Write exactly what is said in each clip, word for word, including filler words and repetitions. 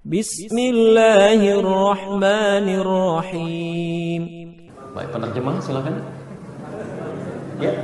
Bismillahirrahmanirrahim. Baik, penerjemah silakan. Ya.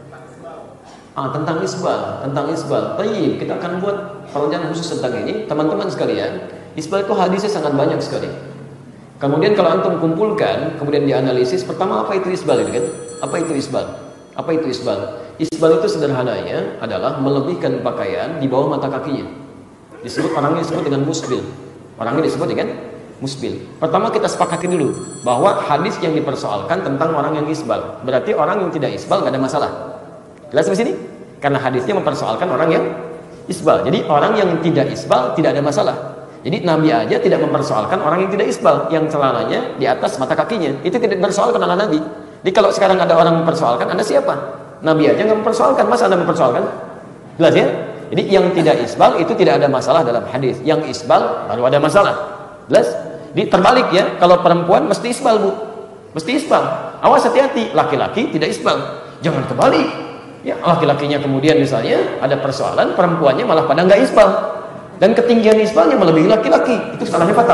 Ah, tentang isbal, tentang isbal. Baik, kita akan buat pelajaran khusus tentang ini, teman-teman sekalian. Isbal itu hadisnya sangat banyak sekali. Kemudian kalau antum kumpulkan, kemudian dianalisis, pertama apa itu isbal itu kan? Apa itu isbal? Apa itu isbal? Isbal itu sederhananya adalah melebihkan pakaian di bawah mata kakinya. Disebut orangnya disebut dengan musbil. Orangnya disebut dengan musbil. Pertama kita sepakati dulu bahwa hadis yang dipersoalkan tentang orang yang isbal. Berarti orang yang tidak isbal nggak ada masalah. Jelas di sini? Karena hadisnya mempersoalkan orang yang isbal. Jadi orang yang tidak isbal tidak ada masalah. Jadi Nabi aja tidak mempersoalkan orang yang tidak isbal, yang celananya di atas mata kakinya. Itu tidak dipersoalkan oleh Nabi. Jadi kalau sekarang ada orang mempersoalkan, Anda siapa? Nabi aja nggak mempersoalkan, masa Anda mempersoalkan? Jelas ya? Jadi yang tidak isbal itu tidak ada masalah dalam hadis. Yang isbal baru ada masalah. Jelas? Jadi terbalik ya, kalau perempuan mesti isbal, Bu. Mesti isbal. Awas hati-hati, laki-laki tidak isbal. Jangan kebalik. Ya, laki-lakinya kemudian misalnya ada persoalan, perempuannya malah pada nggak isbal. Dan ketinggian isbalnya melebihi laki-laki. Itu salahnya fatal.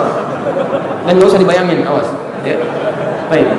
Dan nggak usah dibayangin, awas. Ya. Baik.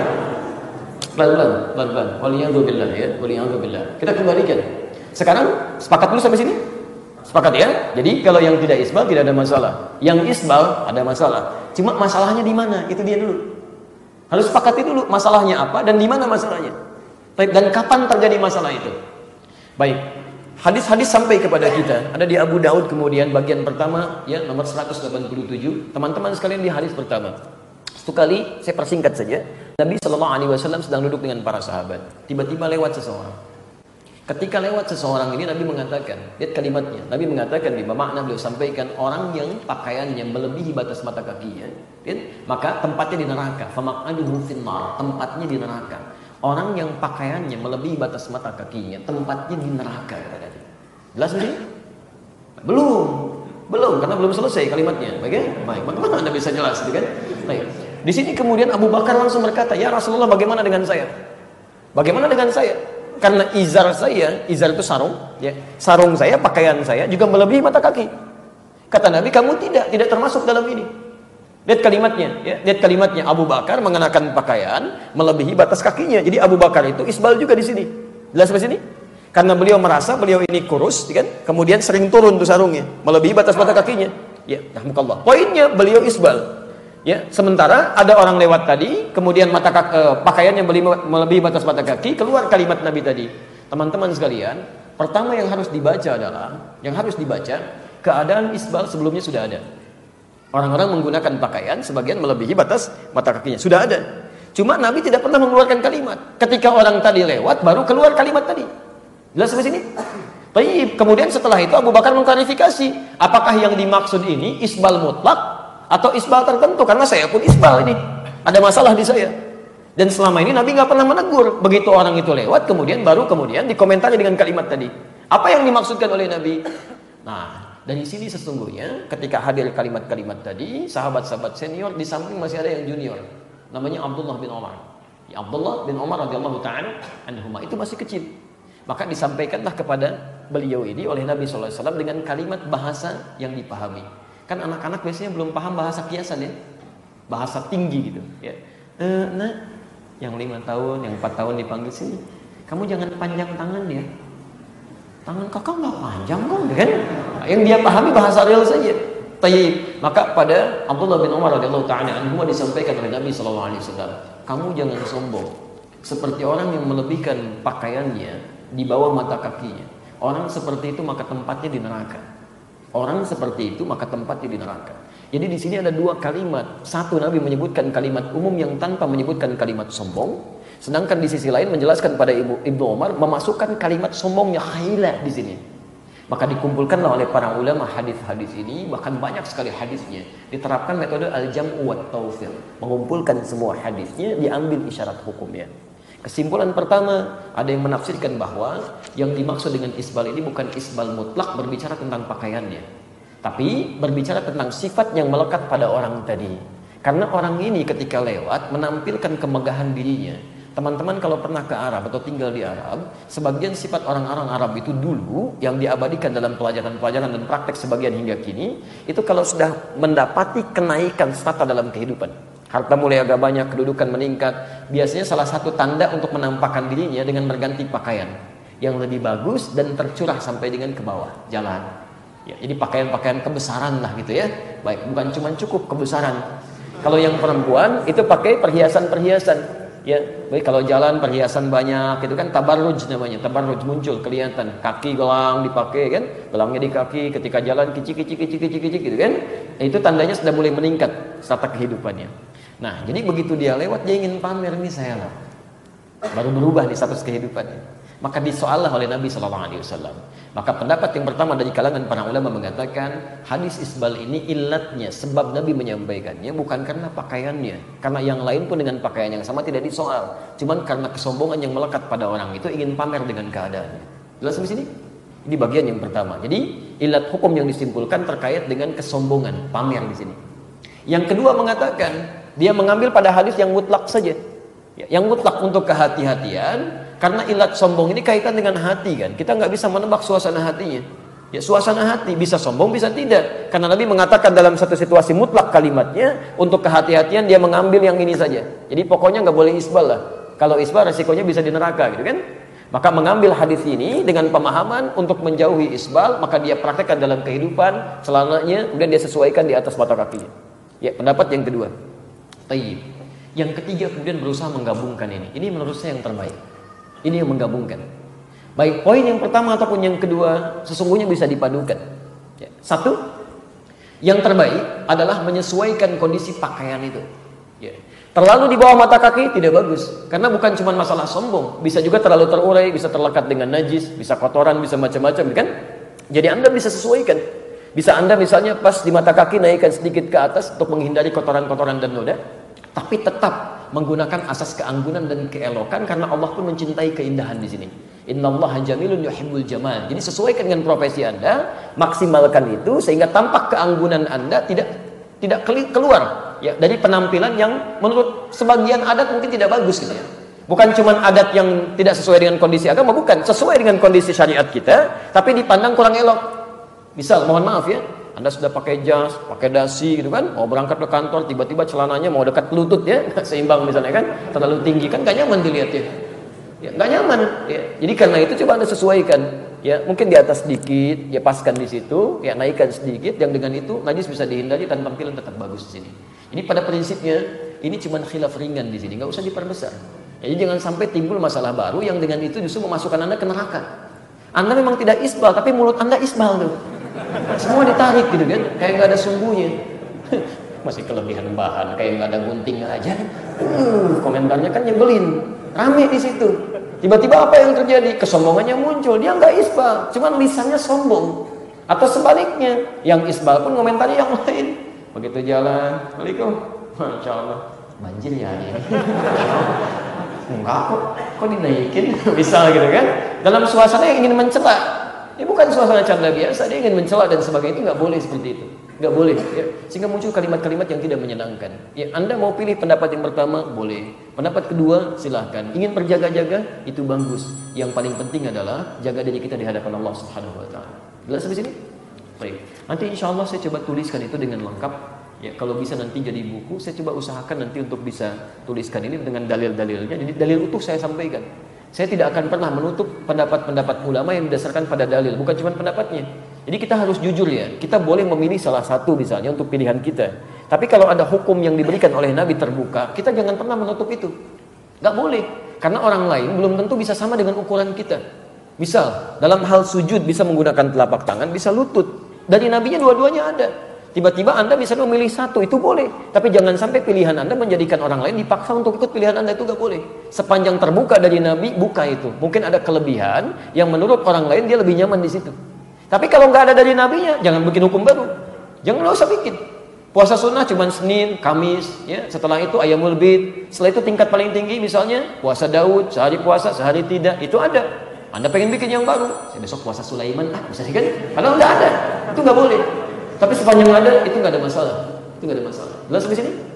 Pelan-pelan, pelan-pelan. Waliyadzubillah ya, waliyadzubillah. Kita kembalikan. Sekarang sepakat dulu sampai sini? Sepakat ya? Jadi kalau yang tidak isbal tidak ada masalah. Yang isbal ada masalah. Cuma masalahnya di mana? Itu dia dulu. Harus sepakati dulu masalahnya apa dan di mana masalahnya. Baik, dan kapan terjadi masalah itu? Baik. Hadis-hadis sampai kepada kita. Ada di Abu Daud kemudian bagian pertama ya nomor seratus delapan puluh tujuh. Teman-teman sekalian di hadis pertama. Satu kali saya persingkat saja. Nabi Shallallahu Alaihi Wasallam sedang duduk dengan para sahabat. Tiba-tiba lewat seseorang. Ketika lewat seseorang ini Nabi mengatakan, lihat kalimatnya. Nabi mengatakan di makna beliau sampaikan orang yang pakaiannya melebihi batas mata kakinya, kan? Maka tempatnya di neraka. Famaq'aduhu finnar, tempatnya di neraka. Orang yang pakaiannya melebihi batas mata kakinya, tempatnya di neraka. Jelas ini? Belum, belum karena belum selesai kalimatnya. Baik, baik. Bagaimana Anda bisa jelas, kan? Baik. Di sini kemudian Abu Bakar langsung berkata, ya Rasulullah, bagaimana dengan saya? Bagaimana dengan saya? Karena izar saya, izar itu sarung, ya, sarung saya, pakaian saya juga melebihi mata kaki. Kata Nabi, kamu tidak, tidak termasuk dalam ini. Lihat kalimatnya, ya, lihat kalimatnya. Abu Bakar mengenakan pakaian melebihi batas kakinya. Jadi Abu Bakar itu isbal juga di sini. Jelas di sini? Karena beliau merasa beliau ini kurus, kan? Kemudian sering turun tuh sarungnya, melebihi batas mata kakinya. Ya, rahmukallah. Poinnya beliau isbal. Ya, sementara ada orang lewat tadi, kemudian mata kaki, eh, pakaiannya melebihi batas mata kaki, keluar kalimat Nabi tadi. Teman-teman sekalian, pertama yang harus dibaca adalah, yang harus dibaca, keadaan isbal sebelumnya sudah ada. Orang-orang menggunakan pakaian sebagian melebihi batas mata kakinya, sudah ada. Cuma Nabi tidak pernah mengeluarkan kalimat. Ketika orang tadi lewat, baru keluar kalimat tadi. Jelas sampai sini? Baik. Kemudian setelah itu Abu Bakar mengklarifikasi, apakah yang dimaksud ini isbal mutlak atau isbal tertentu, karena saya pun isbal ini, ada masalah di saya. Dan selama ini Nabi nggak pernah menegur. Begitu orang itu lewat, kemudian baru kemudian dikomentari dengan kalimat tadi. Apa yang dimaksudkan oleh Nabi? Nah, dari sini sesungguhnya ketika hadir kalimat-kalimat tadi, sahabat-sahabat senior di samping masih ada yang junior, namanya Abdullah bin Umar. Ya, Abdullah bin Umar radhiyallahu ta'ala anhuma itu masih kecil. Maka disampaikanlah kepada beliau ini oleh Nabi shallallahu alaihi wasallam dengan kalimat bahasa yang dipahami. Kan anak-anak biasanya belum paham bahasa kiasan ya, bahasa tinggi gitu ya. E, nah yang lima tahun, yang empat tahun dipanggil sini, kamu jangan panjang tangan ya, tangan kakak nggak panjang kok kan. Yang dia pahami bahasa real saja. Tayyib. Maka pada Abdullah bin Umar radhiyallahu ta'ala anhu disampaikan oleh Nabi sallallahu alaihi wasallam, kamu jangan sombong seperti orang yang melebihkan pakaiannya di bawah mata kakinya. Orang seperti itu maka tempatnya di neraka. Orang seperti itu maka tempatnya di neraka. Jadi di sini ada dua kalimat. Satu, Nabi menyebutkan kalimat umum yang tanpa menyebutkan kalimat sombong. Sedangkan di sisi lain menjelaskan pada Ibu Ibnu Umar memasukkan kalimat sombongnya khailah di sini. Maka dikumpulkanlah oleh para ulama hadis-hadis ini, bahkan banyak sekali hadisnya. Diterapkan metode al-jam'u wat tawfiq, mengumpulkan semua hadisnya, diambil isyarat hukumnya. Kesimpulan pertama, ada yang menafsirkan bahwa yang dimaksud dengan isbal ini bukan isbal mutlak berbicara tentang pakaiannya, tapi berbicara tentang sifat yang melekat pada orang tadi. Karena orang ini ketika lewat menampilkan kemegahan dirinya, Teman-teman kalau pernah ke Arab atau tinggal di Arab, sebagian sifat orang-orang Arab itu dulu yang diabadikan dalam pelajaran-pelajaran dan praktek sebagian hingga kini, itu kalau sudah mendapati kenaikan strata dalam kehidupan, harta mulai agak banyak, kedudukan meningkat, biasanya salah satu tanda untuk menampakkan dirinya dengan berganti pakaian yang lebih bagus dan tercurah sampai dengan ke bawah jalan. Ya, jadi pakaian-pakaian kebesaran lah gitu ya. Baik, bukan cuma cukup kebesaran. Kalau yang perempuan itu pakai perhiasan-perhiasan. Ya, baik kalau jalan perhiasan banyak, itu kan tabarruj namanya. Tabarruj muncul kelihatan, kaki gelang dipakai kan, gelangnya di kaki, ketika jalan kicik-kicik-kicik-kicik gitu kan. Itu tandanya sudah mulai meningkat strata kehidupannya. Nah, jadi begitu dia lewat dia ingin pamer, ini saya lah. Baru berubah nih status kehidupannya. Maka disoallah oleh Nabi shallallahu alaihi wasallam. Maka pendapat yang pertama dari kalangan para ulama mengatakan hadis isbal ini ilatnya, sebab Nabi menyampaikannya bukan karena pakaiannya, karena yang lain pun dengan pakaian yang sama tidak disoal, cuman karena kesombongan yang melekat pada orang itu ingin pamer dengan keadaannya. Jelas di sini? Ini bagian yang pertama. Jadi ilat hukum yang disimpulkan terkait dengan kesombongan, pamer di sini. Yang kedua mengatakan dia mengambil pada hadis yang mutlak saja, yang mutlak untuk kehati-hatian. Karena ilat sombong ini kaitan dengan hati kan. Kita nggak bisa menebak suasana hatinya. Ya, suasana hati bisa sombong bisa tidak. Karena Nabi mengatakan dalam satu situasi mutlak kalimatnya, untuk kehati-hatian dia mengambil yang ini saja. Jadi pokoknya nggak boleh isbal lah. Kalau isbal resikonya bisa di neraka gitu kan. Maka mengambil hadis ini dengan pemahaman untuk menjauhi isbal, maka dia praktekkan dalam kehidupan selamanya, kemudian dia sesuaikan di atas mata kakinya. Ya, pendapat yang kedua. Tayyib. Yang ketiga kemudian berusaha menggabungkan ini. Ini menurut saya yang terbaik. Ini yang menggabungkan. Baik poin yang pertama ataupun yang kedua sesungguhnya bisa dipadukan. Ya. Satu, yang terbaik adalah menyesuaikan kondisi pakaian itu. Ya. Terlalu di bawah mata kaki tidak bagus. Karena bukan cuma masalah sombong, bisa juga terlalu terurai, bisa terlekat dengan najis, bisa kotoran, bisa macam-macam kan. Jadi Anda bisa sesuaikan. Bisa Anda misalnya pas di mata kaki naikkan sedikit ke atas untuk menghindari kotoran-kotoran dan noda, tapi tetap menggunakan asas keanggunan dan keelokan karena Allah pun mencintai keindahan di sini. Innallaha jamilun yuhibbul jamal. Jadi sesuaikan dengan profesi Anda, maksimalkan itu sehingga tampak keanggunan Anda tidak tidak keluar ya dari penampilan yang menurut sebagian adat mungkin tidak bagus gitu ya. Bukan cuma adat yang tidak sesuai dengan kondisi agama, bukan, sesuai dengan kondisi syariat kita, tapi dipandang kurang elok. Misal, mohon maaf ya, Anda sudah pakai jas, pakai dasi gitu kan, mau berangkat ke kantor, tiba-tiba celananya mau dekat lutut ya, nggak seimbang misalnya kan, terlalu tinggi kan, nggak nyaman dilihat ya, ya nggak nyaman. Ya. Jadi karena itu coba Anda sesuaikan, ya mungkin di atas sedikit, ya paskan di situ, ya naikkan sedikit, yang dengan itu najis bisa dihindari dan tampilan tetap bagus di sini. Ini pada prinsipnya ini cuma khilaf ringan di sini, nggak usah diperbesar. Jadi jangan sampai timbul masalah baru yang dengan itu justru memasukkan Anda ke neraka. Anda memang tidak isbal, tapi mulut Anda isbal tuh. Semua ditarik gitu kan, kayak nggak ada sumbunya. Masih kelebihan bahan, kayak nggak ada gunting aja. Uh, komentarnya kan nyebelin, rame di situ. Tiba-tiba apa yang terjadi? Kesombongannya muncul. Dia nggak isbal, cuman lisannya sombong. Atau sebaliknya, yang isbal pun komentarnya yang lain. Begitu jalan, Assalamualaikum, Masya Allah, banjir ya ini. Enggak kok, kok dinaikin? Bisa gitu kan? Dalam suasana yang ingin mencela. Ini bukan suasana canda biasa, dia ingin mencela dan sebagainya, itu nggak boleh seperti itu, nggak boleh. Ya. Sehingga muncul kalimat-kalimat yang tidak menyenangkan. Ya, Anda mau pilih pendapat yang pertama, boleh. Pendapat kedua, silahkan. Ingin berjaga-jaga, itu bagus. Yang paling penting adalah jaga diri kita di hadapan Allah Subhanahu Wa Taala. Jelas sampai sini? Baik. Nanti insya Allah saya coba tuliskan itu dengan lengkap. Ya, kalau bisa nanti jadi buku, saya coba usahakan nanti untuk bisa tuliskan ini dengan dalil-dalilnya. Jadi dalil utuh saya sampaikan. Saya tidak akan pernah menutup pendapat-pendapat ulama yang didasarkan pada dalil, bukan cuma pendapatnya. Jadi kita harus jujur ya, kita boleh memilih salah satu misalnya untuk pilihan kita. Tapi kalau ada hukum yang diberikan oleh Nabi terbuka, kita jangan pernah menutup itu. Gak boleh, karena orang lain belum tentu bisa sama dengan ukuran kita. Misal, dalam hal sujud bisa menggunakan telapak tangan, bisa lutut. Dari Nabinya dua-duanya ada. Tiba-tiba Anda bisa memilih satu, itu boleh. Tapi jangan sampai pilihan Anda menjadikan orang lain dipaksa untuk ikut pilihan Anda, itu gak boleh. Sepanjang terbuka dari Nabi, buka itu. Mungkin ada kelebihan yang menurut orang lain dia lebih nyaman di situ. Tapi kalau nggak ada dari Nabinya, jangan bikin hukum baru. Jangan nggak usah bikin. Puasa sunnah cuma Senin, Kamis, ya. Setelah itu Ayyamul Bid. Setelah itu tingkat paling tinggi misalnya puasa Daud, sehari puasa, sehari tidak. Itu ada. Anda pengen bikin yang baru, saya besok puasa Sulaiman, ah bisa kan? Padahal udah ada, itu nggak boleh. Tapi sepanjang ada, itu nggak ada masalah, itu nggak ada masalah. Jelas sampai sini?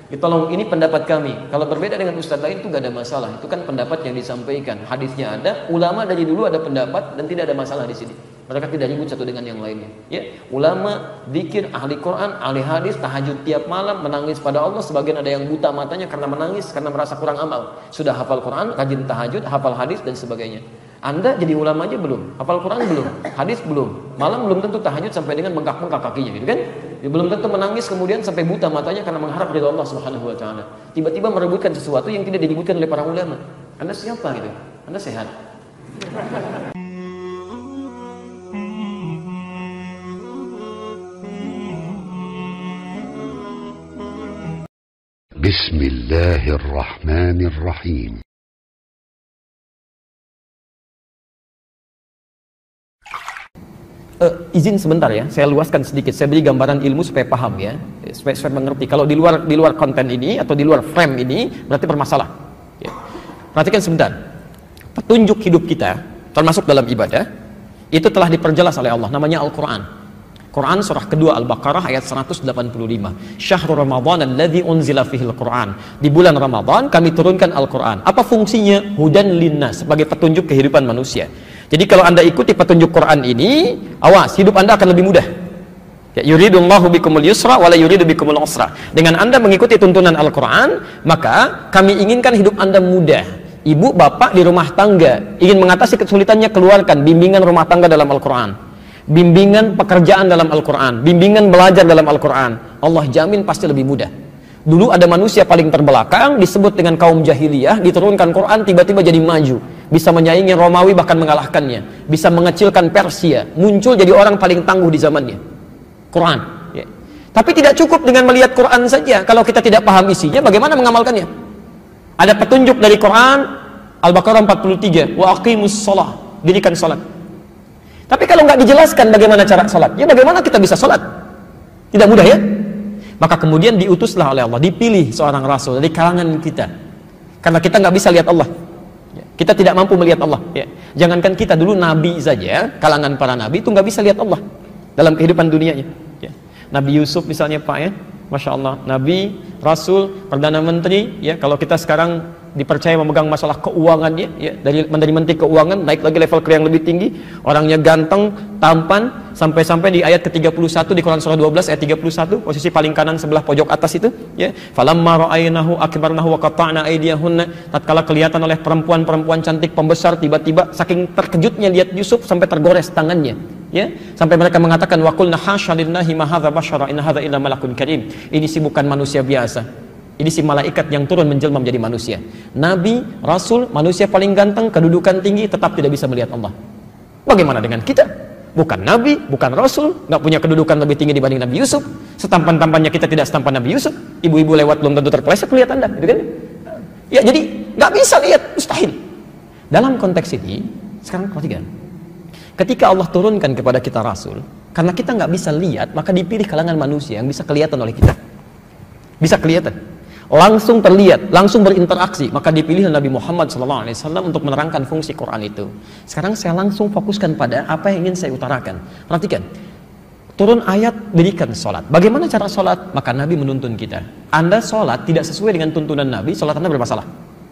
Tolong, ini pendapat kami. Kalau berbeda dengan ustadz lain itu gak ada masalah. Itu kan pendapat yang disampaikan. Hadisnya ada, ulama dari dulu ada pendapat dan tidak ada masalah di sini. Mereka tidak ribut satu dengan yang lainnya. Ya, ulama, zikir, ahli Quran, ahli hadis, tahajud tiap malam, menangis pada Allah. Sebagian ada yang buta matanya karena menangis, karena merasa kurang amal. Sudah hafal Quran, rajin tahajud, hafal hadis dan sebagainya. Anda jadi ulama aja belum, hafal Quran belum, hadis belum, malam belum tentu tahajud sampai dengan bengkak-bengkak kakinya, gitu kan? Ya, belum tentu menangis kemudian sampai buta matanya karena mengharap ridha Allah Subhanahu wa taala. Tiba-tiba merebutkan sesuatu yang tidak diributkan oleh para ulama. Anda siapa gitu? Anda sehat. Bismillahirrahmanirrahim. Uh, izin sebentar ya, saya luaskan sedikit, saya beri gambaran ilmu supaya paham ya, supaya, supaya mengerti. Kalau di luar di luar konten ini atau di luar frame ini berarti bermasalah. Ya. Perhatikan sebentar, petunjuk hidup kita termasuk dalam ibadah itu telah diperjelas oleh Allah, namanya Al-Quran. Quran surah kedua Al-Baqarah ayat seratus delapan puluh lima. Syahrul Ramadan alladzi unzila fihil Quran. Di bulan Ramadan kami turunkan Al-Quran. Apa fungsinya? Hudan linnas, sebagai petunjuk kehidupan manusia. Jadi kalau Anda ikuti petunjuk Quran ini, awas, hidup Anda akan lebih mudah. Ya, yuridullahu bikumul yusra wala yuridu bikumul usra. Dengan Anda mengikuti tuntunan Al-Quran, maka kami inginkan hidup Anda mudah. Ibu, bapak di rumah tangga ingin mengatasi kesulitannya, keluarkan bimbingan rumah tangga dalam Al-Quran, bimbingan pekerjaan dalam Al-Quran, bimbingan belajar dalam Al-Quran. Allah jamin pasti lebih mudah. Dulu ada manusia paling terbelakang, disebut dengan kaum jahiliyah, diturunkan Quran, tiba-tiba jadi maju, bisa menyaingi Romawi, bahkan mengalahkannya, bisa mengecilkan Persia, muncul jadi orang paling tangguh di zamannya. Quran ya. Tapi tidak cukup dengan melihat Quran saja. Kalau kita tidak paham isinya, bagaimana mengamalkannya? Ada petunjuk dari Quran, Al-Baqarah empat puluh tiga, wa aqimus shalah, dirikan salat. Tapi kalau nggak dijelaskan bagaimana cara salat, ya bagaimana kita bisa salat? Tidak mudah ya. Maka kemudian diutuslah oleh Allah, dipilih seorang rasul dari kalangan kita, karena kita nggak bisa lihat Allah, kita tidak mampu melihat Allah ya. Jangankan kita, dulu nabi saja, kalangan para nabi itu nggak bisa lihat Allah dalam kehidupan dunianya ya. Nabi Yusuf misalnya Pak ya, Masya Allah, nabi, rasul, perdana menteri ya. Kalau kita sekarang dipercaya memegang masalah keuangannya ya, dari menteri menteri keuangan naik lagi level ke yang lebih tinggi, orangnya ganteng, tampan, sampai-sampai di ayat ke tiga puluh satu di Quran surah dua belas ayat tiga puluh satu, posisi paling kanan sebelah pojok atas itu ya, falamma ra'aynahu akbarnahu wa qata'na aydiyahunna, tatkala kelihatan oleh perempuan-perempuan cantik pembesar, tiba-tiba saking terkejutnya lihat Yusuf sampai tergores tangannya ya, sampai mereka mengatakan wa qulna hasya lillahi ma hadza basyara in hadza illa malakun karim, ini sih bukan manusia biasa, ini si malaikat yang turun menjelma menjadi manusia. Nabi, rasul, manusia paling ganteng, kedudukan tinggi, tetap tidak bisa melihat Allah. Bagaimana dengan kita? Bukan nabi, bukan rasul, nggak punya kedudukan lebih tinggi dibanding Nabi Yusuf. Setampan-tampannya kita tidak setampan Nabi Yusuf. Ibu-ibu lewat belum tentu terpeleset melihat Anda, gitu kan? Ya, jadi nggak bisa lihat, mustahil. Dalam konteks ini, sekarang perhatikan. Ketika Allah turunkan kepada kita rasul, karena kita nggak bisa lihat, maka dipilih kalangan manusia yang bisa kelihatan oleh kita. Bisa kelihatan, langsung terlihat, langsung berinteraksi, maka dipilih Nabi Muhammad shallallahu alaihi wasallam untuk menerangkan fungsi Quran itu. Sekarang saya langsung fokuskan pada apa yang ingin saya utarakan. Perhatikan, turun ayat dirikan sholat. Bagaimana cara sholat? Maka Nabi menuntun kita. Anda sholat tidak sesuai dengan tuntunan Nabi, sholat Anda bermasalah,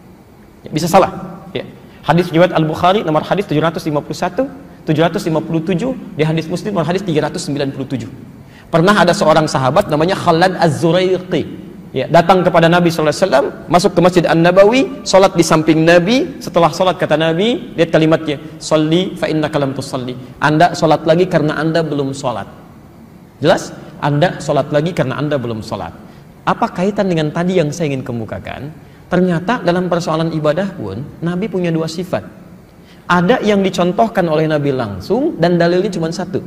ya, bisa salah ya. Hadis riwayat Al-Bukhari nomor hadis tujuh ratus lima puluh satu, tujuh ratus lima puluh tujuh, di hadis Muslim nomor hadis tiga ratus sembilan puluh tujuh. Pernah ada seorang sahabat namanya Khalad Az-Zuraiqi ya, datang kepada Nabi shallallahu alaihi wasallam, masuk ke Masjid An-Nabawi, sholat di samping Nabi. Setelah sholat kata Nabi, lihat kalimatnya, sholli fa innaka lam tusalli, Anda sholat lagi karena Anda belum sholat. Jelas? Anda sholat lagi karena Anda belum sholat. Apa kaitan dengan tadi yang saya ingin kemukakan? Ternyata dalam persoalan ibadah pun Nabi punya dua sifat. Ada yang dicontohkan oleh Nabi langsung dan dalilnya cuma satu.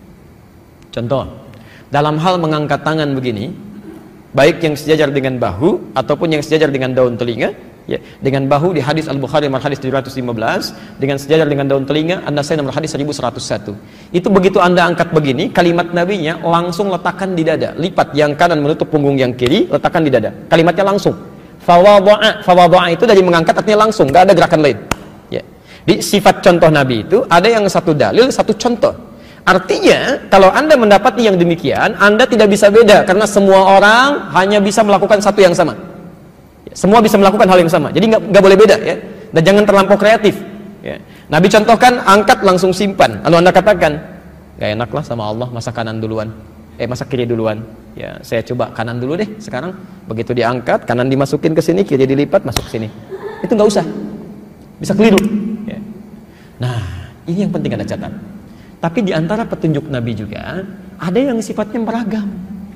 Contoh, dalam hal mengangkat tangan begini, baik yang sejajar dengan bahu ataupun yang sejajar dengan daun telinga ya, dengan bahu di hadis Al-Bukhari nomor hadis tujuh ratus lima belas, dengan sejajar dengan daun telinga An-Nasai nomor hadis seribu seratus satu. Itu begitu Anda angkat begini, kalimat nabinya langsung letakkan di dada, lipat yang kanan menutup punggung yang kiri, letakkan di dada, kalimatnya langsung. Fawadha'a, fawadha'a itu dari mengangkat, artinya langsung, gak ada gerakan lain ya. Di sifat contoh Nabi itu ada yang satu dalil, satu contoh. Artinya, kalau Anda mendapati yang demikian, Anda tidak bisa beda, karena semua orang hanya bisa melakukan satu yang sama. Semua bisa melakukan hal yang sama, jadi nggak nggak boleh beda ya. Dan jangan terlampau kreatif. Ya. Nabi contohkan, angkat langsung simpan. Lalu Anda katakan, nggak enak lah sama Allah, masa kanan duluan, eh masa kiri duluan. Ya, saya coba kanan dulu deh sekarang. Begitu diangkat, kanan dimasukin ke sini, kiri dilipat masuk ke sini. Itu nggak usah, bisa keliru. Ya. Nah, ini yang penting Anda catat. Tapi di antara petunjuk Nabi juga ada yang sifatnya beragam.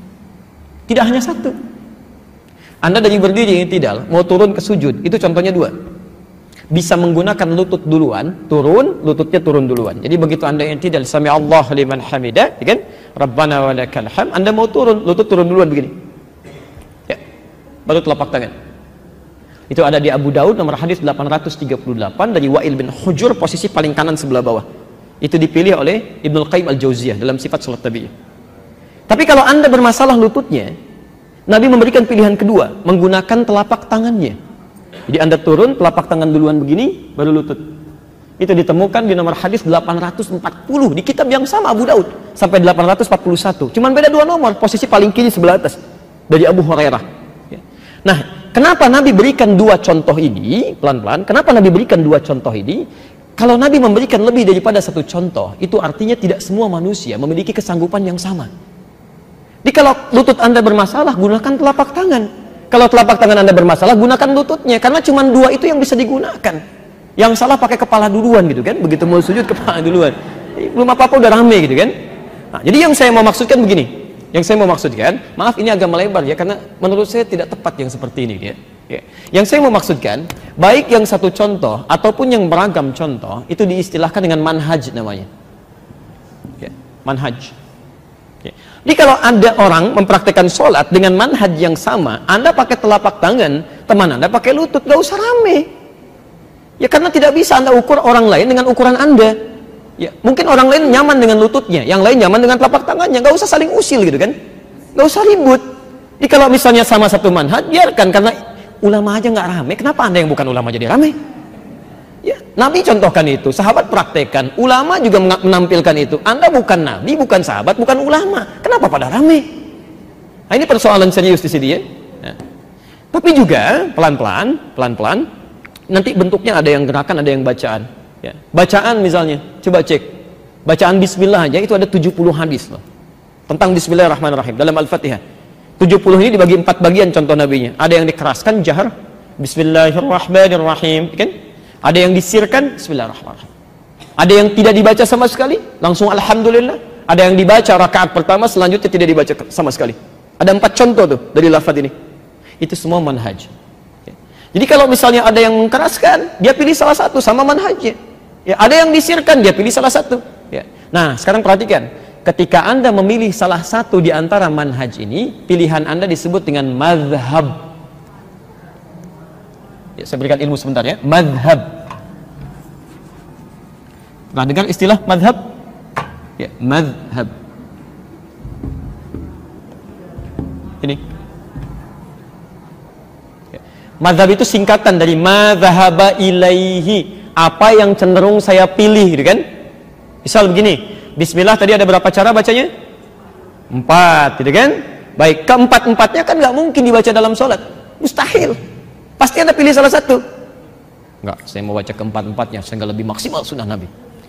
Tidak hanya satu. Anda dari berdiri tidak mau turun ke sujud, itu contohnya dua. Bisa menggunakan lutut duluan, turun, lututnya turun duluan. Jadi begitu Anda yang tidak sami Allah liman hamidah, ya kan? Rabbana walakal hamd, Anda mau turun, lutut turun duluan begini. Ya. Baru telapak tangan. Itu ada di Abu Daud nomor hadis delapan ratus tiga puluh delapan dari Wa'il bin Hujur, posisi paling kanan sebelah bawah. Itu dipilih oleh Ibnul Qayyim Al-Jauziyah dalam sifat salat tabi'iyah. Tapi kalau Anda bermasalah lututnya, Nabi memberikan pilihan kedua, menggunakan telapak tangannya. Jadi Anda turun, telapak tangan duluan begini, baru lutut. Itu ditemukan di nomor hadis delapan ratus empat puluh di kitab yang sama Abu Daud sampai delapan ratus empat puluh satu. Cuman beda dua nomor, posisi paling kiri sebelah atas dari Abu Hurairah. Nah, kenapa Nabi berikan dua contoh ini pelan-pelan? Kenapa Nabi berikan dua contoh ini? Kalau Nabi memberikan lebih daripada satu contoh, itu artinya tidak semua manusia memiliki kesanggupan yang sama. Jadi kalau lutut Anda bermasalah, gunakan telapak tangan. Kalau telapak tangan Anda bermasalah, gunakan lututnya. Karena cuma dua itu yang bisa digunakan. Yang salah pakai kepala duluan gitu kan. Begitu mau sujud, kepala duluan. Belum apa-apa udah rame gitu kan. Nah, jadi yang saya mau maksudkan begini. Yang saya mau maksudkan, maaf ini agak melebar ya, karena menurut saya tidak tepat yang seperti ini ya. Ya. Yang saya mau maksudkan, baik yang satu contoh ataupun yang beragam contoh, itu diistilahkan dengan manhaj namanya. Ya. Manhaj. Ya. Jadi kalau ada orang mempraktekkan sholat dengan manhaj yang sama, Anda pakai telapak tangan, teman Anda pakai lutut, gak usah rame. Ya karena tidak bisa Anda ukur orang lain dengan ukuran Anda. Ya, mungkin orang lain nyaman dengan lututnya, yang lain nyaman dengan telapak tangannya, gak usah saling usil gitu kan. Gak usah ribut. Jadi kalau misalnya sama satu manhaj, biarkan, karena ulama aja nggak rame, kenapa Anda yang bukan ulama jadi rame? Ya, Nabi contohkan itu, sahabat praktekkan, ulama juga menampilkan itu. Anda bukan Nabi, bukan sahabat, bukan ulama, kenapa pada rame? Nah, ini persoalan serius di sini ya. Nah, tapi juga pelan-pelan, pelan-pelan, nanti bentuknya ada yang gerakan, ada yang bacaan. Ya. Bacaan misalnya, coba cek, bacaan Bismillah aja itu ada tujuh puluh hadis loh, tentang Bismillahirrahmanirrahim dalam Al-Fatihah. tujuh puluh ini dibagi empat bagian contoh nabinya. Ada yang dikeraskan jahar, Bismillahirrahmanirrahim, kan? Ada yang disirkan, Bismillahirrahmanirrahim. Ada yang tidak dibaca sama sekali, langsung Alhamdulillah. Ada yang dibaca rakaat pertama, selanjutnya tidak dibaca sama sekali. Ada empat contoh tuh dari lafaz ini. Itu semua manhaj. Jadi kalau misalnya ada yang mengkeraskan, dia pilih salah satu sama manhajnya. Ya, ada yang disirkan, dia pilih salah satu. Ya. Nah, sekarang perhatikan. Ketika Anda memilih salah satu di antara manhaj ini, pilihan Anda disebut dengan madhab. Ya, saya berikan ilmu sebentar ya. Madhab. Nah, dengar istilah madhab? Ya, madhab. Ini. Ya. Madhab itu singkatan dari madhaba ilaihi. Apa yang cenderung saya pilih, gitu kan? Misal begini. Bismillah tadi ada berapa cara bacanya? Empat, gitu kan? Baik, keempat-empatnya kan nggak mungkin dibaca dalam sholat, mustahil. Pasti Anda pilih salah satu. Enggak, saya mau baca keempat-empatnya sehingga lebih maksimal sunnah Nabi.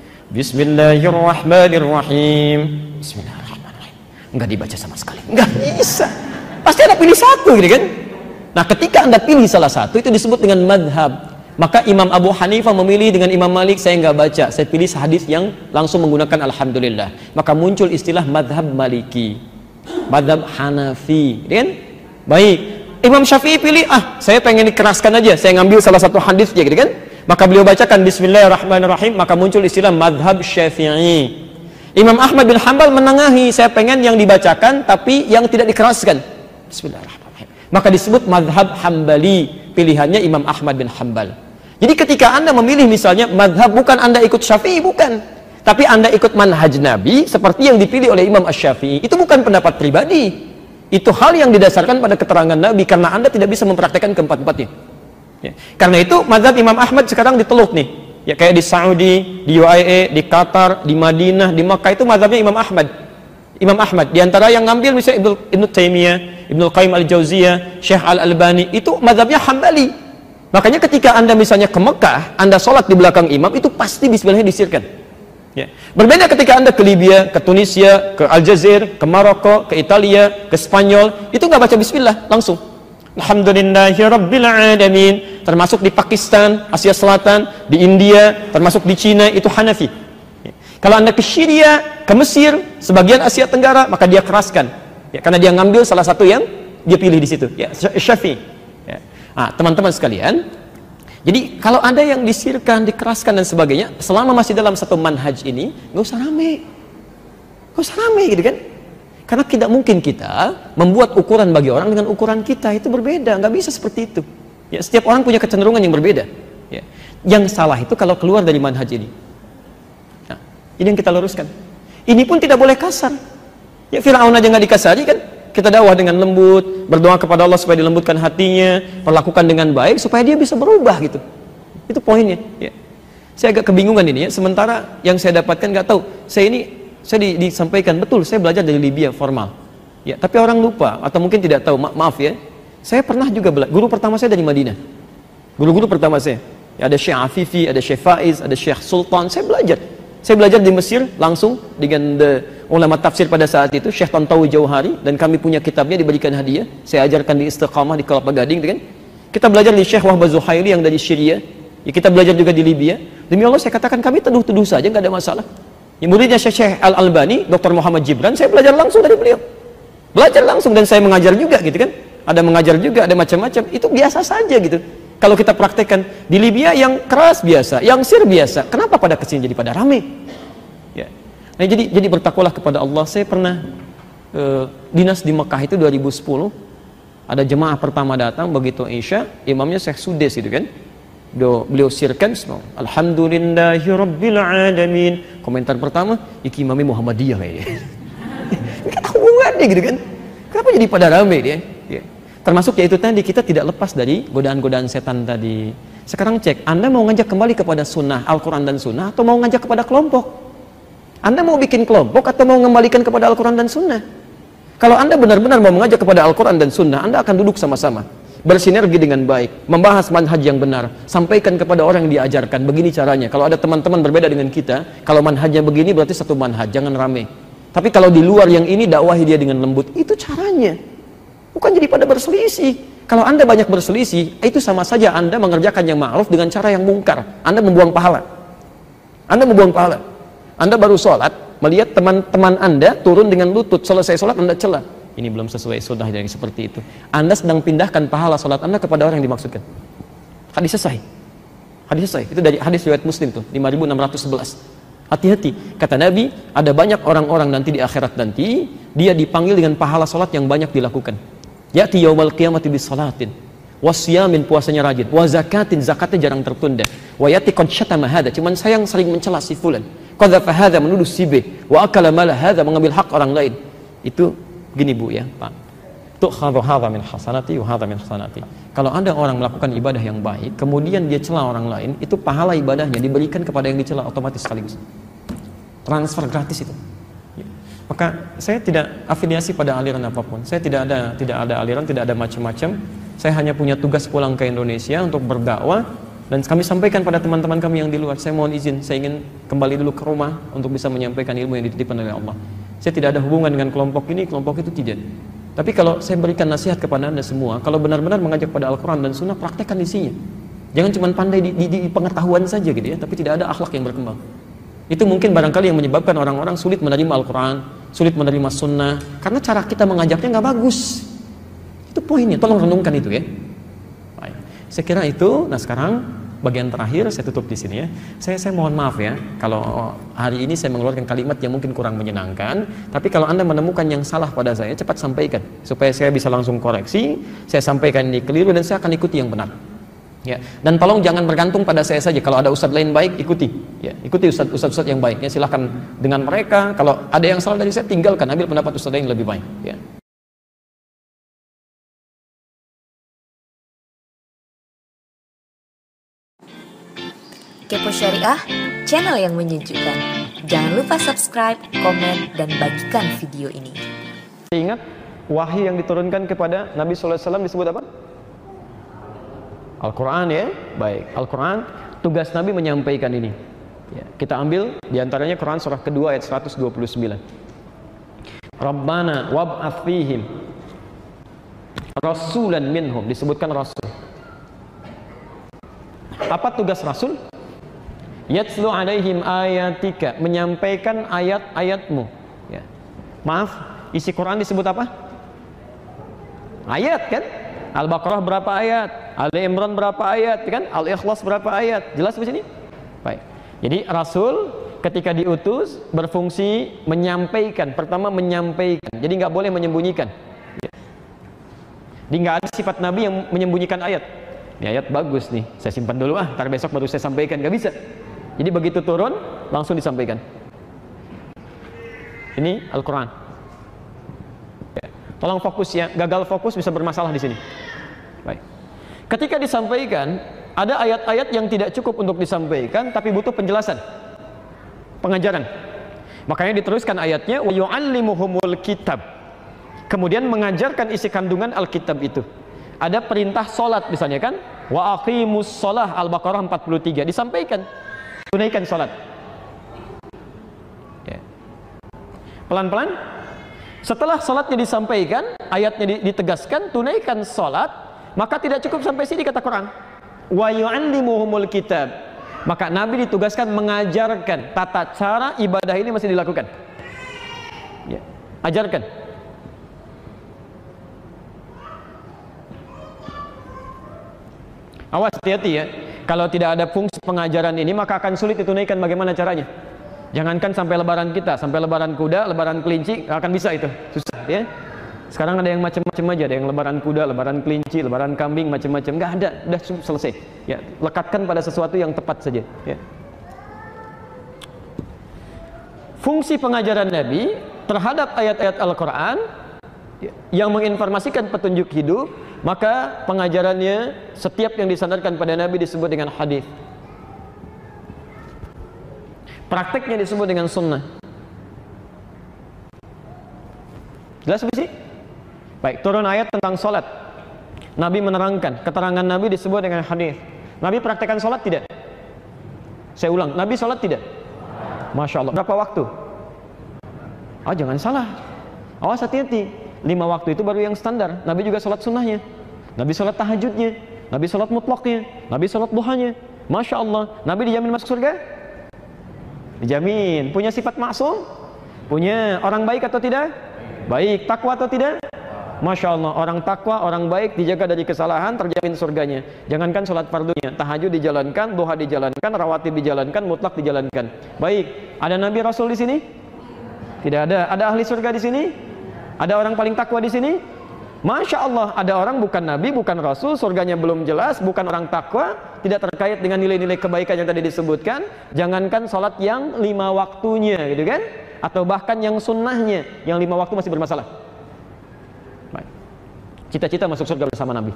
Bismillahirrahmanirrahim. Bismillahirrahmanirrahim. Enggak dibaca sama sekali, enggak bisa. Pasti Anda pilih satu, gitu kan? Nah, ketika Anda pilih salah satu, itu disebut dengan madhab. Maka Imam Abu Hanifah memilih dengan Imam Malik, saya nggak baca, saya pilih hadis yang langsung menggunakan Alhamdulillah. Maka muncul istilah madhab Maliki, madhab Hanafi, kan? Baik, Imam Syafi'i pilih, ah saya pengen dikeraskan aja, saya ngambil salah satu hadisnya, gitu kan? Maka beliau bacakan Bismillahirrahmanirrahim, maka muncul istilah madhab Syafi'i. Imam Ahmad bin Hanbal menengahi, saya pengen yang dibacakan tapi yang tidak dikeraskan, Bismillahirrahmanirrahim. Maka disebut madhab Hambali, pilihannya Imam Ahmad bin Hanbal. Jadi ketika Anda memilih misalnya madhab, bukan Anda ikut Syafi'i, bukan, tapi Anda ikut manhaj Nabi seperti yang dipilih oleh Imam Asy-Syafi'i. Itu bukan pendapat pribadi, itu hal yang didasarkan pada keterangan Nabi, karena Anda tidak bisa mempraktekkan keempat-empatnya ya. Karena itu madhab Imam Ahmad sekarang diteluk nih, Ya kayak di Saudi, di U A E, di Qatar, di Madinah, di Makkah itu mazhabnya Imam Ahmad. Imam Ahmad. Di antara yang ngambil misalnya Ibnu Ibnu Taimiyah, Ibnu Qayyim Al-Jauziyah, Syekh Al-Albani, itu mazhabnya Hambali. Makanya ketika Anda misalnya ke Mekah, Anda sholat di belakang imam, itu pasti bismillahnya disirkan. Ya. Berbeda ketika Anda ke Libya, ke Tunisia, ke Aljazair, ke Maroko, ke Italia, ke Spanyol, itu nggak baca bismillah, langsung Alhamdulillahirabbil alamin. Termasuk di Pakistan, Asia Selatan, di India, termasuk di Cina, itu Hanafi. Ya. Kalau Anda ke Syria, ke Mesir, sebagian Asia Tenggara, maka dia keraskan. Ya, karena dia ngambil salah satu yang dia pilih di situ, ya, Syafi'i. Ya. Nah, teman-teman sekalian, jadi kalau ada yang disirkan, dikeraskan dan sebagainya, selama masih dalam satu manhaj ini, nggak usah rame, nggak usah rame gitu kan? Karena tidak mungkin kita membuat ukuran bagi orang dengan ukuran kita, itu berbeda, nggak bisa seperti itu. Ya, setiap orang punya kecenderungan yang berbeda. Ya. Yang salah itu kalau keluar dari manhaj ini. Nah, ini yang kita luruskan. Ini pun tidak boleh kasar. Ya, Fir'aun aja nggak dikasari kan? Kita dakwah dengan lembut, berdoa kepada Allah supaya dilembutkan hatinya, perlakukan dengan baik supaya dia bisa berubah gitu. Itu poinnya. Ya. Saya agak kebingungan ini ya. Sementara yang saya dapatkan nggak tahu. Saya ini saya di, disampaikan betul. Saya belajar dari Libya formal. Ya. Tapi orang lupa atau mungkin tidak tahu. Ma maaf ya. Saya pernah juga belajar. Guru pertama saya dari Madinah. Guru-guru pertama saya. Ya, ada Syekh Afifi, ada Syekh Faiz, ada Syekh Sultan. Saya belajar. Saya belajar di Mesir langsung dengan the ulama tafsir pada saat itu, Syekh Tantawi Jauhari, dan kami punya kitabnya diberikan hadiah. Saya ajarkan di Istiqamah di Kelapa Gading, kan? Kita belajar di Syekh Wahbah Zuhaili yang dari Syria. Ya, kita belajar juga di Libya. Demi Allah saya katakan kami teduh-teduh saja, nggak ada masalah. Ya, muridnya Syekh, Syekh Al-Albani, Doktor Muhammad Jibran, saya belajar langsung dari beliau. Belajar langsung dan saya mengajar juga gitu kan. Ada mengajar juga, ada macam-macam. Itu biasa saja gitu. Kalau kita praktekkan di Libya yang keras biasa, yang sir biasa. Kenapa pada kesini jadi pada rame? Ya. Nah, jadi jadi bertakwalah kepada Allah. Saya pernah uh, dinas di Mekah itu dua ribu sepuluh. Ada jemaah pertama datang begitu Isya, imamnya Syekh Sudes gitu kan. Do, beliau sirkan Alhamdulillahirabbil alamin. Komentar pertama, iki imamnya Muhammadiyah kayaknya. Enggak tahu hubungannya gitu kan. Kenapa jadi pada rame dia? Ya. Termasuk yaitu tadi kita tidak lepas dari godaan-godaan setan tadi. Sekarang cek, Anda mau ngajak kembali kepada sunnah, Al-Quran dan sunnah, atau mau ngajak kepada kelompok? Anda mau bikin kelompok atau mau mengembalikan kepada Al-Quran dan sunnah? Kalau Anda benar-benar mau mengajak kepada Al-Quran dan sunnah, Anda akan duduk sama-sama, bersinergi dengan baik, membahas manhaj yang benar, sampaikan kepada orang yang diajarkan, begini caranya. Kalau ada teman-teman berbeda dengan kita, kalau manhajnya begini berarti satu manhaj, jangan rame. Tapi kalau di luar yang ini, dakwahi dia dengan lembut, itu caranya. Bukan jadi pada berselisih. Kalau Anda banyak berselisih, itu sama saja Anda mengerjakan yang ma'ruf dengan cara yang mungkar. Anda membuang pahala. Anda membuang pahala. Anda baru sholat, melihat teman-teman Anda turun dengan lutut, selesai sholat Anda celah. Ini belum sesuai sunnah yang seperti itu. Anda sedang pindahkan pahala sholat Anda kepada orang yang dimaksudkan. Hadis sahih. Hadis sahih. Itu dari hadis riwayat Muslim tuh, lima ribu enam ratus sebelas. Hati-hati, kata Nabi, ada banyak orang-orang nanti di akhirat nanti, dia dipanggil dengan pahala sholat yang banyak dilakukan. Ya'ti yaumal qiyamati bis salatin, wasyamin, puasanya rajin, wa zakatin, zakatnya jarang tertunda, wa yati qad syatama hadza, cuman sayang sering mencela si fulan, qadzafa hadza, menuduh si B, wa akala mala hadza, mengambil hak orang lain. Itu gini Bu ya, Pak. Tu'khadhu hadza min hasanati wa hadza min hasanati. Kalau ada orang melakukan ibadah yang baik, kemudian dia cela orang lain, itu pahala ibadahnya diberikan kepada yang dicela otomatis sekaligus. Transfer gratis itu. Maka saya tidak afiliasi pada aliran apapun. Saya tidak ada tidak ada aliran, tidak ada macam-macam. Saya hanya punya tugas pulang ke Indonesia untuk berdakwah dan kami sampaikan pada teman-teman kami yang di luar. Saya mohon izin, saya ingin kembali dulu ke rumah untuk bisa menyampaikan ilmu yang dititipkan oleh Allah. Saya tidak ada hubungan dengan kelompok ini, kelompok itu tidak. Tapi kalau saya berikan nasihat kepada Anda semua, kalau benar-benar mengajak pada Al-Quran dan Sunnah, praktekkan isinya. Jangan cuma pandai di, di, di pengetahuan saja gitu ya, tapi tidak ada akhlak yang berkembang. Itu mungkin barangkali yang menyebabkan orang-orang sulit menerima Al-Quran, sulit menerima Sunnah, karena cara kita mengajaknya nggak bagus. Itu poinnya, tolong renungkan itu ya. Baik. Saya kira itu. Nah sekarang bagian terakhir saya tutup di sini ya. Saya saya mohon maaf ya kalau hari ini saya mengeluarkan kalimat yang mungkin kurang menyenangkan. Tapi kalau Anda menemukan yang salah pada saya, cepat sampaikan supaya saya bisa langsung koreksi. Saya sampaikan ini keliru dan saya akan ikuti yang benar. Ya, dan tolong jangan bergantung pada saya saja. Kalau ada ustadz lain baik, ikuti. Ya, ikuti ustadz-ustadz yang baik. Ya, silahkan dengan mereka. Kalau ada yang salah dari saya, tinggalkan. Ambil pendapat ustadz lain lebih baik. Ya. Kepo Syariah, channel yang menyejukkan. Jangan lupa subscribe, komen, dan bagikan video ini. Ingat, wahyu yang diturunkan kepada Nabi Sallallahu Alaihi Wasallam disebut apa? Al-Quran, ya. Baik, Al-Quran, tugas Nabi menyampaikan ini. Ya, kita ambil diantaranya Quran surah kedua ayat seratus dua puluh sembilan. Rabbana wab'ath fihim rasulan minhum, disebutkan rasul. Apa tugas rasul? Yatslu alaihim ayatika, menyampaikan ayat-ayatmu. Ya. Maaf, isi Quran disebut apa? Ayat, kan? Al-Baqarah berapa ayat? Ali Imran berapa ayat? Kan? Al-Ikhlas berapa ayat? Jelas di sini? Baik. Jadi rasul ketika diutus berfungsi menyampaikan. Pertama menyampaikan. Jadi nggak boleh menyembunyikan. Ya. Jadi nggak ada sifat Nabi yang menyembunyikan ayat. Ini ayat bagus nih, saya simpan dulu ah, ntar besok baru saya sampaikan. Nggak bisa. Jadi begitu turun langsung disampaikan. Ini Al-Quran. Ya. Tolong fokus ya, gagal fokus bisa bermasalah di sini. Baik. Ketika disampaikan, ada ayat-ayat yang tidak cukup untuk disampaikan, tapi butuh penjelasan, pengajaran. Makanya diteruskan ayatnya, wa yu'allimuhumul kitab. Kemudian mengajarkan isi kandungan Alkitab itu. Ada perintah solat misalnya, kan? Wa aqimus sholah, Al-Baqarah empat puluh tiga. Disampaikan, tunaikan solat. Ya. Pelan-pelan. Setelah solatnya disampaikan, ayatnya ditegaskan, tunaikan solat, maka tidak cukup sampai sini kata Quran. Wa yu'allimuhumul kitab. Maka Nabi ditugaskan mengajarkan tata cara ibadah ini masih dilakukan. Ya. Ajarkan. Awas, hati-hati ya. Kalau tidak ada fungsi pengajaran ini, maka akan sulit ditunaikan. Bagaimana caranya? Jangankan sampai lebaran kita, sampai lebaran kuda, lebaran kelinci, akan bisa itu. Susah ya. Sekarang ada yang macam-macam aja, ada yang lebaran kuda, lebaran kelinci, lebaran kambing, macam-macam. Nggak ada, udah selesai. Ya, lekatkan pada sesuatu yang tepat saja. Ya. Fungsi pengajaran Nabi terhadap ayat-ayat Al-Quran yang menginformasikan petunjuk hidup, maka pengajarannya setiap yang disandarkan pada Nabi disebut dengan hadis. Prakteknya disebut dengan sunnah. Jelas sih? Baik, turun ayat tentang solat. Nabi menerangkan, keterangan Nabi disebut dengan hadis. Nabi praktekkan solat tidak? Saya ulang, Nabi solat tidak? Masya Allah. Berapa waktu? Oh, jangan salah. Awas, hati-hati. Lima waktu itu baru yang standar. Nabi juga sholat sunnahnya. Nabi sholat tahajudnya. Nabi sholat mutlaknya. Nabi sholat duhanya. Masya Allah. Nabi dijamin masuk surga? Dijamin. Punya sifat maksum? Punya. Orang baik atau tidak? Baik. Takwa atau tidak? Masya Allah. Orang takwa, orang baik dijaga dari kesalahan, terjamin surganya. Jangankan sholat fardunya, tahajud dijalankan, duha dijalankan, rawatib dijalankan, mutlak dijalankan. Baik. Ada Nabi Rasul di sini? Tidak ada. Ada ahli surga di sini? Ada orang paling takwa di sini? Masya Allah, ada orang bukan Nabi, bukan Rasul, surganya belum jelas, bukan orang takwa, tidak terkait dengan nilai-nilai kebaikan yang tadi disebutkan. Jangankan sholat yang lima waktunya, gitu kan? Atau bahkan yang sunnahnya, yang lima waktu masih bermasalah. Baik. Cita-cita masuk surga bersama Nabi.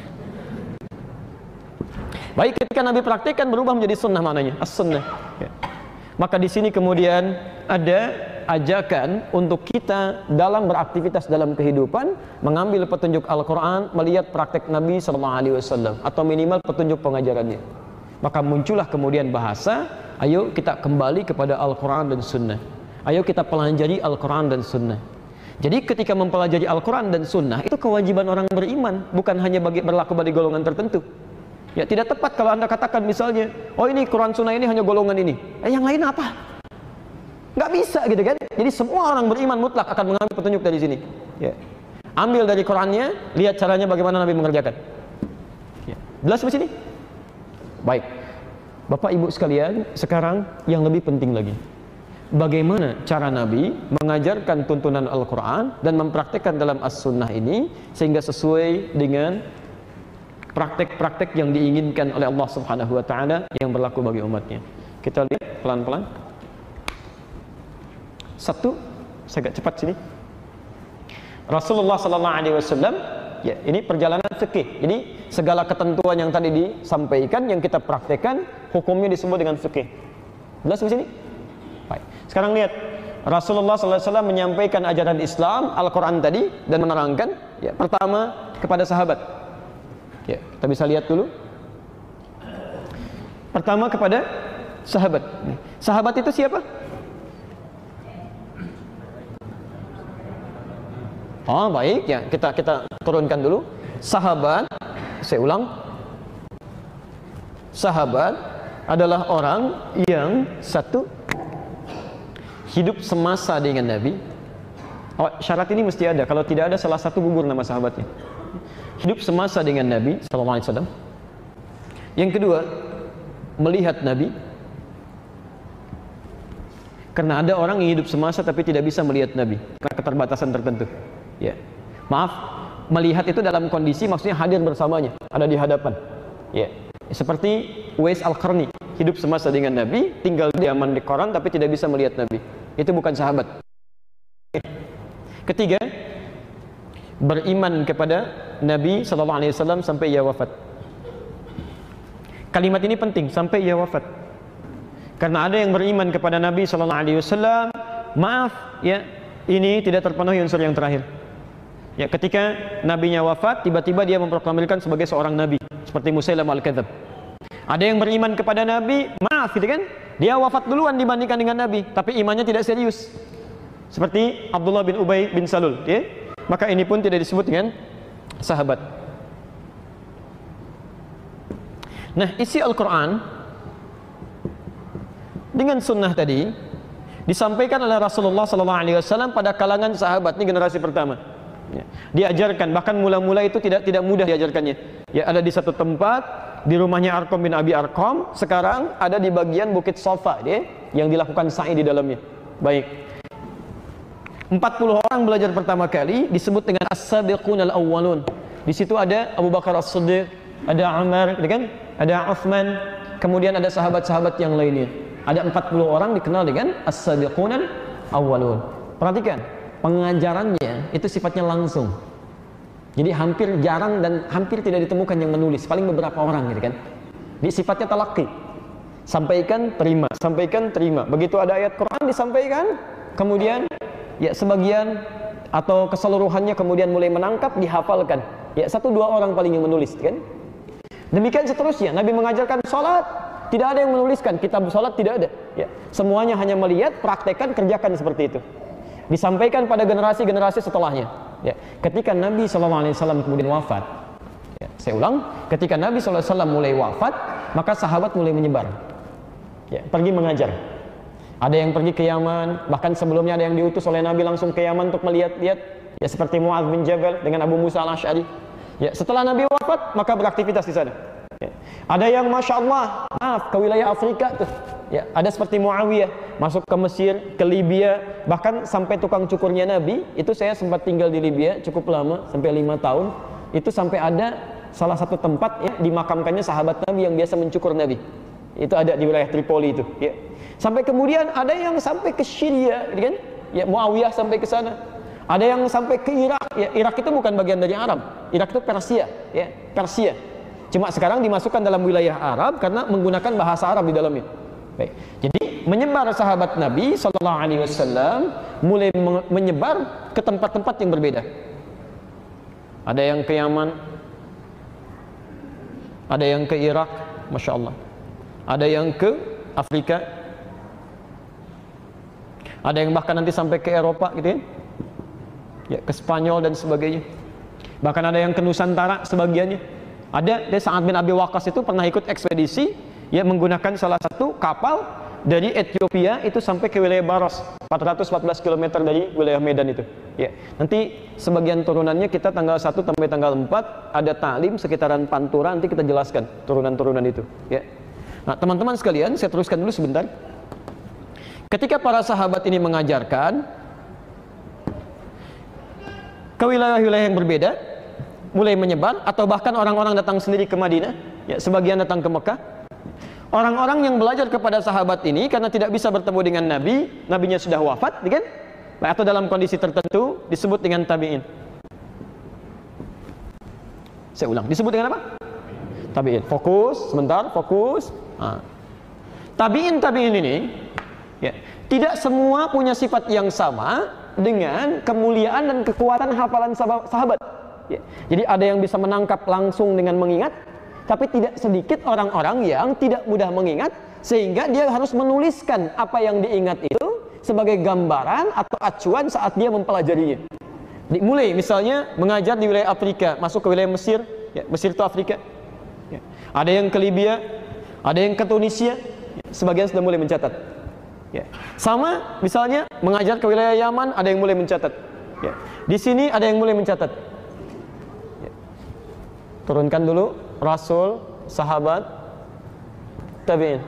Baik, ketika Nabi praktikkan berubah menjadi sunnah maknanya, as-sunnah. Ya. Maka di sini kemudian ada ajakan untuk kita dalam beraktivitas dalam kehidupan mengambil petunjuk Al-Quran, melihat praktek Nabi Sallallahu Alaihi Wasallam atau minimal petunjuk pengajarannya. Maka muncullah kemudian bahasa, ayo kita kembali kepada Al-Quran dan Sunnah. Ayo kita pelajari Al-Quran dan Sunnah. Jadi ketika mempelajari Al-Quran dan Sunnah itu kewajiban orang beriman, bukan hanya bagi berlaku bagi golongan tertentu. Ya, tidak tepat kalau anda katakan misalnya, oh ini Quran Sunnah ini hanya golongan ini, eh yang lain apa? Nggak bisa gitu kan? Jadi semua orang beriman mutlak akan mengambil petunjuk dari sini. Ya. Ambil dari Qurannya, lihat caranya bagaimana Nabi mengerjakan. Ya. Jelas di sini? Baik, Bapak Ibu sekalian, sekarang yang lebih penting lagi, bagaimana cara Nabi mengajarkan tuntunan Al-Quran dan mempraktekkan dalam As-Sunnah ini sehingga sesuai dengan praktek-praktek yang diinginkan oleh Allah Subhanahu wa taala yang berlaku bagi umatnya. Kita lihat pelan-pelan. Satu, saya agak cepat sini. Rasulullah sallallahu alaihi wasallam ya, ini perjalanan fikih. Jadi segala ketentuan yang tadi disampaikan, yang kita praktekkan, hukumnya disebut dengan fikih. Jelas di sini? Baik. Sekarang lihat, Rasulullah sallallahu alaihi wasallam menyampaikan ajaran Islam, Al-Quran tadi, dan menerangkan, ya, pertama kepada sahabat. Ya, kita bisa lihat dulu. Pertama kepada sahabat. Sahabat itu siapa? Oh, baik, ya, kita kita turunkan dulu. Sahabat, saya ulang. Sahabat adalah orang yang satu hidup semasa dengan Nabi. Oh, syarat ini mesti ada. Kalau tidak ada, salah satu gugur nama sahabatnya. Hidup semasa dengan Nabi sallallahu alaihi wasallam. Yang kedua, melihat Nabi. Karena ada orang yang hidup semasa tapi tidak bisa melihat Nabi karena keterbatasan tertentu. Ya. Maaf, melihat itu dalam kondisi maksudnya hadir bersamanya, ada di hadapan. Ya. Seperti Uwais Al-Qarni, hidup semasa dengan Nabi, tinggal di zaman di koran tapi tidak bisa melihat Nabi. Itu bukan sahabat. Ketiga, beriman kepada Nabi sallallahu alaihi wasallam sampai ia wafat. Kalimat ini penting, sampai ia wafat. Karena ada yang beriman kepada Nabi sallallahu alaihi wasallam, maaf ya, ini tidak terpenuhi unsur yang terakhir. Ya, ketika nabinya wafat, tiba-tiba dia memproklamirkan sebagai seorang nabi, seperti Musailamah Al-Kadzdzab. Ada yang beriman kepada Nabi, maaf gitu kan, dia wafat duluan dibandingkan dengan Nabi, tapi imannya tidak serius. Seperti Abdullah bin Ubay bin Salul, ya. Maka ini pun tidak disebut dengan sahabat. Nah, isi Al-Quran dengan sunnah tadi disampaikan oleh Rasulullah sallallahu alaihi wasallam pada kalangan sahabat. Ini generasi pertama. Ya. Diajarkan, bahkan mula-mula itu tidak tidak mudah diajarkannya. Ya, ada di satu tempat di rumahnya Arqam bin Abi Arqam. Sekarang ada di bagian Bukit Safa, ya, yang dilakukan sa'i di dalamnya. Baik. empat puluh orang belajar pertama kali disebut dengan as-sabiqunal awwalun. Di situ ada Abu Bakar As-Siddiq, ada Umar, kan? Ada Utsman, kemudian ada sahabat-sahabat yang lainnya. Ada empat puluh orang dikenal dengan as-sabiqunal awwalun. Perhatikan, pengajarannya itu sifatnya langsung. Jadi hampir jarang dan hampir tidak ditemukan yang menulis, paling beberapa orang gitu kan. Di sifatnya talaqi. Sampaikan, terima, sampaikan, terima. Begitu ada ayat Quran disampaikan, kemudian ya sebagian atau keseluruhannya kemudian mulai menangkap, dihafalkan. Ya satu dua orang paling yang menulis kan. Demikian seterusnya. Nabi mengajarkan salat, tidak ada yang menuliskan, kitab salat tidak ada. Ya, semuanya hanya melihat, praktekkan, kerjakan seperti itu. Disampaikan pada generasi-generasi setelahnya. Ya, ketika Nabi sallallahu alaihi wasallam kemudian wafat, ya, saya ulang, ketika Nabi sallallahu alaihi wasallam mulai wafat, maka sahabat mulai menyebar. Ya, pergi mengajar. Ada yang pergi ke Yaman, bahkan sebelumnya ada yang diutus oleh Nabi langsung ke Yaman untuk melihat-lihat, ya seperti Mu'adz bin Jabal dengan Abu Musa Al-Asy'ari. Ya, setelah Nabi wafat, maka beraktivitas di sana. Ya. Ada yang Masya Allah, maaf, ke wilayah Afrika tuh. Ya, ada seperti Muawiyah, masuk ke Mesir, ke Libya, bahkan sampai tukang cukurnya Nabi, itu saya sempat tinggal di Libya cukup lama, sampai lima tahun. Itu sampai ada salah satu tempat ya, dimakamkannya sahabat Nabi yang biasa mencukur Nabi. Itu ada di wilayah Tripoli itu. Ya. Sampai kemudian ada yang sampai ke Syria, gitu kan? Ya, Muawiyah sampai ke sana. Ada yang sampai ke Irak. Ya, Irak itu bukan bagian dari Arab. Irak itu Persia, ya, Persia. Cuma sekarang dimasukkan dalam wilayah Arab karena menggunakan bahasa Arab di dalamnya. Baik. Jadi menyebar sahabat Nabi sallallahu alaihi wasallam mulai menyebar ke tempat-tempat yang berbeda. Ada yang ke Yaman, ada yang ke Irak, Masya Allah. Ada yang ke Afrika, ada yang bahkan nanti sampai ke Eropa gitu ya. Ya, ke Spanyol dan sebagainya. Bahkan ada yang ke Nusantara sebagiannya. Ada, dia Sa'ad bin Abi Waqqas itu pernah ikut ekspedisi ya menggunakan salah satu kapal dari Ethiopia itu sampai ke wilayah Baros, empat ratus empat belas kilometer dari wilayah Medan itu. Ya, nanti sebagian turunannya kita tanggal satu sampai tanggal empat ada ta'lim sekitaran Pantura, nanti kita jelaskan turunan-turunan itu, ya. Nah, teman-teman sekalian, saya teruskan dulu sebentar. Ketika para sahabat ini mengajarkan ke wilayah-wilayah yang berbeda, mulai menyebar, atau bahkan orang-orang datang sendiri ke Madinah, ya, sebagian datang ke Mekah. Orang-orang yang belajar kepada sahabat ini karena tidak bisa bertemu dengan Nabi, Nabinya sudah wafat, kan? Atau dalam kondisi tertentu disebut dengan tabi'in. Saya ulang, disebut dengan apa? Tabi'in. Fokus, sebentar, fokus. Nah. Tabi'in, tabi'in ini ya, tidak semua punya sifat yang sama dengan kemuliaan dan kekuatan hafalan sahabat. Ya. Jadi ada yang bisa menangkap langsung dengan mengingat, tapi tidak sedikit orang-orang yang tidak mudah mengingat, sehingga dia harus menuliskan apa yang diingat itu sebagai gambaran atau acuan saat dia mempelajarinya. Dimulai misalnya mengajar di wilayah Afrika, masuk ke wilayah Mesir, ya, Mesir itu Afrika. Ya. Ada yang ke Libya, ada yang ke Tunisia, ya, sebagian sudah mulai mencatat. Ya. Sama misalnya mengajar ke wilayah Yaman, ada yang mulai mencatat. Ya. Di sini ada yang mulai mencatat. Ya. Turunkan dulu Rasul, sahabat, tabi'in.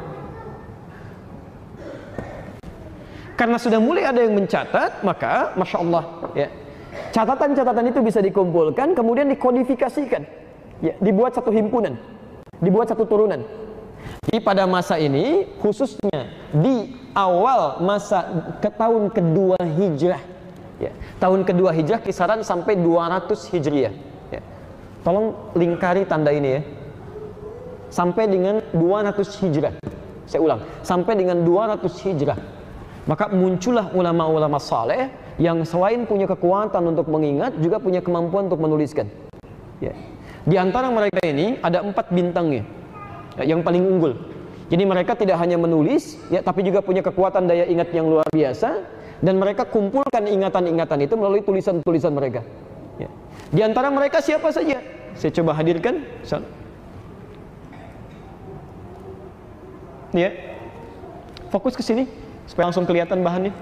Karena sudah mulai ada yang mencatat, maka Masya Allah ya, catatan-catatan itu bisa dikumpulkan, kemudian dikodifikasikan ya, dibuat satu himpunan, dibuat satu turunan. Jadi pada masa ini, khususnya di awal masa ke tahun kedua hijrah ya, tahun kedua hijrah kisaran sampai dua ratus hijriah ya. Tolong lingkari tanda ini ya, sampai dengan dua ratus hijrah. Saya ulang, sampai dengan dua ratus hijrah. Maka muncullah ulama-ulama saleh yang selain punya kekuatan untuk mengingat, juga punya kemampuan untuk menuliskan. Ya. Di antara mereka ini ada empat bintangnya, ya, yang paling unggul. Jadi mereka tidak hanya menulis, ya, tapi juga punya kekuatan daya ingat yang luar biasa, dan mereka kumpulkan ingatan-ingatan itu melalui tulisan-tulisan mereka. Ya. Di antara mereka siapa saja? Saya coba hadirkan. Ya, fokus ke sini supaya langsung kelihatan bahannya.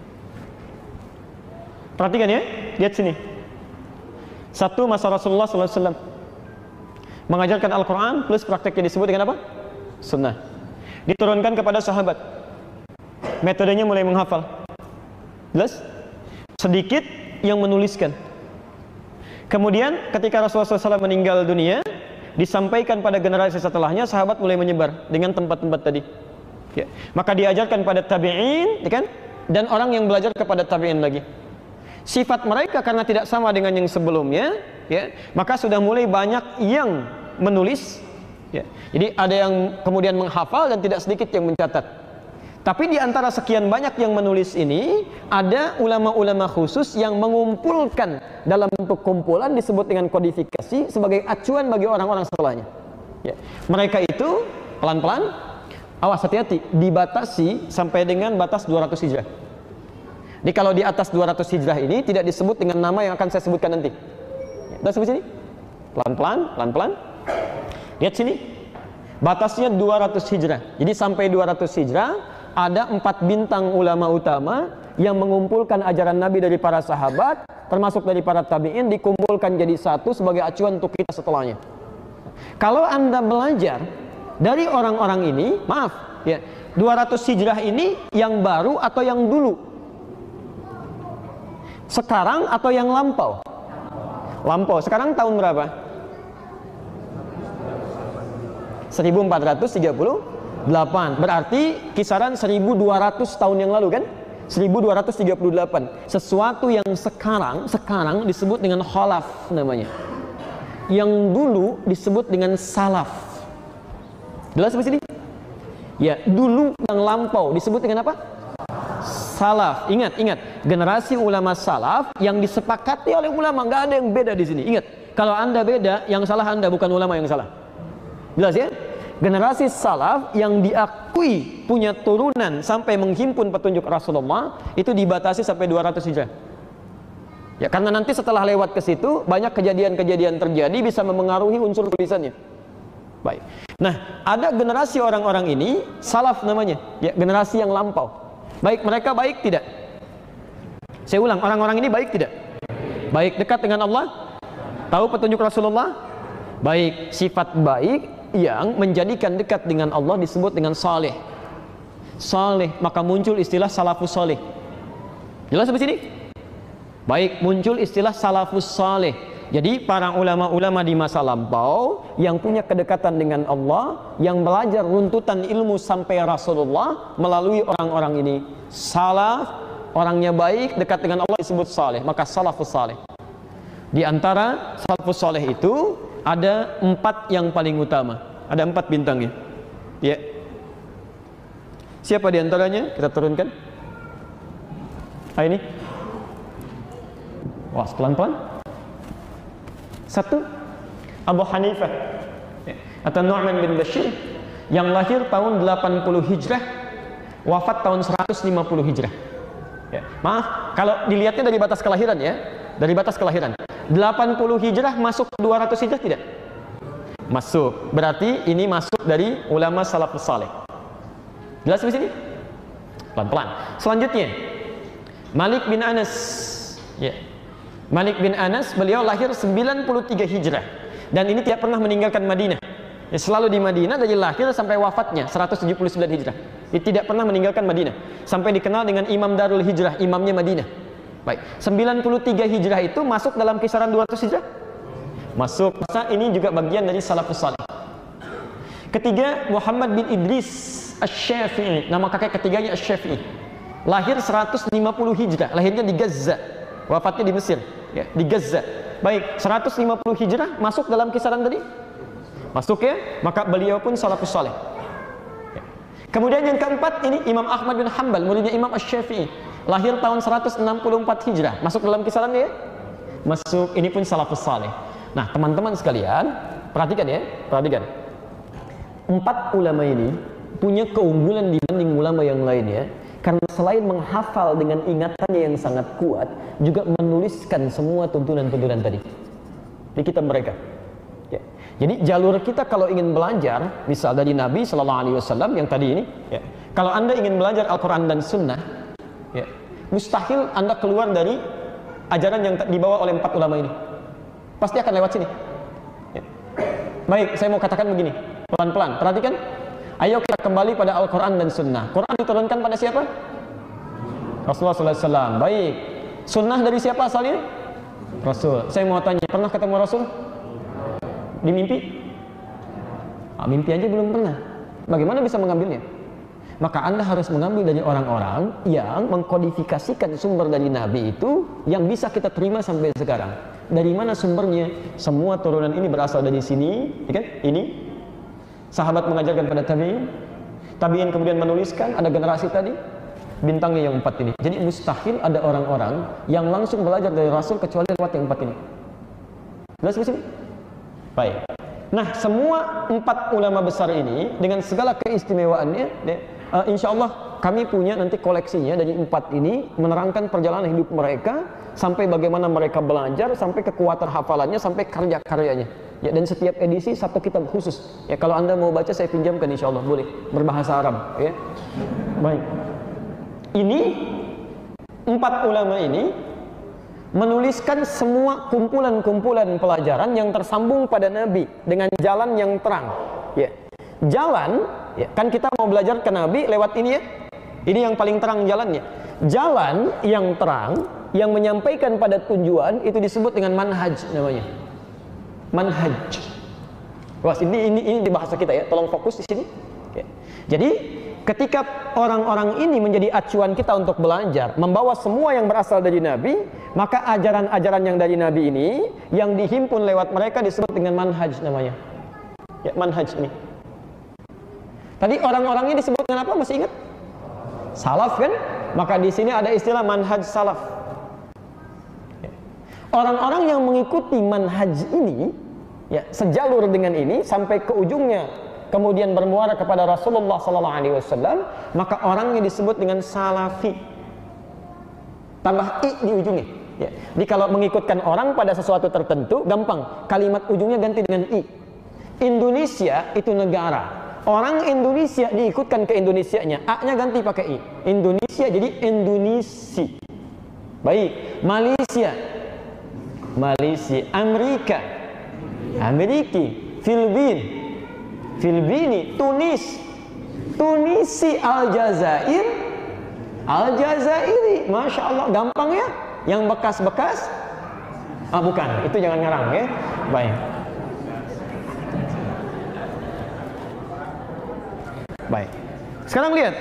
Perhatikan ya, lihat sini. Satu, masa Rasulullah sallallahu alaihi wasallam mengajarkan Al-Quran plus prakteknya disebut dengan apa? Sunnah. Diturunkan kepada sahabat. Metodenya mulai menghafal. Jelas? Sedikit yang menuliskan. Kemudian ketika Rasulullah sallallahu alaihi wasallam meninggal dunia, disampaikan pada generasi setelahnya, sahabat mulai menyebar dengan tempat-tempat tadi. Ya. Maka diajarkan pada tabi'in, ya kan? Dan orang yang belajar kepada tabi'in lagi. Sifat mereka karena tidak sama dengan yang sebelumnya, ya, maka sudah mulai banyak yang menulis. Ya. Jadi ada yang kemudian menghafal dan tidak sedikit yang mencatat. Tapi di antara sekian banyak yang menulis ini, ada ulama-ulama khusus yang mengumpulkan dalam bentuk kumpulan disebut dengan kodifikasi sebagai acuan bagi orang-orang setelahnya. Ya. Mereka itu pelan-pelan, awas hati-hati, dibatasi sampai dengan batas dua ratus hijrah. Jadi kalau di atas dua ratus hijrah ini tidak disebut dengan nama yang akan saya sebutkan nanti. Sudah sebut sini? Pelan-pelan, pelan-pelan. Lihat sini. Batasnya dua ratus hijrah. Jadi sampai dua ratus hijrah ada empat bintang ulama utama yang mengumpulkan ajaran Nabi dari para sahabat, termasuk dari para tabi'in, dikumpulkan jadi satu sebagai acuan untuk kita setelahnya. Kalau Anda belajar dari orang-orang ini, maaf ya, dua ratus hijrah ini yang baru atau yang dulu? Sekarang atau yang lampau? Lampau. Sekarang tahun berapa? seribu empat ratus tiga puluh delapan. Berarti kisaran seribu dua ratus tahun yang lalu kan? seribu dua ratus tiga puluh delapan. Sesuatu yang sekarang sekarang disebut dengan khalaf namanya. Yang dulu disebut dengan salaf. Jelas sampai sini? Ya, dulu yang lampau disebut dengan apa? Salaf. Ingat, ingat, generasi ulama salaf yang disepakati oleh ulama, nggak ada yang beda di sini. Ingat, kalau Anda beda, yang salah Anda, bukan ulama yang salah. Jelas ya? Generasi salaf yang diakui punya turunan sampai menghimpun petunjuk Rasulullah itu dibatasi sampai dua ratus hijrah. Ya, karena nanti setelah lewat ke situ banyak kejadian-kejadian terjadi bisa memengaruhi unsur tulisannya. Baik. Nah, ada generasi orang-orang ini salaf namanya, ya, generasi yang lampau. Baik, mereka baik tidak? Saya ulang, orang-orang ini baik tidak? Baik, dekat dengan Allah, tahu petunjuk Rasulullah, baik, sifat baik yang menjadikan dekat dengan Allah disebut dengan saleh. Saleh, maka muncul istilah salafus saleh. Jelas sampai sini? Baik, muncul istilah salafus saleh. Jadi para ulama-ulama di masa lampau yang punya kedekatan dengan Allah, yang belajar runtutan ilmu sampai Rasulullah melalui orang-orang ini. Salaf, orangnya baik, dekat dengan Allah disebut saleh, maka salafus saleh. Di antara salafus saleh itu ada empat yang paling utama. Ada empat bintangnya. Ya. Siapa di antaranya? Kita turunkan. Ah, ini. Wah, pelan-pelan. Satu, Abu Hanifah ya, atau Nu'man bin Bashir yang lahir tahun delapan puluh Hijrah, wafat tahun seratus lima puluh Hijrah. Ya. Maaf, kalau dilihatnya dari batas kelahiran ya, dari batas kelahiran. delapan puluh Hijrah masuk dua ratus Hijrah tidak? Masuk. Berarti ini masuk dari ulama salafus saleh. Jelas di sini? Pelan-pelan. Selanjutnya, Malik bin Anas. Ya. Malik bin Anas, beliau lahir sembilan puluh tiga Hijrah dan ini tidak pernah meninggalkan Madinah. Ya, selalu di Madinah dari lahir sampai wafatnya seratus tujuh puluh sembilan Hijrah. Dia tidak pernah meninggalkan Madinah sampai dikenal dengan Imam Darul Hijrah, imamnya Madinah. Baik, sembilan puluh tiga Hijrah itu masuk dalam kisaran dua ratus Hijrah? Masuk. Masa ini juga bagian dari salafus salih. Ketiga, Muhammad bin Idris Asy-Syafi'i, nama kakek ketiganya Asy-Syafi'i. Lahir seratus lima puluh Hijrah, lahirnya di Gaza, wafatnya di Mesir, ya, di Gaza. Baik, seratus lima puluh Hijrah masuk dalam kisaran tadi? Masuk ya, maka beliau pun salafus salih. Ya. Kemudian yang keempat ini Imam Ahmad bin Hanbal, muridnya Imam Asy-Syafi'i, lahir tahun seratus enam puluh empat Hijrah, masuk dalam kisaran ya? Masuk, ini pun salafus salih. Nah, teman-teman sekalian, perhatikan ya, perhatikan. Empat ulama ini punya keunggulan dibanding ulama yang lainnya, karena selain menghafal dengan ingatannya yang sangat kuat, juga menuliskan semua tuntunan-tuntunan tadi di kitab mereka. Ya. Jadi jalur kita kalau ingin belajar, misal dari Nabi Shallallahu Alaihi Wasallam yang tadi ini, ya. Kalau anda ingin belajar Al-Quran dan Sunnah, ya, mustahil anda keluar dari ajaran yang dibawa oleh empat ulama ini. Pasti akan lewat sini. Ya. Baik, saya mau katakan begini, pelan-pelan. Perhatikan. Ayo kita kembali pada Al-Quran dan Sunnah. Quran diturunkan pada siapa? Rasulullah shallallahu alaihi wasallam. Baik. Sunnah dari siapa asalnya? Rasul. Saya mau tanya, pernah ketemu Rasul? Di mimpi? Ah, mimpi aja belum pernah. Bagaimana bisa mengambilnya? Maka anda harus mengambil dari orang-orang yang mengkodifikasikan sumber dari Nabi itu yang bisa kita terima sampai sekarang. Dari mana sumbernya? Semua turunan ini berasal dari sini, ya kan? Ini sahabat mengajarkan pada tabi'in, tabi'in kemudian menuliskan, ada generasi tadi, bintangnya yang empat ini. Jadi mustahil ada orang-orang yang langsung belajar dari Rasul kecuali lewat yang empat ini. Jelas di sini? Baik. Nah, semua empat ulama besar ini dengan segala keistimewaannya, uh, insya Allah kami punya nanti koleksinya dari empat ini, menerangkan perjalanan hidup mereka sampai bagaimana mereka belajar, sampai kekuatan hafalannya, sampai karya-karyanya. Ya, dan setiap edisi satu kitab khusus. Ya, kalau anda mau baca saya pinjamkan insya Allah, boleh berbahasa Arab. Ya, baik. Ini empat ulama ini menuliskan semua kumpulan-kumpulan pelajaran yang tersambung pada Nabi dengan jalan yang terang. Ya, jalan. Ya, kan kita mau belajar ke Nabi lewat ini ya. Ini yang paling terang jalannya. Jalan yang terang yang menyampaikan pada tujuan itu disebut dengan manhaj namanya. Manhaj. Wah, ini ini ini di bahasa kita ya. Tolong fokus di sini. Oke. Jadi, ketika orang-orang ini menjadi acuan kita untuk belajar, membawa semua yang berasal dari Nabi, maka ajaran-ajaran yang dari Nabi ini yang dihimpun lewat mereka disebut dengan manhaj namanya. Ya, manhaj ini. Tadi orang-orang ini disebut dengan apa? Masih ingat? Salaf kan? Maka di sini ada istilah manhaj salaf. Orang-orang yang mengikuti manhaj ini, ya, sejalur dengan ini sampai ke ujungnya, kemudian bermuara kepada Rasulullah Sallallahu Alaihi Wasallam, maka orangnya disebut dengan salafi. Tambah i di ujungnya. Ya. Jadi kalau mengikutkan orang pada sesuatu tertentu, gampang. Kalimat ujungnya ganti dengan i. Indonesia itu negara. Orang Indonesia diikutkan ke Indonesianya, a-nya ganti pakai i. Indonesia jadi Indonesia. Baik. Malaysia. Malaysia, Amerika, Ameriki, Filipina, Filipini, Tunis, Tunisi, Aljazair, Aljazairi, masya Allah, gampang ya? Yang bekas-bekas, ah bukan, itu jangan ngarang ya. Baik, baik. Sekarang lihat,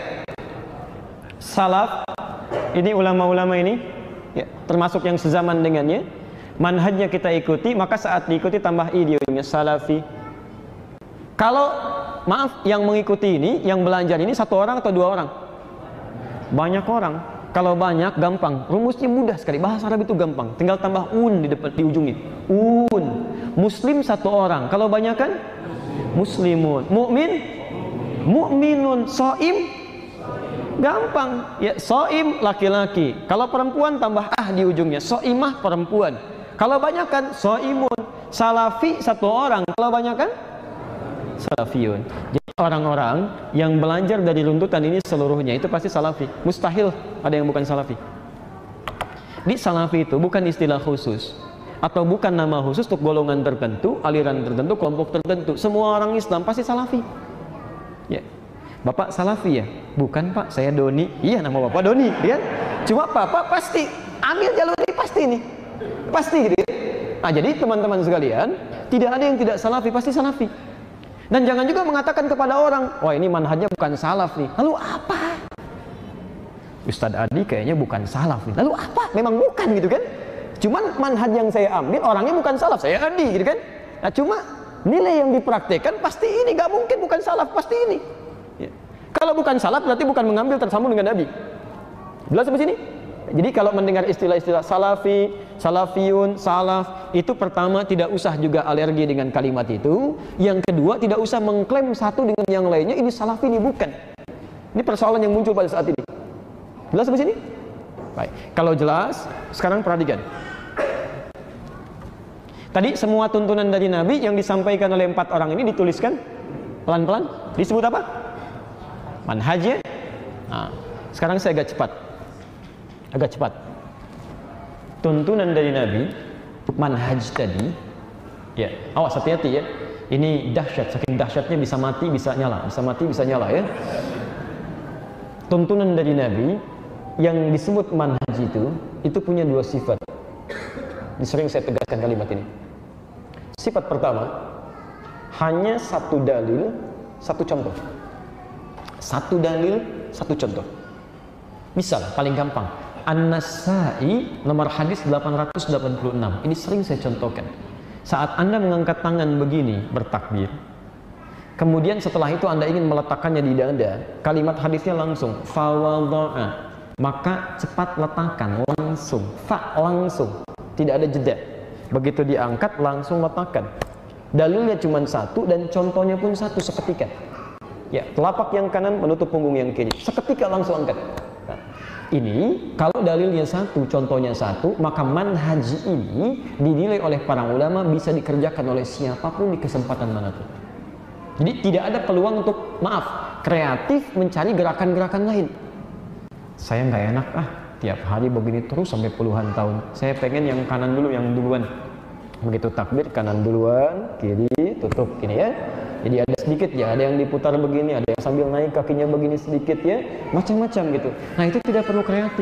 salaf, ini ulama-ulama ini, ya, termasuk yang sezaman dengannya. manhajnya kita ikuti, maka saat diikuti tambah i di ujungnya, salafi. Kalau maaf, yang mengikuti ini, yang belajar ini satu orang atau dua orang? Banyak orang. Kalau banyak gampang, rumusnya mudah sekali. Bahasa Arab itu gampang, tinggal tambah un di depan, di ujungnya. Un. Muslim satu orang. Kalau banyak kan? Muslimun. Mukmin? Mukminun. Shaim? Gampang. Ya, shaim laki-laki. Kalau perempuan tambah ah di ujungnya. Shaimah perempuan. Kalau banyak kan? Shaimun. Salafi satu orang. Kalau banyak kan? Salafiyun. Jadi orang-orang yang belajar dari runtutan ini seluruhnya itu pasti salafi. Mustahil ada yang bukan salafi. Di salafi itu bukan istilah khusus atau bukan nama khusus untuk golongan tertentu, aliran tertentu, kelompok tertentu. Semua orang Islam pasti salafi. Ya. Bapak salafi ya? Bukan Pak, saya Doni. Iya, nama Bapak Doni, ya. Cuma Bapak pasti ambil jalur ini pasti nih. Pasti gitu ya. Nah, jadi teman-teman sekalian, tidak ada yang tidak salafi, pasti salafi. Dan jangan juga mengatakan kepada orang, wah ini manhajnya bukan salaf nih. Lalu apa? Ustadz Adi kayaknya bukan salaf nih. Lalu apa? Memang bukan gitu kan? Cuman manhaj yang saya ambil, orangnya bukan salaf, saya Adi gitu kan? Nah cuma nilai yang dipraktekkan pasti ini, gak mungkin bukan salaf, pasti ini. Ya. Kalau bukan salaf berarti bukan mengambil tersambung dengan Nabi. Jelas sampai sini? Jadi kalau mendengar istilah-istilah salafi, salafiyun, salaf, itu pertama tidak usah juga alergi dengan kalimat itu. Yang kedua tidak usah mengklaim satu dengan yang lainnya, ini salafi, ini bukan. Ini persoalan yang muncul pada saat ini. Jelas sampai sini? Baik. Kalau jelas, sekarang perhatikan. Tadi semua tuntunan dari Nabi yang disampaikan oleh empat orang ini dituliskan pelan-pelan. Disebut apa? Manhajnya. Nah, sekarang saya agak cepat. Agak cepat. Tuntunan dari Nabi, manhaj tadi, ya, awas hati-hati ya. Ini dahsyat, saking dahsyatnya bisa mati, bisa nyala, bisa mati, bisa nyala ya. Tuntunan dari Nabi yang disebut manhaj itu, itu punya dua sifat. Ini sering saya tegaskan kalimat ini. Sifat pertama, hanya satu dalil, satu contoh. Satu dalil, satu contoh. Misal, paling gampang, An-Nasai nomor hadis delapan ratus delapan puluh enam. Ini sering saya contohkan. Saat Anda mengangkat tangan begini bertakbir, kemudian setelah itu Anda ingin meletakkannya di dada, kalimat hadisnya langsung fawadha'a, maka cepat letakkan, langsung, fa langsung, tidak ada jeda. Begitu diangkat langsung letakkan. Dalilnya cuma satu dan contohnya pun satu, seketika. Ya, telapak yang kanan menutup punggung yang kiri, seketika langsung angkat. Ini kalau dalilnya satu, contohnya satu, maka manhaj ini dinilai oleh para ulama bisa dikerjakan oleh siapapun di kesempatan manapun. Jadi tidak ada peluang untuk, maaf, kreatif mencari gerakan-gerakan lain. Saya nggak enak ah, tiap hari begini terus sampai puluhan tahun. Saya pengen yang kanan dulu, yang duluan. Begitu takbir, kanan duluan, kiri tutup, gini ya. Jadi ada sedikit ya, ada yang diputar begini, ada yang sambil naik kakinya begini sedikit ya, macam-macam gitu. Nah itu tidak perlu kreatif.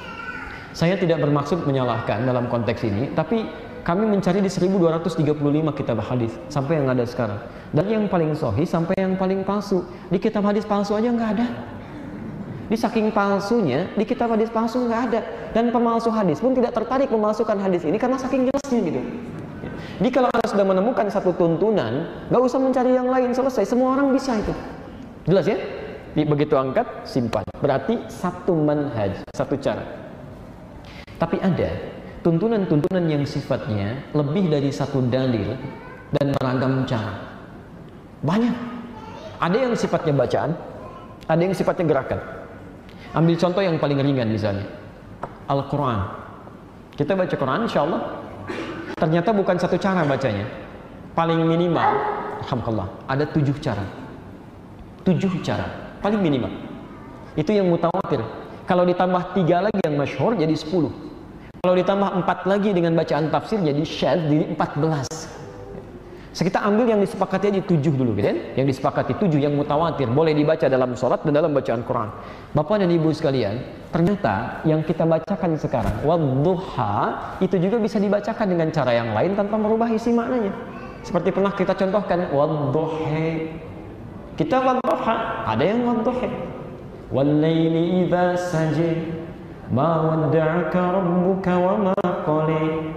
Saya tidak bermaksud menyalahkan dalam konteks ini, tapi kami mencari di seribu dua ratus tiga puluh lima kitab hadis sampai yang ada sekarang. Dari yang paling sahih sampai yang paling palsu. Di kitab hadis palsu aja nggak ada. Di saking palsunya, di kitab hadis palsu nggak ada. Dan pemalsu hadis pun tidak tertarik memalsukan hadis ini karena saking jelasnya gitu. Jadi kalau Anda sudah menemukan satu tuntunan, nggak usah mencari yang lain, selesai. Semua orang bisa itu. Jelas ya? Jadi, begitu angkat, simpan. Berarti satu manhaj, satu cara. Tapi ada tuntunan-tuntunan yang sifatnya lebih dari satu dalil dan beragam cara. Banyak. Ada yang sifatnya bacaan, ada yang sifatnya gerakan. Ambil contoh yang paling ringan misalnya. Al-Quran. Kita baca Quran, insya Allah. Ternyata bukan satu cara bacanya. Paling minimal, alhamdulillah, ada tujuh cara. Tujuh cara, paling minimal. Itu yang mutawatir. Kalau ditambah tiga lagi yang masyhur jadi sepuluh. Kalau ditambah empat lagi dengan bacaan tafsir jadi syadz, jadi empat belas. So, kita ambil yang disepakati aja tujuh dulu, gitu kan? Yang disepakati tujuh yang mutawatir, boleh dibaca dalam sholat dan dalam bacaan Quran. Bapak dan Ibu sekalian, ternyata yang kita bacakan sekarang, wadduha, itu juga bisa dibacakan dengan cara yang lain tanpa merubah isi maknanya. Seperti pernah kita contohkan, wadduha. Kita wadduha, ada yang wadduha. Wal-laili idza saja, ma wadda'aka rabbuka wa ma qala.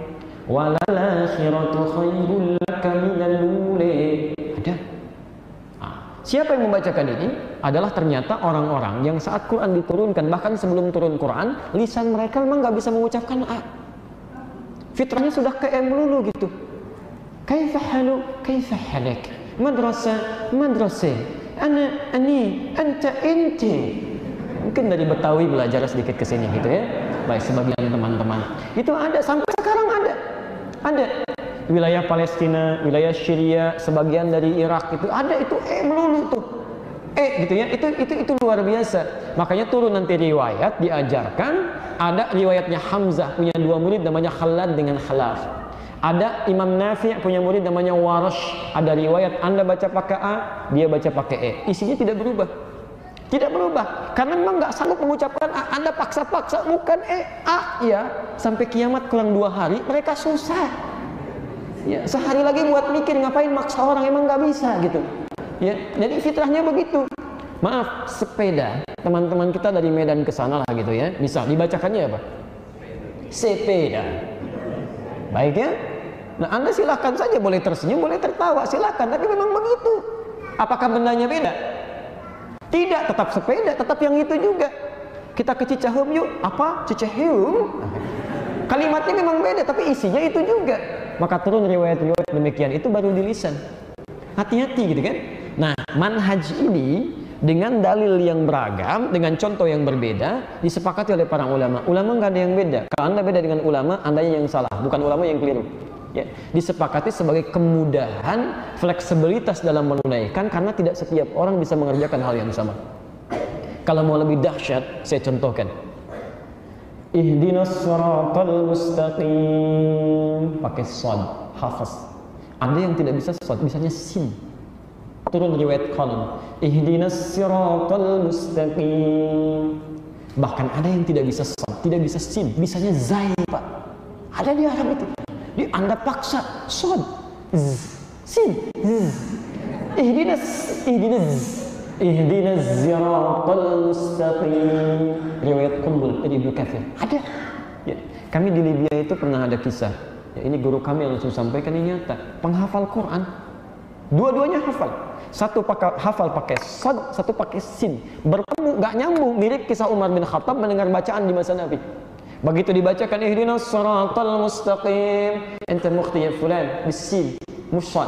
walal akhiratu khairul laka minal ula. Ada. Nah, siapa yang membacakan ini adalah ternyata orang-orang yang saat Quran diturunkan, bahkan sebelum turun Quran, lisan mereka memang nggak bisa mengucapkan a. Fitrahnya sudah ke e melulu gitu. Kaifa halu, kaifa halak, madrasah, madrasah, ana, ani, anta, inti. Mungkin dari Betawi belajar sedikit ke sini gitu ya. Baik, sebagian teman-teman. Itu ada, sampai sekarang ada. Ada. Wilayah Palestina, wilayah Syria, sebagian dari Irak itu ada, itu eh melulu tuh. Eh gitu ya. Itu itu itu luar biasa. Makanya turun nanti riwayat diajarkan, ada riwayatnya Hamzah punya dua murid namanya Khalad dengan Khalaf. Ada Imam Nafi' punya murid namanya Warash. Ada riwayat Anda baca pakai A, dia baca pakai E. Isinya tidak berubah. Tidak berubah, karena memang nggak sanggup mengucapkan A. Anda paksa-paksa, bukan E, A ya. Sampai kiamat kurang dua hari, mereka susah. Ya, sehari lagi buat mikir, ngapain maksa orang, emang nggak bisa gitu. Ya, jadi fitrahnya begitu. Maaf, sepeda, teman-teman kita dari Medan ke sana lah gitu ya. Misal dibacakannya apa? Sepeda. Baik ya. Nah, Anda silahkan saja, boleh tersenyum, boleh tertawa, silahkan. Tapi memang begitu. Apakah bendanya beda? Tidak, tetap sepeda, tetap yang itu juga. Kita ke Cicaheum yuk. Apa? Cicaheum? Kalimatnya memang beda, tapi isinya itu juga. Maka turun riwayat-riwayat demikian, itu baru di lisan. Hati-hati gitu kan. Nah, manhaj ini dengan dalil yang beragam, dengan contoh yang berbeda, disepakati oleh para ulama. Ulama nggak ada yang beda. Kalau Anda beda dengan ulama, Anda yang salah, bukan ulama yang keliru. Ya, disepakati sebagai kemudahan, fleksibilitas dalam menunaikan, karena tidak setiap orang bisa mengerjakan hal yang sama. Kalau mau lebih dahsyat, saya contohkan. Ihdinas siratal mustaqim, pakai shad, hafaz. Ada yang tidak bisa shad, bisanya sin. Turun riwayat Qalam. Ihdinas siratal mustaqim. Bahkan ada yang tidak bisa shad, tidak bisa sin, bisanya zai, Pak. Ada di Arab itu. Di Anda paksa shad, z, sin, z. Ihdinas, ihdinas, ihdinas siratal mustaqim. Riwayat Qumbul dari Ibnu Katsir. Ada. Ya. Kami di Libya itu pernah ada kisah. Ya, ini guru kami yang langsung sampaikan, ini nyata. Penghafal Quran, dua-duanya hafal. Satu pakai hafal pakai shad, satu pakai sin. Bertemu, nggak nyambung. Mirip kisah Umar bin Khattab mendengar bacaan di masa Nabi. Begitu dibacakan ihdinas siratal mustaqim, ente mukhti ya fulan bisin musad.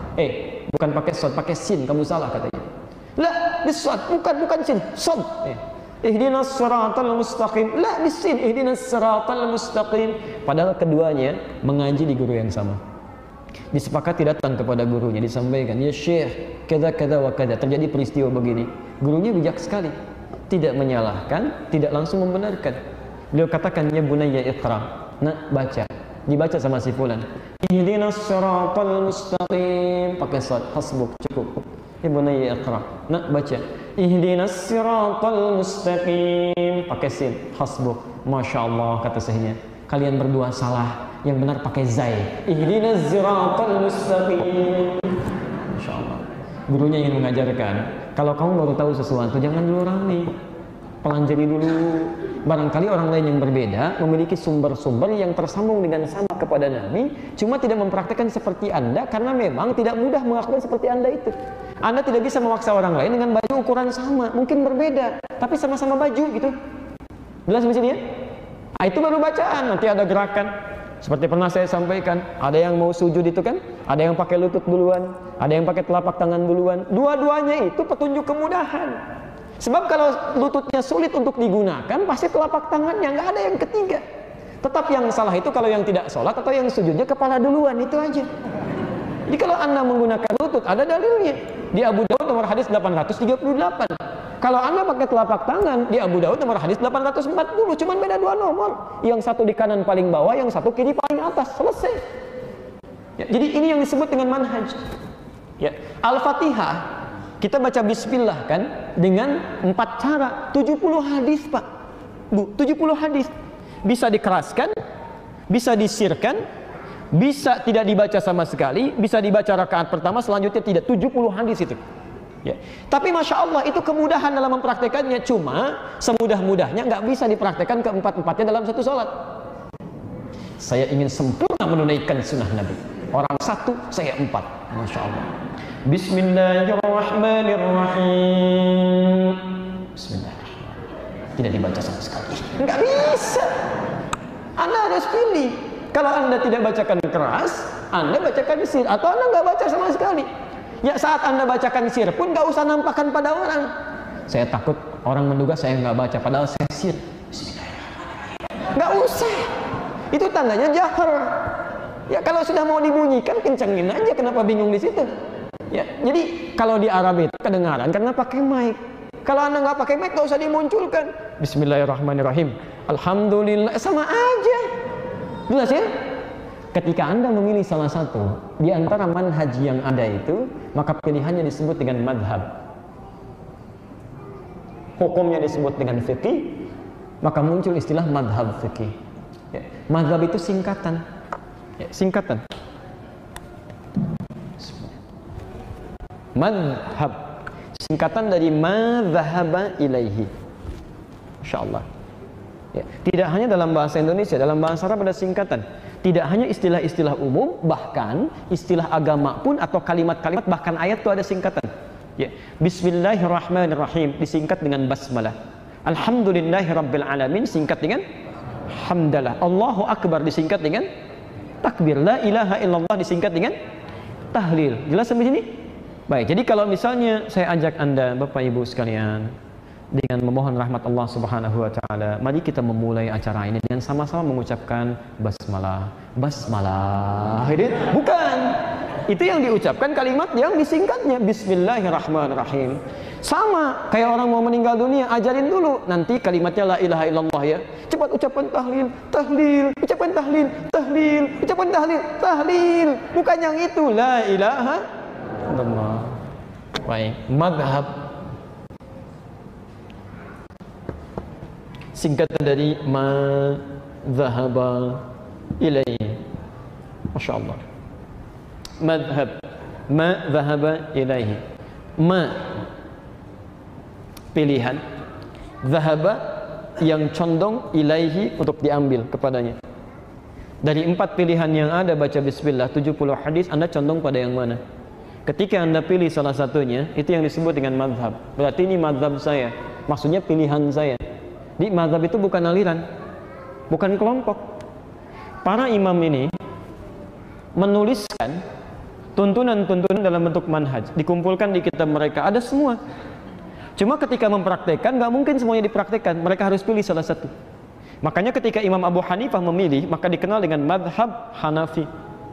Eh, bukan pakai sad, pakai sin, kamu salah katanya. La, bisad, bukan bukan sin, sad. Eh. Ihdinas siratal mustaqim, la bisin, ihdinas siratal mustaqim. Padahal keduanya mengaji di guru yang sama. Disepakati datang kepada gurunya, disampaikan, ya Syekh, kada kada wa kada, terjadi peristiwa begini. Gurunya bijak sekali, tidak menyalahkan, tidak langsung membenarkan. Beliau katakan, ya bunayya iqra, nak baca, dibaca sama si fulan. Ihdinas siratal mustaqim, pakai sad, hasbuk, cukup. Ya bunayya iqra, nak baca. Ihdinas siratal mustaqim, pakai sin, hasbuk. Masya Allah, kata syekhnya, kalian berdua salah, yang benar pakai zai. Ihdinas siratal mustaqim. Masya Allah. Gurunya ingin mengajarkan, kalau kamu baru tahu sesuatu, jangan dulu rame, pelajari dulu. Barangkali orang lain yang berbeda memiliki sumber-sumber yang tersambung dengan sama kepada Nabi, cuma tidak mempraktekkan seperti Anda karena memang tidak mudah melakukan seperti Anda itu. Anda tidak bisa memaksa orang lain dengan baju ukuran sama, mungkin berbeda, tapi sama-sama baju gitu. Jelas misalnya? Nah, itu baru bacaan, nanti ada gerakan. Seperti pernah saya sampaikan, ada yang mau sujud itu kan, ada yang pakai lutut duluan, ada yang pakai telapak tangan duluan. Dua-duanya itu petunjuk kemudahan. Sebab kalau lututnya sulit untuk digunakan, pasti telapak tangannya, nggak ada yang ketiga. Tetap yang salah itu kalau yang tidak sholat atau yang sujudnya kepala duluan, itu aja. Jadi kalau Anda menggunakan lutut, ada dalilnya. Di Abu Daud nomor hadis delapan ratus tiga puluh delapan. Kalau Anda pakai telapak tangan, di Abu Daud nomor hadis delapan ratus empat puluh, cuman beda dua nomor. Yang satu di kanan paling bawah, yang satu kiri paling atas, selesai. Ya, jadi ini yang disebut dengan manhaj. Ya, Al-Fatihah. Kita baca bismillah kan dengan empat cara, tujuh puluh hadis, Pak. Bu, tujuh puluh hadis. Bisa dikeraskan, bisa disirkan, bisa tidak dibaca sama sekali, bisa dibaca rakaat pertama, selanjutnya tidak. tujuh puluh hadis itu. Ya. Tapi Masya Allah, itu kemudahan dalam mempraktekannya. Cuma semudah-mudahnya nggak bisa dipraktekkan keempat-empatnya dalam satu sholat. Saya ingin sempurna menunaikan sunnah Nabi. Orang satu, saya empat. Masya Allah. Bismillahirrahmanirrahim. Bismillahirrahmanirrahim. Tidak dibaca sama sekali. Enggak bisa. Anda harus pilih. Kalau Anda tidak bacakan keras, Anda bacakan sir, atau Anda nggak baca sama sekali. Ya saat Anda bacakan sir pun nggak usah nampakkan pada orang. Saya takut orang menduga saya nggak baca, padahal saya sir. Bismillahirrahmanirrahim. Nggak usah. Itu tandanya jahar. Ya kalau sudah mau dibunyikan, kencengin aja. Kenapa bingung di situ? Ya, jadi kalau di Arab itu kedengaran karena pakai mic. Kalau Anda nggak pakai mic, nggak usah dimunculkan. Bismillahirrahmanirrahim. Alhamdulillah, sama aja. Jelas ya? Ketika Anda memilih salah satu di antara manhaj yang ada itu, maka pilihannya disebut dengan madhab. Hukumnya disebut dengan fikih, maka muncul istilah madhab fikih. Ya, madhab itu singkatan. Ya, singkatan. Madhab, singkatan dari madhaba ilaihi. Insyaallah. Ya, tidak hanya dalam bahasa Indonesia, dalam bahasa Arab ada singkatan. Tidak hanya istilah-istilah umum, bahkan istilah agama pun atau kalimat-kalimat, bahkan ayat itu ada singkatan. Ya, Bismillahirrahmanirrahim disingkat dengan basmalah. Alhamdulillahirabbil alamin singkat dengan hamdalah. Allahu akbar disingkat dengan takbir. La ilaha illallah disingkat dengan tahlil. Jelas sampai sini? Baik, jadi kalau misalnya saya ajak Anda Bapak Ibu sekalian dengan memohon rahmat Allah Subhanahu wa taala, mari kita memulai acara ini dengan sama-sama mengucapkan basmalah. Basmalah. Bukan. Itu yang diucapkan kalimat yang disingkatnya Bismillahirrahmanirrahim. Sama kayak orang mau meninggal dunia, ajarin dulu nanti kalimatnya la ilaha illallah ya. Cepat ucapan tahlil, tahlil, ucapan tahlil, tahlil, ucapan tahlil, tahlil. Bukan yang itu la ilaha illallah. Baik, madhab singkatan dari ma dhahaba ilaihi. Masya Allah. Madhab, ma dhahaba ilaihi. Ma pilihan, dhahaba yang condong, ilaihi untuk diambil kepadanya. Dari empat pilihan yang ada baca bismillah, tujuh puluh hadis, Anda condong pada yang mana? Ketika Anda pilih salah satunya, itu yang disebut dengan madhab. Berarti ini madhab saya, maksudnya pilihan saya. Di mazhab itu bukan aliran, bukan kelompok. Para imam ini menuliskan tuntunan-tuntunan dalam bentuk manhaj, dikumpulkan di kitab mereka, ada semua. Cuma ketika mempraktekkan, nggak mungkin semuanya dipraktekkan, mereka harus pilih salah satu. Makanya ketika Imam Abu Hanifah memilih, maka dikenal dengan madhab Hanafi.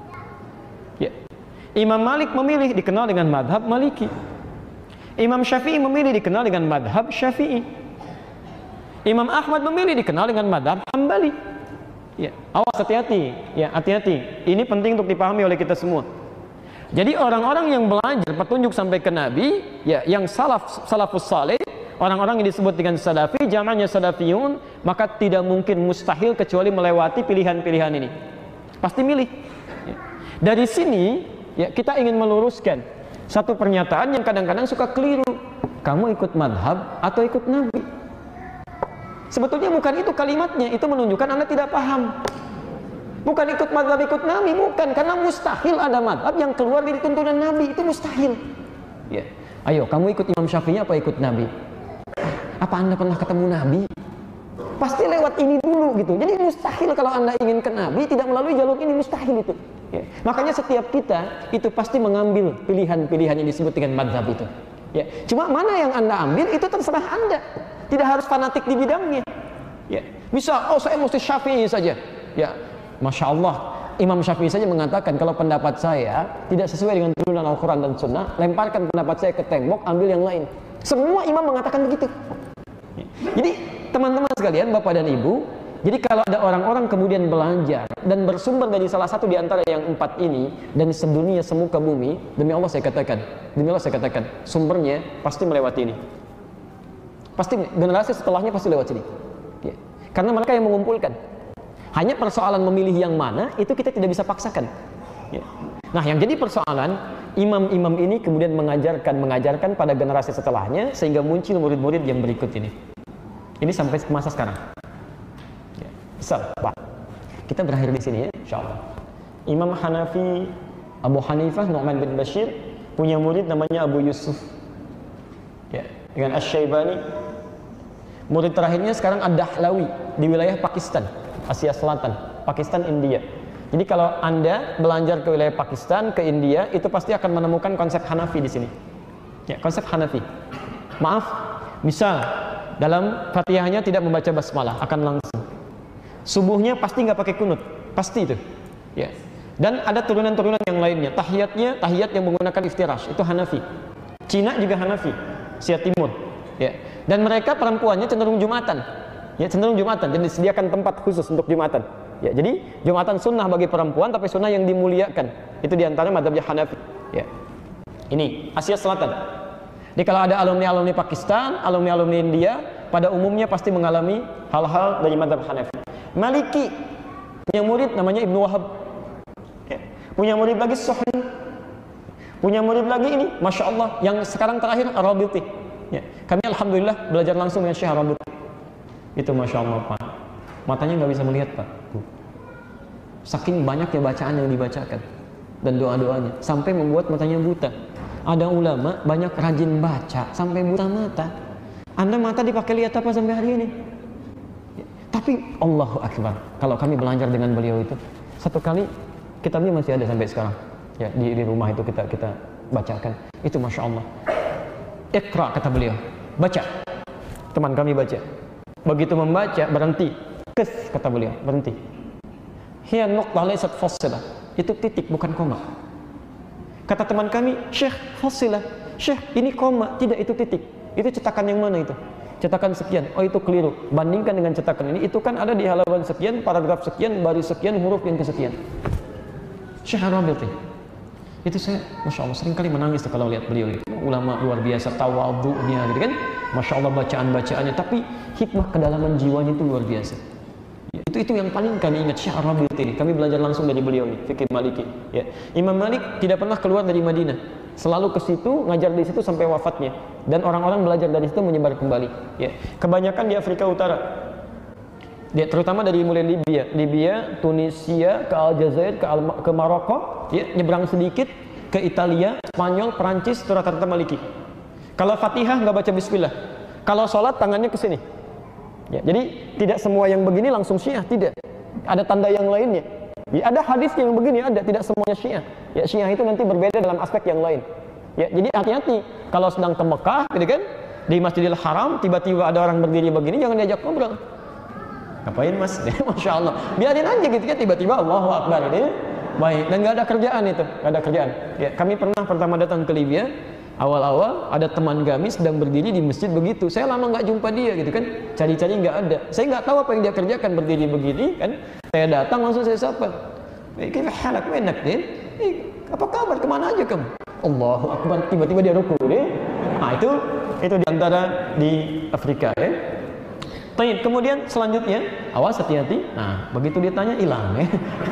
Ya. Imam Malik memilih, dikenal dengan madhab Maliki. Imam Syafi'i memilih, dikenal dengan madhab Syafi'i. Imam Ahmad memilih, dikenal dengan madhab Hambali. Ya, awas, hati-hati. Ya, hati-hati. Ini penting untuk dipahami oleh kita semua. Jadi orang-orang yang belajar petunjuk sampai ke Nabi, ya, yang salaf, salafus saleh, orang-orang yang disebut dengan salafi, jamannya salafiyun, maka tidak mungkin, mustahil kecuali melewati pilihan-pilihan ini. Pasti milih. Ya. Dari sini, ya, kita ingin meluruskan satu pernyataan yang kadang-kadang suka keliru. Kamu ikut madhab atau ikut Nabi? Sebetulnya bukan itu kalimatnya, itu menunjukkan Anda tidak paham. Bukan ikut madhab, ikut Nabi, bukan. Karena mustahil ada madhab yang keluar dari tuntunan Nabi, itu mustahil. Ya. Ayo, kamu ikut Imam Syafi'i apa ikut Nabi? Apa Anda pernah ketemu Nabi? Pasti lewat ini dulu gitu. Jadi mustahil kalau Anda ingin ke Nabi, tidak melalui jalur ini, mustahil itu. Ya. Makanya setiap kita itu pasti mengambil pilihan-pilihan yang disebut dengan madhab itu. Ya. Cuma mana yang Anda ambil, itu terserah Anda. Tidak harus fanatik di bidangnya. Ya. Bisa, oh saya mesti Syafi'i saja. Ya, Masya Allah, Imam Syafi'i saja mengatakan kalau pendapat saya tidak sesuai dengan turunan Al-Quran dan Sunnah, lemparkan pendapat saya ke tembok, ambil yang lain. Semua imam mengatakan begitu. Ya. Jadi teman-teman sekalian, Bapak dan Ibu, jadi kalau ada orang-orang kemudian belajar dan bersumber dari salah satu di antara yang empat ini, dan sedunia semuka bumi, demi Allah saya katakan, demi Allah saya katakan, sumbernya pasti melewati ini. Pasti generasi setelahnya pasti lewat sini. Ya. Karena mereka yang mengumpulkan. Hanya persoalan memilih yang mana, itu kita tidak bisa paksakan. Ya. Nah, yang jadi persoalan, imam-imam ini kemudian mengajarkan mengajarkan pada generasi setelahnya, sehingga muncul murid-murid yang berikut ini. Ini sampai ke masa sekarang. Ya. Misal, Pak, Kita berakhir di sini ya, insyaallah. Imam Hanafi Abu Hanifah Nu'man bin Bashir punya murid namanya Abu Yusuf. Ya, dengan Asy-Syaibani. Murid terakhirnya sekarang Ad-Dahlawi di wilayah Pakistan, Asia Selatan, Pakistan, India. Jadi kalau Anda belajar ke wilayah Pakistan, ke India, itu pasti akan menemukan konsep Hanafi di sini. Ya, konsep Hanafi. Maaf, misal dalam Fatihahnya tidak membaca basmalah, akan langsung. Subuhnya pasti nggak pakai kunut, pasti itu. Ya. Dan ada turunan-turunan yang lainnya. Tahiyatnya, tahiyat yang menggunakan iftirash, itu Hanafi. Cina juga Hanafi, Asia Timur. Ya. Dan mereka perempuannya cenderung Jumatan. Ya, cenderung Jumatan. Jadi disediakan tempat khusus untuk Jumatan. Ya, jadi Jumatan sunnah bagi perempuan, tapi sunnah yang dimuliakan. Itu diantara madzhabnya Hanafi. Ya. Ini Asia Selatan. Jadi kalau ada alumni-alumni Pakistan, alumni-alumni India, pada umumnya pasti mengalami hal-hal dari madzhab Hanafi. Maliki punya murid namanya Ibnu Wahab. Ya. Punya murid lagi Suhni. Punya murid lagi ini, Masya Allah, yang sekarang terakhir Ar-Rabiti. Ya. Kami alhamdulillah belajar langsung dengan Syekh Ar-Rabiti. Itu Masya Allah Pak. Matanya nggak bisa melihat Pak. Saking banyaknya bacaan yang dibacakan dan doa-doanya, sampai membuat matanya buta. Ada ulama banyak rajin baca sampai buta mata. Anda mata dipakai lihat apa sampai hari ini? Ya. Tapi Allahu Akbar. Kalau kami belajar dengan beliau itu, satu kali kitabnya masih ada sampai sekarang. Ya, di, di rumah itu kita kita bacakan. Itu Masya Allah. Iqra kata beliau, baca. Teman kami baca. Begitu membaca berhenti. Kif kata beliau, berhenti. Hiya nuqtah laysat fassilah. Itu titik bukan koma. Kata teman kami, Syekh fassilah. Syekh ini koma, tidak itu titik. Itu cetakan yang mana itu? Cetakan sekian. Oh itu keliru. Bandingkan dengan cetakan ini, itu kan ada di halaman sekian, paragraf sekian, baris sekian, huruf yang kesekian. Syekh Ar-Rabiti. Itu saya, Masya Allah, sering kali menangis tuh kalau lihat beliau itu. Ulama luar biasa, tawadhu'nya gitu kan. Masya Allah bacaan-bacaannya, tapi hikmah kedalaman jiwanya itu luar biasa. Ya, itu itu yang paling kami ingat Syekh Ar-Rabiti ini. Kami belajar langsung dari beliau nih, fikih Maliki. Ya. Imam Malik tidak pernah keluar dari Madinah. Selalu ke situ, ngajar di situ sampai wafatnya. Dan orang-orang belajar dari situ menyebar kembali. Ya. Kebanyakan di Afrika Utara. Ya, terutama dari mulai Libya, Libya, Tunisia, ke Aljazair, ke, Al ke Maroko, ya, nyebrang sedikit ke Italia, Spanyol, Perancis, itu rata-rata Maliki. Kalau Fatihah nggak baca Bismillah. Kalau sholat tangannya ke sini. Ya, jadi tidak semua yang begini langsung Syiah, tidak. Ada tanda yang lainnya. Ya, ada hadis yang begini, ada, tidak semuanya Syiah. Ya, Syiah itu nanti berbeda dalam aspek yang lain. Ya, jadi hati-hati kalau sedang ke Mekah, gitu kan, di Masjidil Haram tiba-tiba ada orang berdiri begini, jangan diajak ngobrol. Ngapain Mas? Masya Allah. Biarin aja gitu kan, tiba-tiba Allahu Akbar ini. Baik, dan nggak ada kerjaan itu, nggak ada kerjaan. Ya, kami pernah pertama datang ke Libya. Awal-awal ada teman kami sedang berdiri di masjid begitu. Saya lama nggak jumpa dia gitu kan, cari-cari nggak ada. Saya nggak tahu apa yang dia kerjakan berdiri begini kan. Saya datang langsung saya sapa. Gimana halak menak din? Apa kabar? Kemana aja kamu? Allahu Akbar. Tiba-tiba dia ruku deh. Nah itu itu diantara di Afrika ya. Baik, kemudian selanjutnya awas hati-hati. Nah begitu ditanya hilang ya.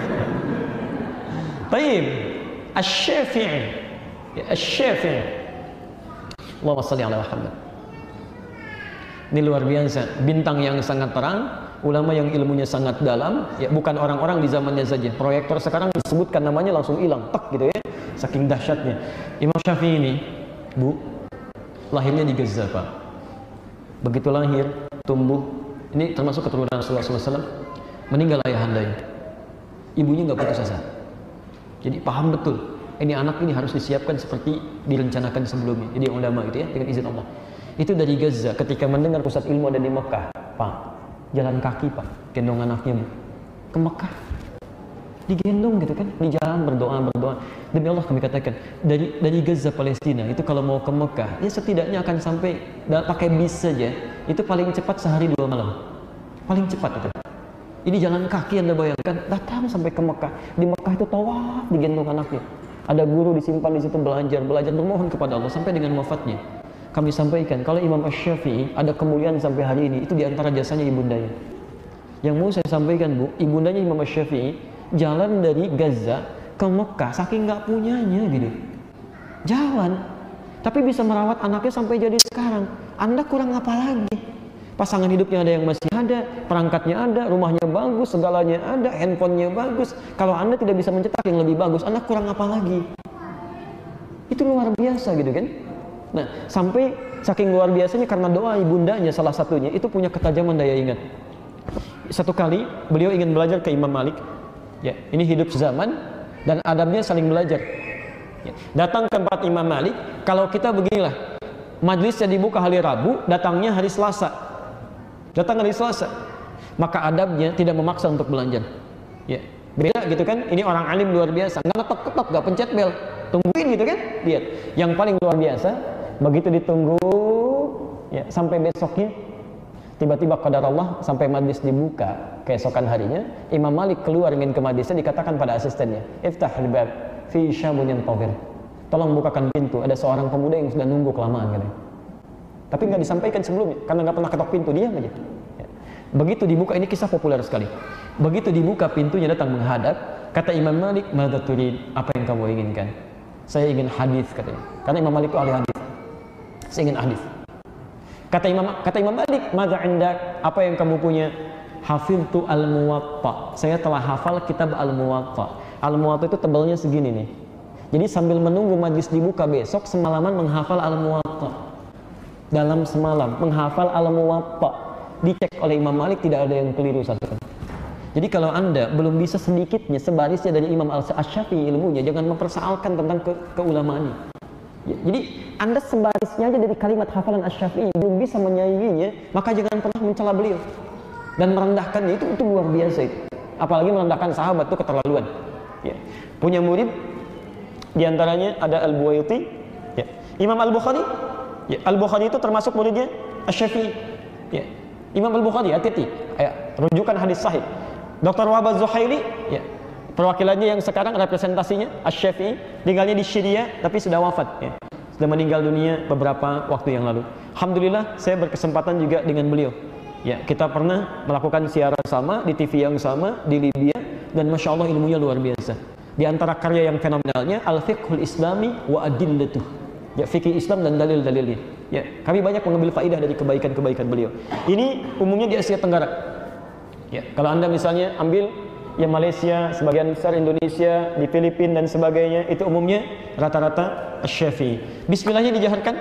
Baik, Asy-Syafi'i, ya, Asy-Syafi'i. Allahumma shalli ala Muhammad. Ini luar biasa, bintang yang sangat terang, ulama yang ilmunya sangat dalam, ya bukan orang-orang di zamannya saja. Proyektor sekarang disebutkan namanya langsung hilang, tek gitu ya, saking dahsyatnya. Imam Syafi'i ini, Bu, lahirnya di Gaza, Pak. Begitu lahir, tumbuh, ini termasuk keturunan Rasulullah shallallahu alaihi wasallam, meninggal ayahandanya. Ibunya nggak putus asa. Jadi paham betul. Ini anak ini harus disiapkan seperti direncanakan sebelumnya. Jadi ulama itu ya, dengan izin Allah. Itu dari Gaza ketika mendengar pusat ilmu ada di Mekah. Pak, jalan kaki Pak, gendong anaknya Bu. Ke Mekah. Digendong gitu kan, di jalan berdoa, berdoa. Demi Allah kami katakan, dari dari Gaza Palestina itu kalau mau ke Mekah, ya setidaknya akan sampai pakai bis saja, itu paling cepat sehari dua malam. Paling cepat itu. Ini jalan kaki Anda bayangkan, datang sampai ke Mekah. Di Mekah itu tawaf digendong anaknya. Ada guru disimpan di situ belajar, belajar bermohon kepada Allah sampai dengan wafatnya. Kami sampaikan kalau Imam Asy-Syafi'i ada kemuliaan sampai hari ini, itu diantara jasanya ibundanya. Yang mau saya sampaikan Bu, ibundanya Imam Asy-Syafi'i jalan dari Gaza ke Mekah saking nggak punyanya gitu. Jalan, tapi bisa merawat anaknya sampai jadi sekarang. Anda kurang apa lagi? Pasangan hidupnya ada yang masih ada, perangkatnya ada, rumahnya bagus, segalanya ada, handphonenya bagus. Kalau Anda tidak bisa mencetak yang lebih bagus, Anda kurang apa lagi? Itu luar biasa gitu kan. Nah, sampai saking luar biasanya karena doa ibundanya salah satunya itu punya ketajaman daya ingat. Satu kali beliau ingin belajar ke Imam Malik. Ya, ini hidup zaman dan adabnya saling belajar. Ya, datang ke tempat Imam Malik, kalau kita beginilah, majlisnya dibuka hari Rabu, datangnya hari Selasa. Datang hari Selasa, maka adabnya tidak memaksa untuk belajar. Ya, beda gitu kan? Ini orang alim luar biasa, nggak ngetok-ketok, nggak pencet bel, tungguin gitu kan? Lihat, yang paling luar biasa, begitu ditunggu, ya sampai besoknya, tiba-tiba qadar Allah sampai majlis dibuka keesokan harinya, Imam Malik keluar ingin ke majlisnya, dikatakan pada asistennya, iftahil bab fi syabun yantazir. Tolong bukakan pintu, ada seorang pemuda yang sudah nunggu kelamaan katanya. Tapi nggak disampaikan sebelumnya karena nggak pernah ketok pintu, diam aja. Ya. Begitu dibuka, ini kisah populer sekali. Begitu dibuka pintunya, datang menghadap, kata Imam Malik, madza turid, apa yang kamu inginkan? Saya ingin hadis katanya. Karena Imam Malik itu ahli hadis. Saya ingin hadis. Kata Imam kata Imam Malik, madza indak, apa yang kamu punya? Hafidtu al-Muwatta. Saya telah hafal kitab al-Muwatta. Al-Muwatta itu tebalnya segini nih. Jadi sambil menunggu majlis dibuka besok, semalaman menghafal al-Muwatta. Dalam semalam menghafal al-Muwatta, dicek oleh Imam Malik, tidak ada yang keliru satu. Jadi kalau Anda belum bisa sedikitnya sebarisnya dari Imam Al-Syafi'i ilmunya, jangan mempersoalkan tentang ke keulamaannya. Ya, jadi Anda sebarisnya aja dari kalimat hafalan Asy-Syafi'i belum bisa menyainginya, maka jangan pernah mencela beliau dan merendahkannya. Itu itu luar biasa itu. Apalagi merendahkan sahabat itu keterlaluan. Ya. Punya murid diantaranya ada Al-Buwaiti, ya. Imam Al-Bukhari. Ya, Al-Bukhari itu termasuk muridnya Asy-Syafi'i. Ya. Imam Al-Bukhari, hati-hati. Ya, rujukan hadis sahih. Doktor Wahab Az-Zuhaili, ya, perwakilannya yang sekarang representasinya Asy-Syafi'i, tinggalnya di Syria tapi sudah wafat. Ya. Sudah meninggal dunia beberapa waktu yang lalu. Alhamdulillah, saya berkesempatan juga dengan beliau. Ya, kita pernah melakukan siaran sama di T V yang sama di Libya, dan masya Allah ilmunya luar biasa. Di antara karya yang fenomenalnya Al-Fiqhul Islami wa Adillatuh. Ya, fikih Islam dan dalil-dalilnya. Ya, kami banyak mengambil faidah dari kebaikan-kebaikan beliau. Ini umumnya di Asia Tenggara. Ya, kalau Anda misalnya ambil ya Malaysia, sebagian besar Indonesia, di Filipina dan sebagainya, itu umumnya rata-rata Asy-Syafi'i. Bismillahnya dijaharkan.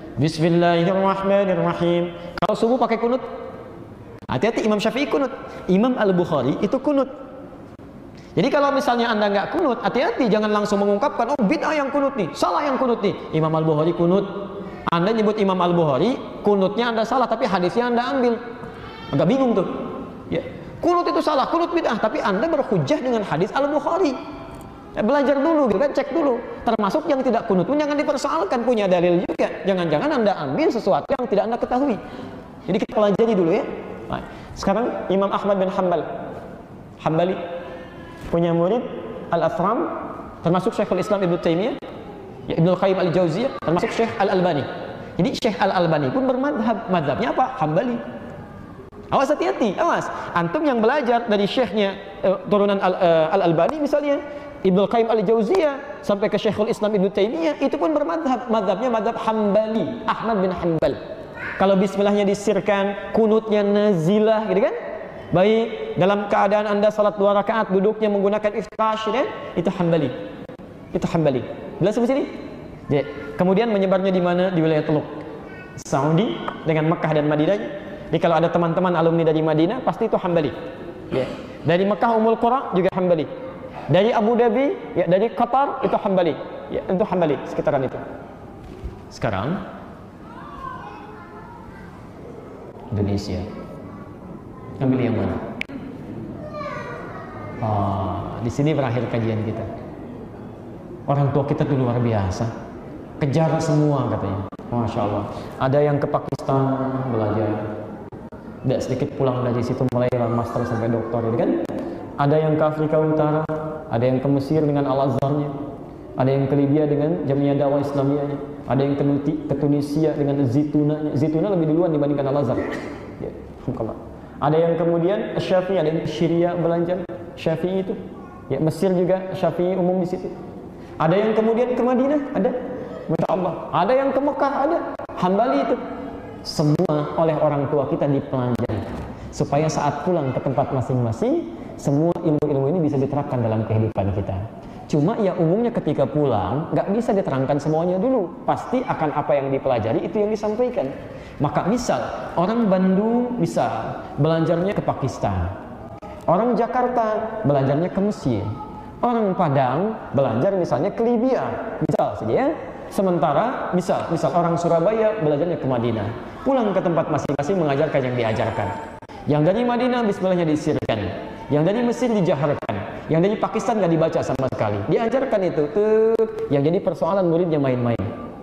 Bismillahirrahmanirrahim. Kalau subuh pakai kunut. Hati-hati, Imam Syafi'i kunut. Imam Al-Bukhari itu kunut. Jadi kalau misalnya Anda nggak kunut, hati-hati, jangan langsung mengungkapkan, oh bid'ah yang kunut nih, salah yang kunut nih. Imam Al-Bukhari kunut. Anda nyebut Imam Al-Bukhari, kunutnya Anda salah, tapi hadisnya Anda ambil. Agak bingung tuh. Ya, kunut itu salah, kunut bid'ah, tapi Anda berhujjah dengan hadis Al-Bukhari. Ya, belajar dulu, gitu kan, cek dulu. Termasuk yang tidak kunut pun jangan dipersoalkan, punya dalil juga. Jangan-jangan Anda ambil sesuatu yang tidak Anda ketahui. Jadi kita pelajari dulu ya. Nah, sekarang Imam Ahmad bin Hanbal, Hambali, punya murid Al-Athram, termasuk Syekhul Islam Ibnu Taimiyah, ya, Ibnu Qayyim Al-Jauziyah, termasuk Syekh Al-Albani. Jadi Syekh Al-Albani pun bermadhab, madhabnya apa? Hambali. Awas, hati-hati, awas. Antum yang belajar dari syekhnya uh, turunan Al-Albani uh, misalnya, Ibnu Qayyim Al-Jauziyah sampai ke Syekhul Islam Ibnu Taimiyah, itu pun bermadhab, madhabnya madhab Hambali, Ahmad bin Hanbal. Kalau bismillahnya disirkan, kunutnya nazilah, gitu kan? Baik, dalam keadaan Anda salat dua rakaat duduknya menggunakan iftash, ya, itu Hambali. Itu Hambali. Jelas sampai sini? Ya. Kemudian menyebarnya di mana? Di wilayah Teluk Saudi dengan Mekah dan Madinah. Jadi kalau ada teman-teman alumni dari Madinah, pasti itu Hambali. Ya. Dari Mekah Ummul Qura juga Hambali. Dari Abu Dhabi, ya, dari Qatar itu Hambali. Ya, itu Hambali, sekitaran itu. Sekarang Indonesia. Ambil yang mana? Oh, di sini berakhir kajian kita. Orang tua kita tuh luar biasa. Kejar semua katanya. Masya Allah. Ada yang ke Pakistan belajar. Tidak sedikit pulang dari situ mulai master sampai doktor, kan? Ada yang ke Afrika Utara, ada yang ke Mesir dengan Al-Azharnya, ada yang ke Libya dengan Jamiah Dakwah Islamiyahnya, ada yang ke, ke Tunisia dengan Zituna. Zituna lebih duluan dibandingkan Al-Azhar. Ya, alhamdulillah. Ada yang kemudian Syafi'i, ada yang Syria belajar Syafi'i itu. Ya, Mesir juga Syafi'i umum di situ. Ada yang kemudian ke Madinah, ada. Masya Allah. Ada yang ke Mekah, ada. Hambali itu. semua oleh orang tua kita dipelajari, supaya saat pulang ke tempat masing-masing, semua ilmu-ilmu ini bisa diterapkan dalam kehidupan kita. Cuma ya umumnya ketika pulang, nggak bisa diterangkan semuanya dulu. Pasti akan apa yang dipelajari itu yang disampaikan. Maka misal, orang Bandung bisa belajarnya ke Pakistan. Orang Jakarta belajarnya ke Mesir. Orang Padang belajar misalnya ke Libya. Misal saja ya. Sementara misal, misal orang Surabaya belajarnya ke Madinah. Pulang ke tempat masing-masing mengajarkan yang diajarkan. Yang dari Madinah bismillahnya disirkan. Yang dari Mesir dijaharkan. Yang dari Pakistan nggak dibaca sama sekali. Diajarkan itu. Tuh. Yang jadi persoalan muridnya main-main.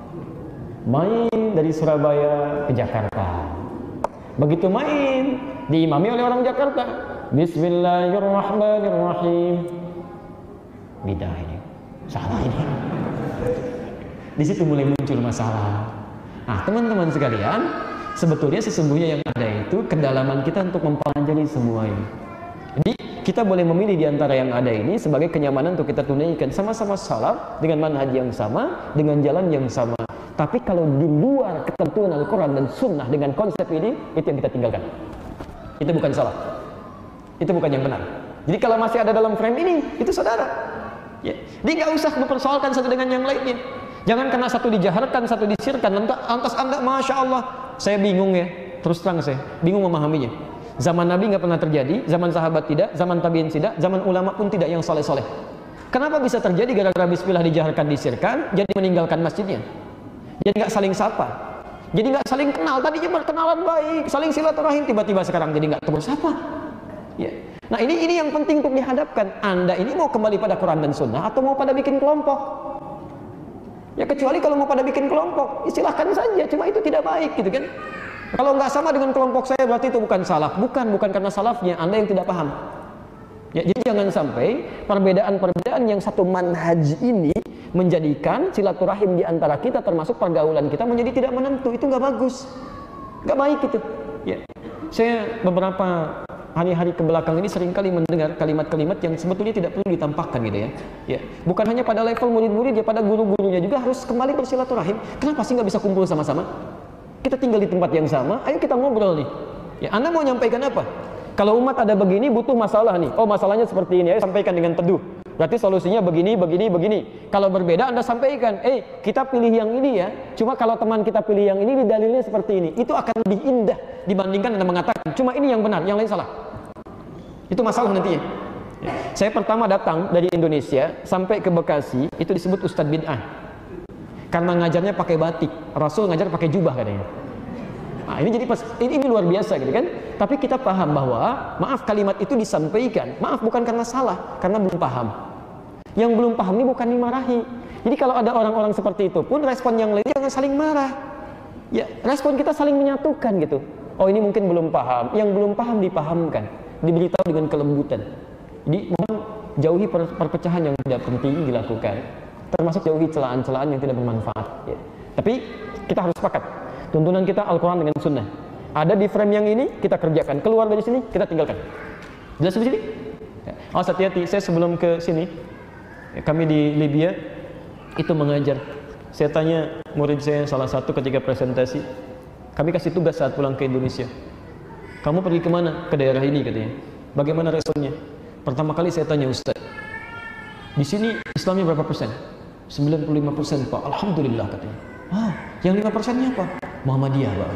Main dari Surabaya ke Jakarta. Begitu main, diimami oleh orang Jakarta. Bismillahirrahmanirrahim. Bidah ini. Salah ini. Di situ mulai muncul masalah. Nah, teman-teman sekalian, sebetulnya sesungguhnya yang ada itu kedalaman kita untuk mempelajari semua ini. Jadi kita boleh memilih di antara yang ada ini sebagai kenyamanan untuk kita tunaikan sama-sama salaf dengan manhaj yang sama, dengan jalan yang sama. Tapi kalau di luar ketentuan Al-Quran dan Sunnah dengan konsep ini, itu yang kita tinggalkan. Itu bukan salaf. Itu bukan yang benar. Jadi kalau masih ada dalam frame ini, itu saudara. Ya. Jadi nggak usah mempersoalkan satu dengan yang lainnya. Jangan karena satu dijaharkan, satu disirkan, lantas anda, Masya Allah, saya bingung ya, terus terang saya, bingung memahaminya. Zaman Nabi nggak pernah terjadi, zaman sahabat tidak, zaman tabiin tidak, zaman ulama pun tidak yang soleh-soleh. Kenapa bisa terjadi gara-gara bismillah dijaharkan, disirkan, jadi meninggalkan masjidnya? Jadi nggak saling sapa, jadi nggak saling kenal, tadinya berkenalan baik, saling silaturahim, tiba-tiba sekarang jadi nggak tegur sapa. Ya. Nah ini ini yang penting untuk dihadapkan. Anda ini mau kembali pada Quran dan Sunnah atau mau pada bikin kelompok? Ya kecuali kalau mau pada bikin kelompok, silahkan saja. Cuma itu tidak baik, gitu kan? Kalau nggak sama dengan kelompok saya berarti itu bukan salaf. Bukan, bukan karena salafnya. Anda yang tidak paham. Ya, jadi jangan sampai perbedaan-perbedaan yang satu manhaj ini menjadikan silaturahim di antara kita, termasuk pergaulan kita menjadi tidak menentu. Itu nggak bagus, nggak baik itu. Ya, saya beberapa hari-hari kebelakang ini seringkali mendengar kalimat-kalimat yang sebetulnya tidak perlu ditampakkan gitu ya. Ya, bukan hanya pada level murid-murid ya, pada guru-gurunya juga harus kembali bersilaturahim. Kenapa sih nggak bisa kumpul sama-sama? Kita tinggal di tempat yang sama, ayo kita ngobrol nih. Ya, Anda mau nyampaikan apa? Kalau umat ada begini butuh masalah nih. Oh, masalahnya seperti ini, ayo sampaikan dengan teduh. Berarti solusinya begini, begini, begini. Kalau berbeda Anda sampaikan, eh kita pilih yang ini ya. Cuma kalau teman kita pilih yang ini, dalilnya seperti ini. Itu akan lebih indah dibandingkan Anda mengatakan, cuma ini yang benar, yang lain salah. Itu masalah nantinya. Ya. Saya pertama datang dari Indonesia sampai ke Bekasi, itu disebut Ustadz Bid'ah. Karena ngajarnya pakai batik, Rasul ngajar pakai jubah katanya. Nah, ini jadi pas, ini, ini luar biasa gitu kan. Tapi kita paham bahwa maaf kalimat itu disampaikan, maaf bukan karena salah, karena belum paham. Yang belum paham ini bukan dimarahi. Jadi kalau ada orang-orang seperti itu pun respon yang lain jangan saling marah. Ya, respon kita saling menyatukan gitu. Oh ini mungkin belum paham, yang belum paham dipahamkan, diberitahu dengan kelembutan. Jadi mohon jauhi per perpecahan yang tidak penting dilakukan, termasuk jauhi celaan-celaan yang tidak bermanfaat. Ya. Tapi kita harus sepakat, tuntunan kita Al-Quran dengan Sunnah. Ada di frame yang ini kita kerjakan, keluar dari sini kita tinggalkan. Jelas di sini? Ya. Oh hati-hati, saya sebelum ke sini, ya, kami di Libya itu mengajar. Saya tanya murid saya salah satu ketika presentasi, kami kasih tugas saat pulang ke Indonesia. Kamu pergi kemana? Ke daerah ini katanya. Bagaimana responnya? Pertama kali saya tanya, Ustaz, di sini Islamnya berapa persen? sembilan puluh lima persen Pak. Alhamdulillah katanya. Ah, yang lima persennya apa? Muhammadiyah Pak.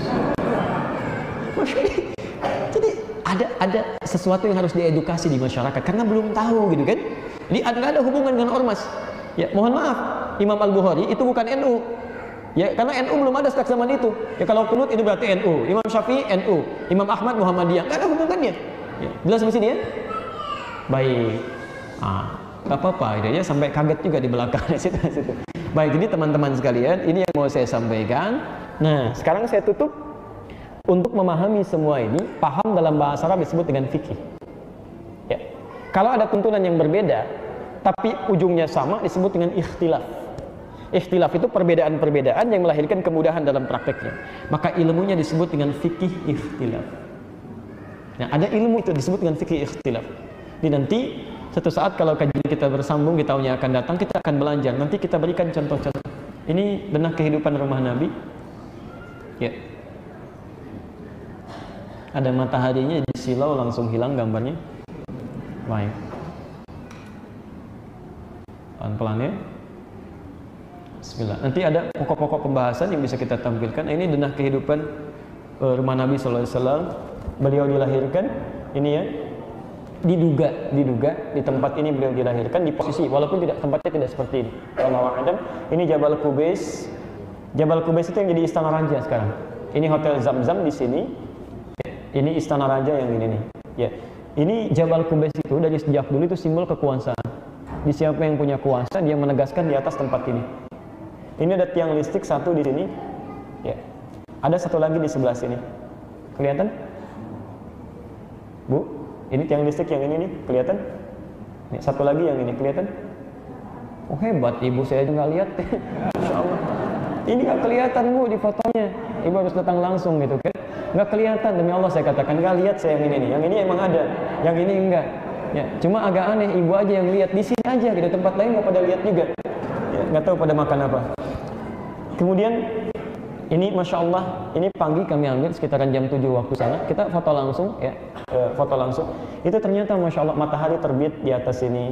Jadi ada ada sesuatu yang harus diedukasi di masyarakat karena belum tahu gitu kan. Jadi ada ada hubungan dengan ormas. Ya, mohon maaf, Imam Al-Bukhari itu bukan N U. Ya, karena N U belum ada sejak zaman itu. Ya kalau kunut ini berarti N U. Imam Syafi'i N U, Imam Ahmad Muhammadiyah. Enggak ada hubungannya. Ya, jelas di sini ya? Baik. Ah, enggak apa-apa ya, sampai kaget juga di belakang situ situ. Baik, jadi teman-teman sekalian, ini yang mau saya sampaikan. Nah, sekarang saya tutup. Untuk memahami semua ini, paham dalam bahasa Arab disebut dengan fikih. Ya. Kalau ada tuntunan yang berbeda, tapi ujungnya sama, disebut dengan ikhtilaf. Ikhtilaf itu perbedaan-perbedaan yang melahirkan kemudahan dalam prakteknya. Maka ilmunya disebut dengan fikih ikhtilaf. Nah, ada ilmu itu disebut dengan fikih ikhtilaf. Jadi nanti suatu saat kalau kajian kita bersambung di tahun yang akan datang, kita akan belajar. Nanti kita berikan contoh-contoh. Ini benar kehidupan rumah Nabi. Ya. Ada mataharinya di silau langsung hilang gambarnya. Baik. Pelan-pelan ya. Bismillah. Nanti ada pokok-pokok pembahasan yang bisa kita tampilkan. Ini denah kehidupan uh, rumah Nabi shallallahu alaihi wasallam. Beliau dilahirkan. Ini ya. Diduga, diduga di tempat ini beliau dilahirkan di posisi walaupun tidak tempatnya tidak seperti ini. Wallahu a'lam. Ini Jabal Qubais. Jabal Qubais itu yang jadi istana raja sekarang. Ini Hotel Zamzam di sini. Ini istana raja yang ini nih. Ya. Ini Jabal Qubais itu dari sejak dulu itu simbol kekuasaan. Di siapa yang punya kuasa dia menegaskan di atas tempat ini. Ini ada tiang listrik satu di sini. Ya. Ada satu lagi di sebelah sini. Kelihatan? Bu, ini tiang listrik yang ini nih, kelihatan? Nih, satu lagi yang ini kelihatan? Oh hebat, ibu saya juga nggak lihat. Masya Allah. Ini nggak kelihatan bu di fotonya. Ibu harus datang langsung gitu kan? Nggak kelihatan, demi Allah saya katakan nggak lihat saya yang ini nih. Yang ini emang ada, yang ini enggak. Ya, cuma agak aneh ibu aja yang lihat di sini aja, di tempat lain nggak pada lihat juga. Ya, nggak tahu pada makan apa. Kemudian ini Masya Allah, ini pagi kami ambil sekitaran jam tujuh waktu sana. Kita foto langsung ya, e, foto langsung. Itu ternyata Masya Allah matahari terbit di atas ini.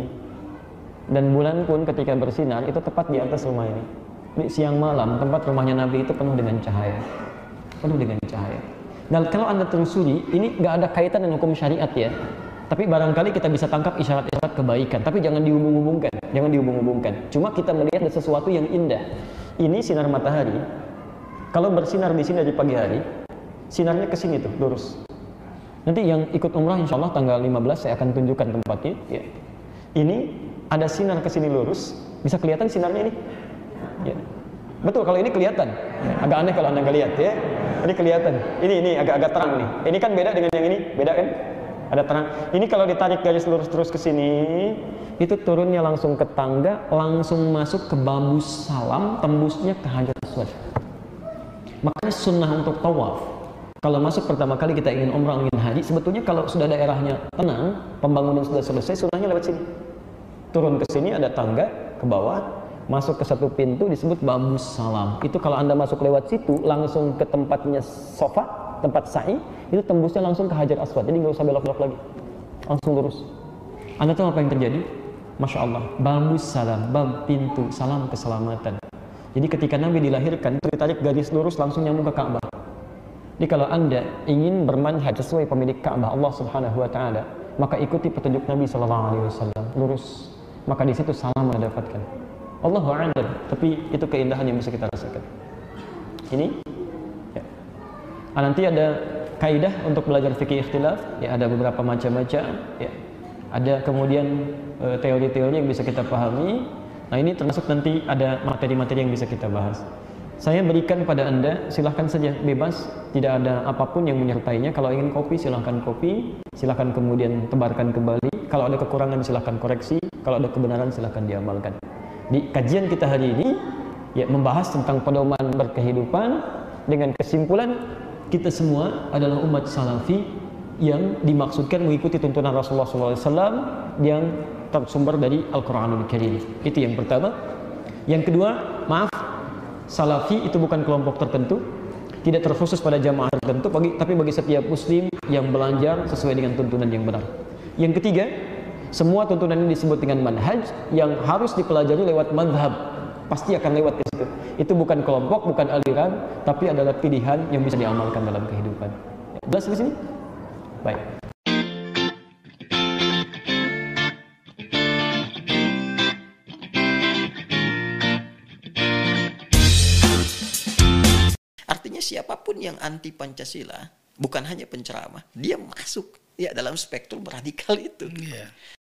Dan bulan pun ketika bersinar itu tepat di atas rumah ini. Di siang malam tempat rumahnya Nabi itu penuh dengan cahaya. Penuh dengan cahaya. Nah kalau Anda telusuri, ini nggak ada kaitan dengan hukum syariat ya. Tapi barangkali kita bisa tangkap isyarat-isyarat kebaikan. Tapi jangan dihubung-hubungkan. Jangan dihubung-hubungkan. Cuma kita melihat ada sesuatu yang indah. Ini sinar matahari. Kalau bersinar di sini dari pagi hari, sinarnya ke sini tuh, lurus. Nanti yang ikut umrah insya Allah tanggal lima belas saya akan tunjukkan tempatnya. Ya. Ini ada sinar ke sini lurus, bisa kelihatan sinarnya ini. Ya. Betul, kalau ini kelihatan. Ya. Agak aneh kalau Anda nggak lihat ya. Ini kelihatan. Ini ini agak-agak terang nih. Ini kan beda dengan yang ini, beda kan? Ada terang. Ini kalau ditarik garis lurus terus ke sini, itu turunnya langsung ke tangga, langsung masuk ke bambu salam, tembusnya ke Hajar Aswad. Makanya sunnah untuk tawaf, kalau masuk pertama kali kita ingin umrah, ingin haji, sebetulnya kalau sudah daerahnya tenang, pembangunan sudah selesai, sunnahnya lewat sini. Turun ke sini ada tangga ke bawah, masuk ke satu pintu disebut bambu salam. Itu kalau Anda masuk lewat situ, langsung ke tempatnya sofa, tempat sa'i, itu tembusnya langsung ke Hajar Aswad. Jadi nggak usah belok-belok lagi, langsung lurus. Anda tahu apa yang terjadi? Masya Allah, bambu salam, bab pintu salam keselamatan. Jadi ketika Nabi dilahirkan, itu ditarik garis lurus langsung nyambung ke Ka'bah. Jadi kalau Anda ingin bermanhaj sesuai pemilik Ka'bah Allah Subhanahu wa taala, maka ikuti petunjuk Nabi sallallahu alaihi wasallam, lurus. Maka di situ salam Anda dapatkan. Allahu a'lam, tapi itu keindahan yang bisa kita rasakan. Ini ya. Nah, nanti ada kaidah untuk belajar fikih ikhtilaf, ya ada beberapa macam-macam, ya. Ada kemudian e, teori-teori yang bisa kita pahami. Nah ini termasuk nanti ada materi-materi yang bisa kita bahas. Saya berikan pada Anda, silahkan saja bebas, tidak ada apapun yang menyertainya. Kalau ingin kopi silahkan kopi, silahkan kemudian tebarkan kembali. Kalau ada kekurangan silahkan koreksi, kalau ada kebenaran silahkan diamalkan. Di kajian kita hari ini ya membahas tentang pedoman berkehidupan dengan kesimpulan kita semua adalah umat salafi yang dimaksudkan mengikuti tuntunan Rasulullah shallallahu alaihi wasallam yang tersumber dari Al-Quranul Karim. Itu yang pertama. Yang kedua, maaf, salafi itu bukan kelompok tertentu, tidak terkhusus pada jamaah tertentu, bagi, tapi bagi setiap muslim yang belajar sesuai dengan tuntunan yang benar. Yang ketiga, semua tuntunan ini disebut dengan manhaj yang harus dipelajari lewat madhab, pasti akan lewat di situ. Itu bukan kelompok, bukan aliran, tapi adalah pilihan yang bisa diamalkan dalam kehidupan. Jelas di sini? Baik. Artinya siapapun yang anti Pancasila, bukan hanya penceramah, dia masuk ya dalam spektrum radikal itu. Yeah.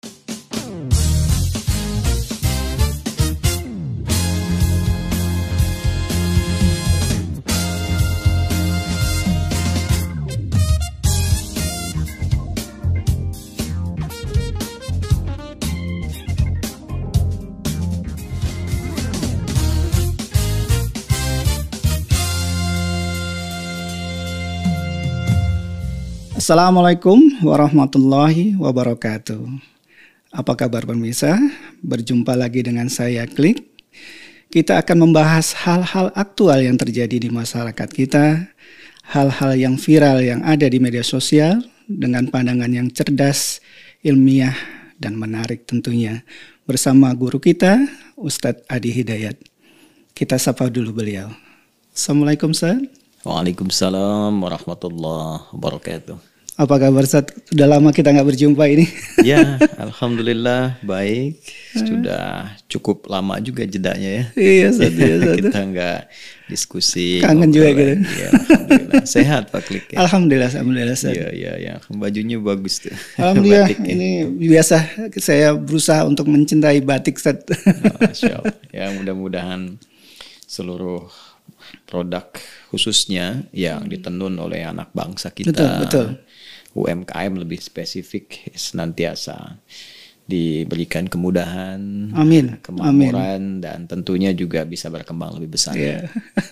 Assalamualaikum warahmatullahi wabarakatuh. Apa kabar pemirsa? Berjumpa lagi dengan saya Klik. Kita akan membahas hal-hal aktual yang terjadi di masyarakat kita, hal-hal yang viral yang ada di media sosial dengan pandangan yang cerdas, ilmiah, dan menarik tentunya. Bersama guru kita, Ustadz Adi Hidayat. Kita sapa dulu beliau. Assalamualaikum Ustaz. Waalaikumsalam warahmatullahi wabarakatuh. Apa kabar Ustaz? Sudah lama kita nggak berjumpa ini. Ya, alhamdulillah baik. Sudah cukup lama juga jedanya ya. Iya Ustaz. Iya, Ustaz. Kita nggak diskusi. Kangen juga gitu. Ya, alhamdulillah. Sehat Pak Klik ya. Alhamdulillah, alhamdulillah Ustaz. Iya, iya, ya. Bajunya bagus tuh. Alhamdulillah. Batik, ya. Ini biasa saya berusaha untuk mencintai batik Ustaz. Oh, Masya Allah. Ya, mudah-mudahan seluruh produk khususnya yang ditenun oleh anak bangsa kita. Betul, betul. U M K M lebih spesifik senantiasa diberikan kemudahan, Amin. kemakmuran, dan tentunya juga bisa berkembang lebih besar. Yeah.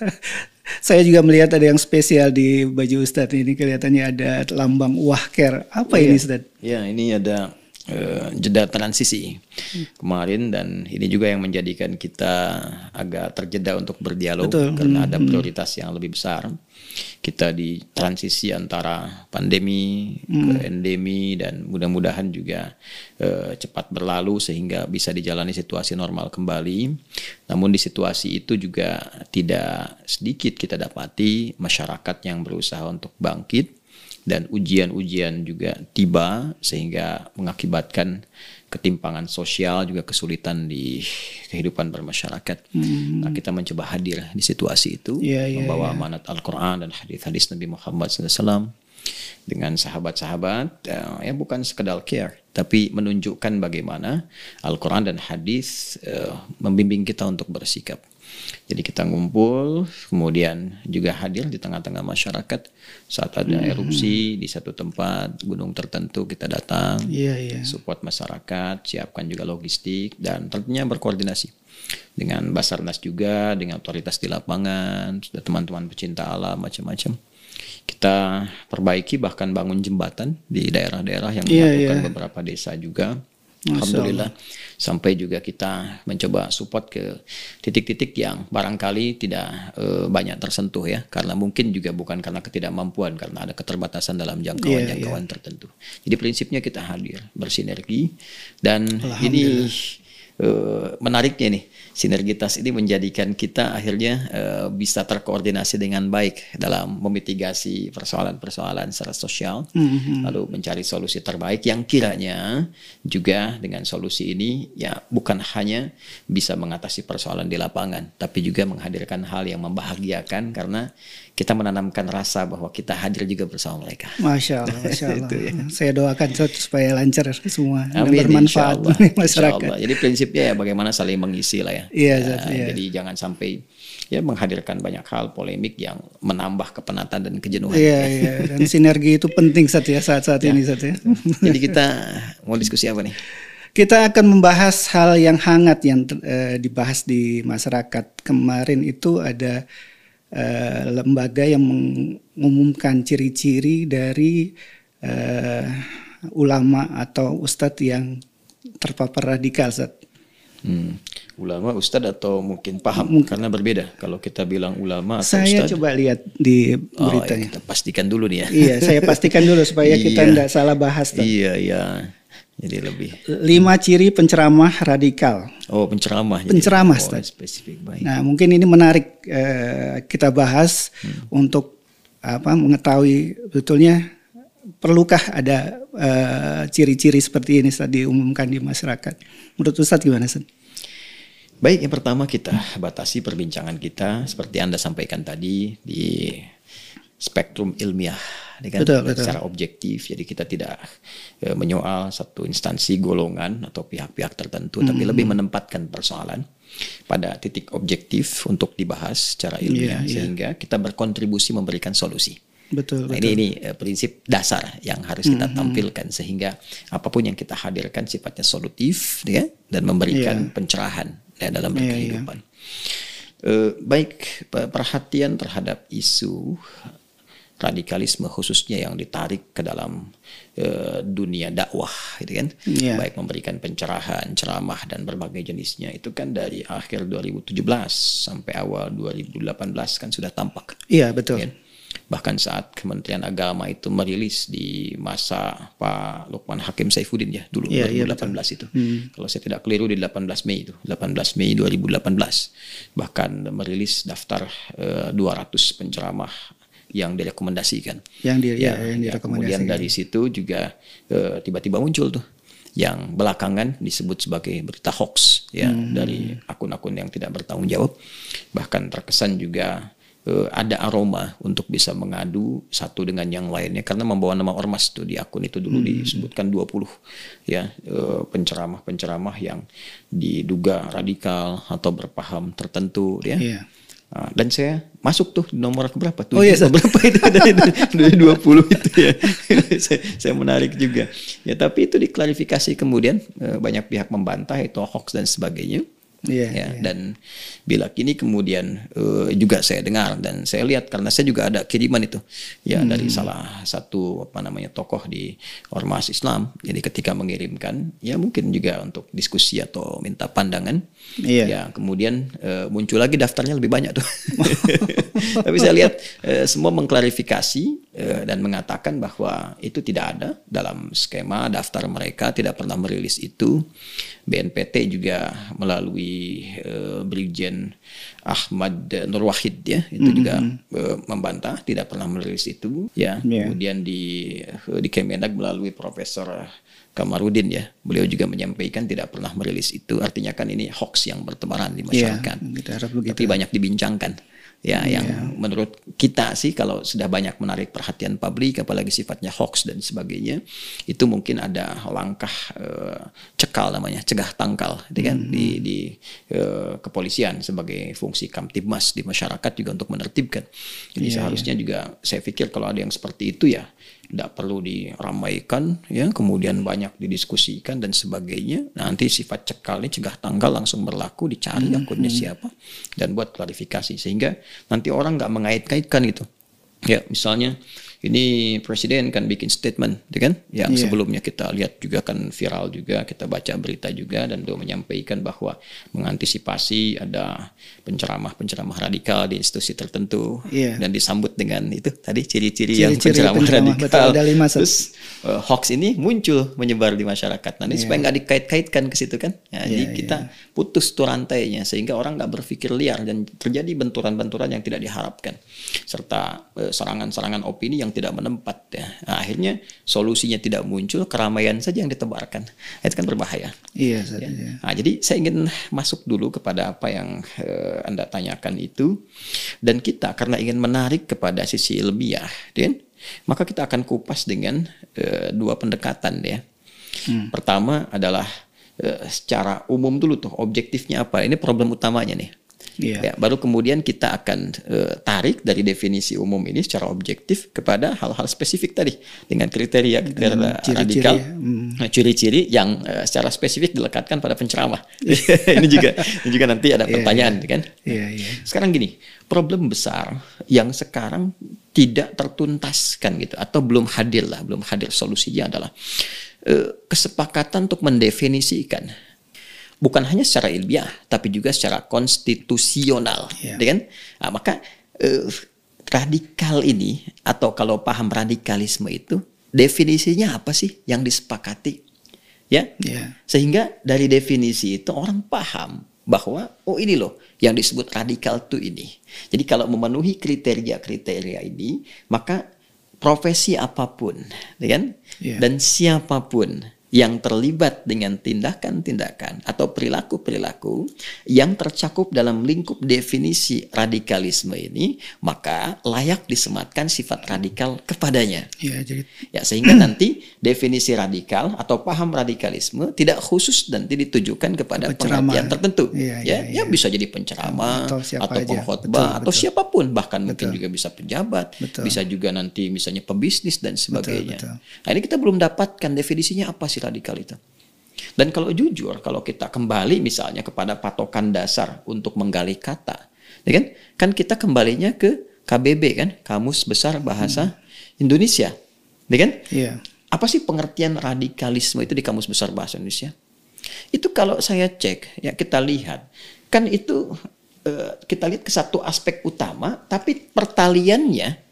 Saya juga melihat ada yang spesial di baju Ustadz ini, kelihatannya ada lambang Wahker. Apa Oh, ini iya. Ustadz? Ya, ini ada uh, jeda transisi kemarin, dan ini juga yang menjadikan kita agak terjeda untuk berdialog. Betul. Karena ada Hmm. prioritas yang lebih besar. Kita di transisi antara pandemi ke endemi, dan mudah-mudahan juga uh, cepat berlalu sehingga bisa dijalani situasi normal kembali. Namun di situasi itu juga tidak sedikit kita dapati masyarakat yang berusaha untuk bangkit, dan ujian-ujian juga tiba sehingga mengakibatkan ketimpangan sosial, juga kesulitan di kehidupan bermasyarakat. Hmm. Nah, kita mencoba hadir di situasi itu, yeah, yeah, membawa yeah. amanat Al-Quran dan hadis-hadis Nabi Muhammad shallallahu alaihi wasallam dengan sahabat-sahabat, uh, ya bukan sekedar care, tapi menunjukkan bagaimana Al-Quran dan hadis uh, membimbing kita untuk bersikap. Jadi kita ngumpul, kemudian juga hadir di tengah-tengah masyarakat saat ada erupsi di satu tempat gunung tertentu, kita datang, Iya, iya. support masyarakat, siapkan juga logistik, dan tentunya berkoordinasi dengan Basarnas juga, dengan otoritas di lapangan, sudah teman-teman pecinta alam, macam-macam. Kita perbaiki, bahkan bangun jembatan di daerah-daerah yang Iya, melakukan iya. beberapa desa juga. Masya Alhamdulillah. Sampai juga kita mencoba support ke titik-titik yang barangkali tidak e, banyak tersentuh ya, karena mungkin juga bukan karena ketidakmampuan, karena ada keterbatasan dalam jangkauan-jangkauan Yeah, tertentu. Jadi prinsipnya kita hadir, bersinergi, dan ini e, menariknya nih, sinergitas ini menjadikan kita akhirnya e, bisa terkoordinasi dengan baik dalam memitigasi persoalan-persoalan secara sosial, Mm-hmm. lalu mencari solusi terbaik yang kiranya juga dengan solusi ini ya bukan hanya bisa mengatasi persoalan di lapangan, tapi juga menghadirkan hal yang membahagiakan, karena kita menanamkan rasa bahwa kita hadir juga bersama mereka. Masya Allah, Masya Allah. Itu ya. Saya doakan Ustadz supaya lancar semua dan Amin, bermanfaat insyaallah, bagi masyarakat. insyaallah. Jadi prinsipnya ya bagaimana saling mengisi lah ya. Iya, Ya, Ustadz, iya. Jadi jangan sampai ya menghadirkan banyak hal polemik yang menambah kepenatan dan kejenuhan. Iya, iya. Dan sinergi itu penting Ustadz ya saat-saat ini Ustadz ya. Jadi kita mau diskusi apa nih? Kita akan membahas hal yang hangat yang eh, dibahas di masyarakat. Kemarin itu ada eh, lembaga yang mengumumkan ciri-ciri dari eh, ulama atau ustadz yang terpapar radikal, Ustadz. Hmm. Ulama, ustadz, atau mungkin paham? Mungkin. Karena berbeda. Kalau kita bilang ulama atau Saya ustadz, coba lihat di oh, ya, beritanya. kita pastikan dulu nih ya. Iya, saya pastikan dulu supaya kita Iya. tidak salah bahas. Ustadz. Iya, iya. Jadi lebih. Lima ciri penceramah radikal. Oh, penceramah. jadi. Penceramah, Oh, Ustadz. spesifik, baik. Nah, mungkin ini menarik eh, kita bahas untuk apa mengetahui betulnya perlukah ada eh, ciri-ciri seperti ini saat diumumkan di masyarakat. Menurut Ustadz gimana, Ustadz? Baik, yang pertama kita batasi perbincangan kita seperti Anda sampaikan tadi di spektrum ilmiah, ini kan Betul, betul. secara objektif. Jadi kita tidak e, menyoal satu instansi, golongan atau pihak-pihak tertentu, tapi Hmm. lebih menempatkan persoalan pada titik objektif untuk dibahas secara ilmiah, Iya, iya. sehingga kita berkontribusi memberikan solusi. Betul, Nah, betul. ini ini eh, prinsip dasar yang harus kita tampilkan, sehingga apapun yang kita hadirkan sifatnya solutif ya, dan memberikan Iya. pencerahan ya, dalam Iya, berkehidupan. Eh, baik, pe- perhatian terhadap isu radikalisme khususnya yang ditarik ke dalam eh, dunia dakwah, gitu kan? Iya. Baik memberikan pencerahan, ceramah, dan berbagai jenisnya, itu kan dari akhir dua ribu tujuh belas sampai awal dua ribu delapan belas kan sudah tampak. Iya, betul. Kan? Bahkan saat Kementerian Agama itu merilis di masa Pak Lukman Hakim Saifuddin ya dulu yeah, dua ribu delapan belas yeah, itu. Hmm. Kalau saya tidak keliru di delapan belas Mei itu, delapan belas Mei dua ribu delapan belas. Bahkan merilis daftar uh, dua ratus penceramah yang direkomendasikan. Yang dia ya, ya, yang ya, kemudian dari situ juga uh, tiba-tiba muncul tuh yang belakangan disebut sebagai berita hoax ya, hmm. dari akun-akun yang tidak bertanggung jawab. Bahkan terkesan juga uh, ada aroma untuk bisa mengadu satu dengan yang lainnya karena membawa nama ormas tuh di akun itu dulu hmm. disebutkan dua puluh ya uh, penceramah-penceramah yang diduga radikal atau berpaham tertentu ya. Yeah. Nah, dan saya masuk tuh nomor berapa tuh? Oh iya, berapa itu dari, dari dua puluh itu ya. saya, saya menarik juga. Ya tapi itu diklarifikasi kemudian banyak pihak membantah itu hoax dan sebagainya. Yeah, ya, yeah. Dan bila kini kemudian uh, juga saya dengar dan saya lihat karena saya juga ada kiriman itu ya hmm. dari salah satu apa namanya tokoh di ormas Islam. Jadi ketika mengirimkan ya mungkin juga untuk diskusi atau minta pandangan. Yeah. Ya kemudian uh, muncul lagi daftarnya lebih banyak tuh. Tapi saya lihat uh, semua mengklarifikasi uh, dan mengatakan bahwa itu tidak ada dalam skema daftar mereka, tidak pernah merilis itu. B N P T juga melalui uh, Brigjen Ahmad Nur Wahid ya itu mm-hmm. juga uh, membantah tidak pernah merilis itu ya. Yeah. Kemudian di uh, di Kemenag melalui Profesor Kamarudin ya beliau juga menyampaikan tidak pernah merilis itu, artinya kan ini hoax yang bertebaran di masyarakat. Yeah, tapi banyak dibincangkan. Ya, yang yeah. menurut kita sih kalau sudah banyak menarik perhatian publik, apalagi sifatnya hoax dan sebagainya, itu mungkin ada langkah uh, cekal namanya, cegah tangkal, gitu kan, mm-hmm. di, di uh, kepolisian sebagai fungsi Kamtibmas di masyarakat juga untuk menertibkan. Jadi yeah, seharusnya yeah. juga saya pikir kalau ada yang seperti itu ya tidak perlu diramaikan, ya kemudian banyak didiskusikan dan sebagainya. Nanti sifat cekal ini cegah tanggal langsung berlaku, dicari mm-hmm. akunnya siapa dan buat klarifikasi sehingga nanti orang nggak mengait-kaitkan gitu. Ya misalnya ini presiden kan bikin statement, ya kan? Yang yeah. sebelumnya kita lihat juga kan viral juga, kita baca berita juga dan dia menyampaikan bahwa mengantisipasi ada penceramah-penceramah radikal di institusi tertentu yeah. dan disambut dengan itu tadi ciri-ciri, ciri-ciri yang penceramah, penceramah radikal. Betul, terus uh, hoax ini muncul menyebar di masyarakat. Nanti yeah. supaya nggak dikait-kaitkan ke situ kan? Nah, yeah, jadi kita yeah. putus tuh rantainya sehingga orang nggak berpikir liar dan terjadi benturan-benturan yang tidak diharapkan serta uh, serangan-serangan opini yang tidak menempat ya. Nah, akhirnya solusinya tidak muncul, keramaian saja yang ditebarkan. Itu kan berbahaya. Iya, ya. Ya. Nah, jadi saya ingin masuk dulu kepada apa yang uh, Anda tanyakan itu, dan kita karena ingin menarik kepada sisi ilmiah, dan maka kita akan kupas dengan uh, dua pendekatan ya. Hmm. Pertama adalah uh, secara umum dulu tuh objektifnya apa? Ini problem utamanya nih. Yeah. Ya, baru kemudian kita akan uh, tarik dari definisi umum ini secara objektif kepada hal-hal spesifik tadi dengan kriteria kriteria radikal, mm. ciri-ciri yang uh, secara spesifik dilekatkan pada penceramah. ini juga ini juga nanti ada pertanyaan, yeah, kan? Yeah, yeah. Sekarang gini, problem besar yang sekarang tidak tertuntaskan gitu atau belum hadir lah, belum hadir solusinya adalah uh, kesepakatan untuk mendefinisikan. Bukan hanya secara ilmiah, tapi juga secara konstitusional, yeah. kan? Nah, maka eh, radikal ini atau kalau paham radikalisme itu definisinya apa sih yang disepakati, ya? Yeah. Sehingga dari definisi itu orang paham bahwa oh ini loh yang disebut radikal itu ini. Jadi kalau memenuhi kriteria-kriteria ini, maka profesi apapun, kan? Yeah. Dan siapapun yang terlibat dengan tindakan-tindakan atau perilaku-perilaku yang tercakup dalam lingkup definisi radikalisme ini, maka layak disematkan sifat radikal kepadanya. Ya, jadi... ya sehingga nanti definisi radikal atau paham radikalisme tidak khusus nanti ditujukan kepada pengertian tertentu. Ya, ya, ya, ya bisa jadi penceramah atau, atau pengkhotbah atau betul. Siapapun, bahkan betul. Mungkin juga bisa pejabat, betul. Bisa juga nanti misalnya pebisnis dan sebagainya. Betul, betul. Nah, ini kita belum dapatkan definisinya apa sih radikal itu. Dan kalau jujur, kalau kita kembali misalnya kepada patokan dasar untuk menggali kata, ya kan? Kan kita kembalinya ke K B B kan, Kamus Besar Bahasa hmm. Indonesia, ya kan? Yeah. Apa sih pengertian radikalisme itu di Kamus Besar Bahasa Indonesia? Itu kalau saya cek, ya kita lihat, kan itu uh, kita lihat ke satu aspek utama, tapi pertaliannya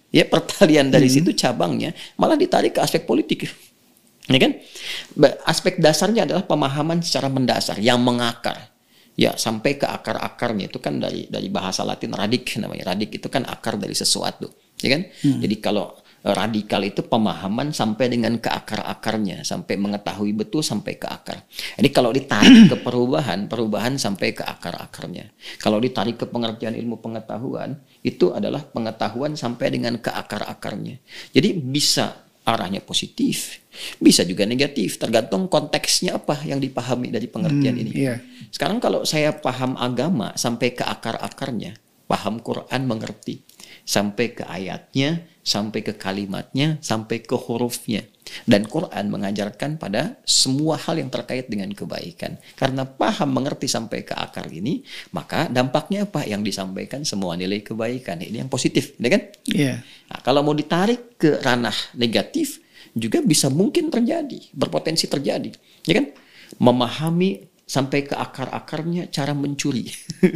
Ya, pertalian dari hmm. situ cabangnya malah ditarik ke aspek politik. Ya kan? Aspek dasarnya adalah pemahaman secara mendasar yang mengakar. Ya, sampai ke akar-akarnya itu kan dari dari bahasa Latin radik namanya. Radik itu kan akar dari sesuatu, ya kan? Hmm. Jadi kalau radikal itu pemahaman sampai dengan ke akar-akarnya, sampai mengetahui betul sampai ke akar. Jadi kalau ditarik ke perubahan, perubahan sampai ke akar-akarnya. Kalau ditarik ke pengertian ilmu pengetahuan, itu adalah pengetahuan sampai dengan ke akar-akarnya. Jadi bisa arahnya positif, bisa juga negatif, tergantung konteksnya apa yang dipahami dari pengertian hmm, ini. Iya. Sekarang kalau saya paham agama sampai ke akar-akarnya, paham Quran mengerti, sampai ke ayatnya, sampai ke kalimatnya, sampai ke hurufnya. Dan Quran mengajarkan pada semua hal yang terkait dengan kebaikan. Karena paham mengerti sampai ke akar ini, maka dampaknya apa? Yang disampaikan semua nilai kebaikan. Ini yang positif, ya kan? Yeah. Nah, kalau mau ditarik ke ranah negatif, juga bisa mungkin terjadi, berpotensi terjadi, ya kan? Memahami sampai ke akar-akarnya cara mencuri.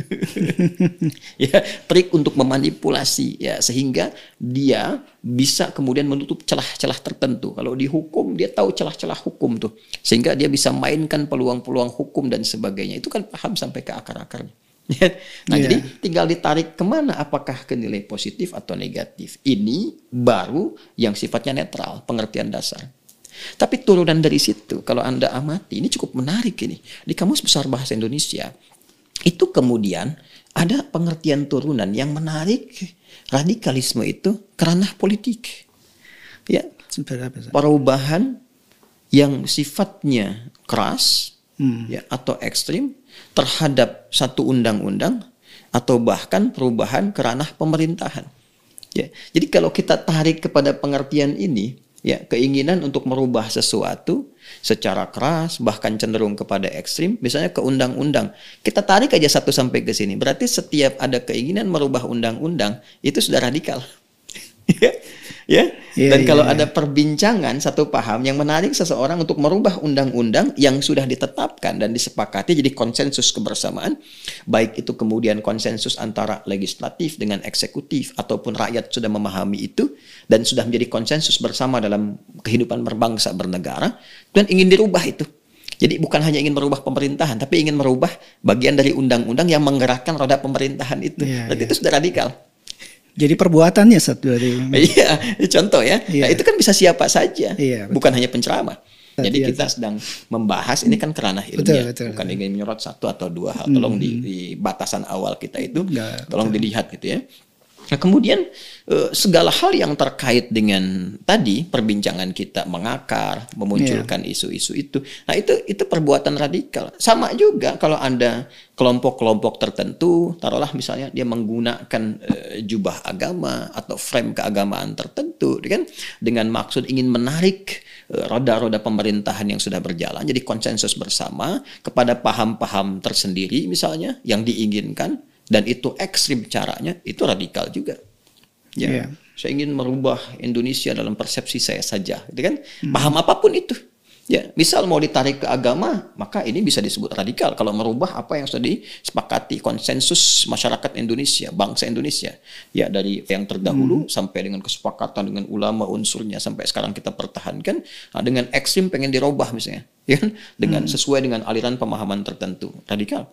Ya, trik untuk memanipulasi ya, sehingga dia bisa kemudian menutup celah-celah tertentu. Kalau dihukum dia tahu celah-celah hukum tuh, sehingga dia bisa mainkan peluang-peluang hukum dan sebagainya. Itu kan paham sampai ke akar-akarnya. Nah, yeah. Jadi tinggal ditarik kemana, apakah ke nilai positif atau negatif. Ini baru yang sifatnya netral, pengertian dasar. Tapi turunan dari situ, kalau Anda amati, ini cukup menarik ini. Di Kamus Besar Bahasa Indonesia, itu kemudian ada pengertian turunan yang menarik radikalisme itu ke ranah politik. Ya, perubahan yang sifatnya keras hmm. ya, atau ekstrim terhadap satu undang-undang atau bahkan perubahan ke ranah pemerintahan. Ya, jadi kalau kita tarik kepada pengertian ini, ya, keinginan untuk merubah sesuatu secara keras, bahkan cenderung kepada ekstrim, misalnya ke undang-undang. Kita tarik aja satu sampai ke sini. Berarti setiap ada keinginan merubah undang-undang, itu sudah radikal. Ya, yeah, dan yeah, kalau yeah. ada perbincangan satu paham yang menarik seseorang untuk merubah undang-undang yang sudah ditetapkan dan disepakati jadi konsensus kebersamaan, baik itu kemudian konsensus antara legislatif dengan eksekutif ataupun rakyat sudah memahami itu dan sudah menjadi konsensus bersama dalam kehidupan berbangsa bernegara dan ingin dirubah itu. Jadi bukan hanya ingin merubah pemerintahan, tapi ingin merubah bagian dari undang-undang yang menggerakkan roda pemerintahan itu. Yeah, Berarti yeah. itu sudah radikal. Jadi perbuatannya satu dari iya, contoh ya. Iya. Nah, itu kan bisa siapa saja, iya, bukan hanya penceramah. Jadi iya, kita sedang membahas ini kan kerana ilmiah, betul, betul, bukan betul. ingin menyorot satu atau dua hal. Tolong hmm. di, di batasan awal kita itu, Nggak, tolong betul. dilihat gitu ya. Nah, kemudian segala hal yang terkait dengan tadi perbincangan kita mengakar, memunculkan yeah. isu-isu itu. Nah, itu itu perbuatan radikal. Sama juga kalau Anda kelompok-kelompok tertentu, taruhlah misalnya dia menggunakan uh, jubah agama atau frame keagamaan tertentu, kan, dengan maksud ingin menarik uh, roda-roda pemerintahan yang sudah berjalan, jadi konsensus bersama kepada paham-paham tersendiri misalnya yang diinginkan. Dan itu ekstrim caranya, itu radikal juga. Ya, yeah. Saya ingin merubah Indonesia dalam persepsi saya saja, gitu kan? Hmm. Paham apapun itu. Ya, misal mau ditarik ke agama, maka ini bisa disebut radikal. Kalau merubah apa yang sudah disepakati konsensus masyarakat Indonesia, bangsa Indonesia, ya dari yang terdahulu hmm. sampai dengan kesepakatan dengan ulama unsurnya sampai sekarang kita pertahankan, nah, dengan ekstrim pengen dirubah misalnya, ya, dengan hmm. sesuai dengan aliran pemahaman tertentu, radikal.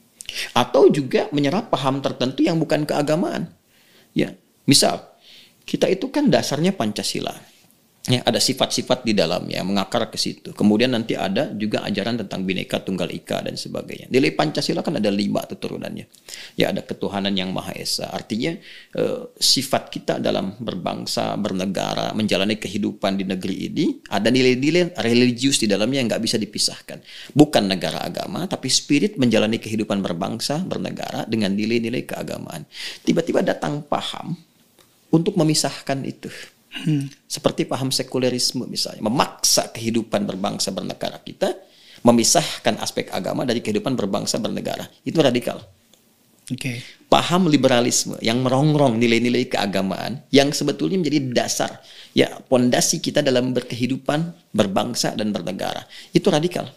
Atau juga menyerap paham tertentu yang bukan keagamaan. Ya, misal kita itu kan dasarnya Pancasila. Ya, ada sifat-sifat di dalamnya mengakar ke situ. Kemudian nanti ada juga ajaran tentang Bhinneka Tunggal Ika dan sebagainya. Nilai Pancasila kan ada lima turunannya. Ya, ada ketuhanan yang Maha Esa. Artinya eh, sifat kita dalam berbangsa, bernegara, menjalani kehidupan di negeri ini ada nilai-nilai religius di dalamnya yang nggak bisa dipisahkan. Bukan negara agama, tapi spirit menjalani kehidupan berbangsa, bernegara dengan nilai-nilai keagamaan. Tiba-tiba datang paham untuk memisahkan itu. Hmm. Seperti paham sekulerisme misalnya, memaksa kehidupan berbangsa bernegara kita, memisahkan aspek agama dari kehidupan berbangsa bernegara. Itu radikal. Okay. Paham liberalisme yang merongrong nilai-nilai keagamaan yang sebetulnya menjadi dasar, ya, pondasi kita dalam berkehidupan berbangsa dan bernegara. Itu radikal.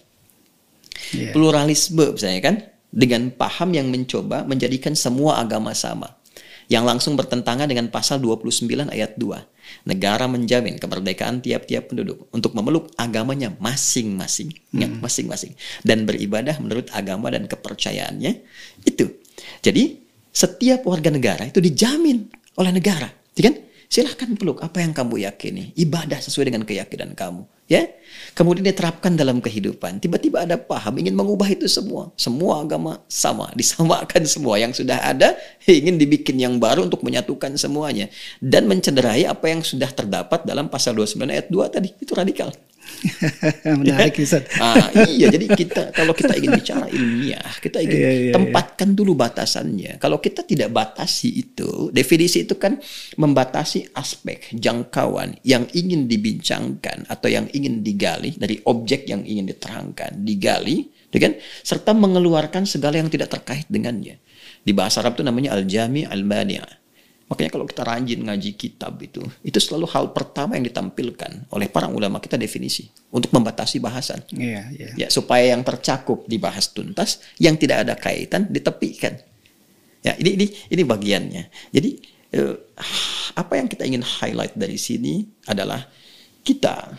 Yeah. Pluralisme misalnya kan, dengan paham yang mencoba menjadikan semua agama sama. yang langsung bertentangan dengan pasal dua puluh sembilan ayat dua. Negara menjamin kemerdekaan tiap-tiap penduduk untuk memeluk agamanya masing-masing, hmm. masing-masing, dan beribadah menurut agama dan kepercayaannya itu. Jadi setiap warga negara itu dijamin oleh negara, ya kan? Silahkan peluk apa yang kamu yakini, ibadah sesuai dengan keyakinan kamu, ya. Kemudian diterapkan dalam kehidupan. Tiba-tiba ada paham ingin mengubah itu semua. Semua agama sama, disamakan semua yang sudah ada, ingin dibikin yang baru untuk menyatukan semuanya dan mencederai apa yang sudah terdapat dalam pasal dua puluh sembilan ayat dua tadi. Itu radikal. Menarik, Ustaz. Ah, iya, jadi kita kalau kita ingin bicara ilmiah, kita ingin iya, iya, tempatkan dulu batasannya. Kalau kita tidak batasi itu, definisi itu kan membatasi aspek jangkauan yang ingin dibincangkan atau yang ingin digali dari objek yang ingin diterangkan, digali, kan? Serta mengeluarkan segala yang tidak terkait dengannya. Di bahasa Arab itu namanya al-jami' al-mani'. Makanya kalau kita rajin ngaji kitab itu, itu selalu hal pertama yang ditampilkan oleh para ulama kita definisi untuk membatasi bahasan. Iya, iya. Ya, supaya yang tercakup dibahas tuntas, yang tidak ada kaitan ditepikan. Ya, ini ini ini bagiannya. Jadi eh, apa yang kita ingin highlight dari sini adalah kita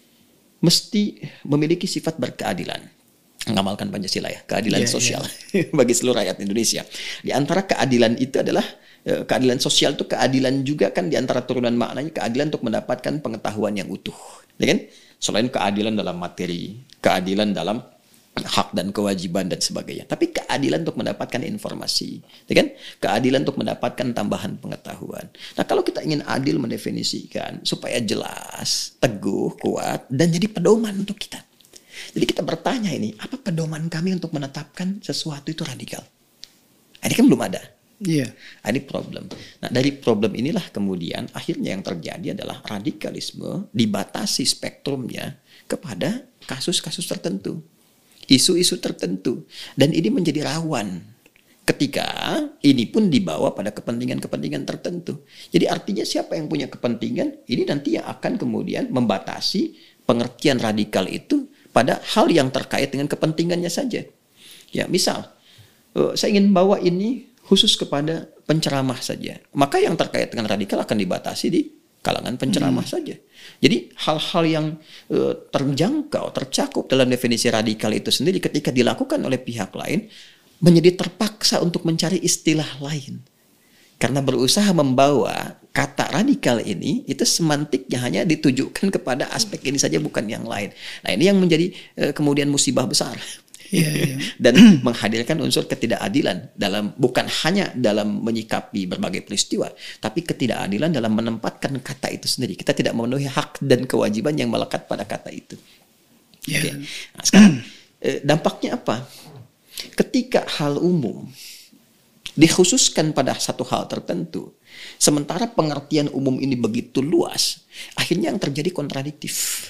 mesti memiliki sifat berkeadilan. Mengamalkan Pancasila ya, keadilan yeah, sosial yeah. bagi seluruh rakyat Indonesia. Di antara keadilan itu adalah keadilan sosial itu keadilan juga kan di antara turunan maknanya keadilan untuk mendapatkan pengetahuan yang utuh, ya kan? Selain keadilan dalam materi, keadilan dalam hak dan kewajiban dan sebagainya, tapi keadilan untuk mendapatkan informasi, ya kan? Keadilan untuk mendapatkan tambahan pengetahuan. Nah, kalau kita ingin adil mendefinisikan supaya jelas, teguh, kuat dan jadi pedoman untuk kita. Jadi kita bertanya ini, apa pedoman kami untuk menetapkan sesuatu itu radikal? Ini kan belum ada. Iya. Yeah. Ini problem. Nah, dari problem inilah kemudian akhirnya yang terjadi adalah radikalisme dibatasi spektrumnya kepada kasus-kasus tertentu, isu-isu tertentu, dan ini menjadi rawan ketika ini pun dibawa pada kepentingan-kepentingan tertentu. Jadi artinya siapa yang punya kepentingan ini nanti yang akan kemudian membatasi pengertian radikal itu pada hal yang terkait dengan kepentingannya saja. Ya, misal saya ingin bawa ini khusus kepada penceramah saja. Maka yang terkait dengan radikal akan dibatasi di kalangan penceramah hmm. saja. Jadi hal-hal yang uh, terjangkau, tercakup dalam definisi radikal itu sendiri ketika dilakukan oleh pihak lain menjadi terpaksa untuk mencari istilah lain. Karena berusaha membawa kata radikal ini itu semantiknya hanya ditujukan kepada aspek ini saja bukan yang lain. Nah, ini yang menjadi uh, kemudian musibah besar. Yeah, yeah. Dan menghadirkan unsur ketidakadilan dalam bukan hanya dalam menyikapi berbagai peristiwa, tapi ketidakadilan dalam menempatkan kata itu sendiri. Kita tidak memenuhi hak dan kewajiban yang melekat pada kata itu. Yeah. Okay. Nah, sekarang eh, dampaknya apa? Ketika hal umum dikhususkan pada satu hal tertentu, sementara pengertian umum ini begitu luas, akhirnya yang terjadi kontradiktif.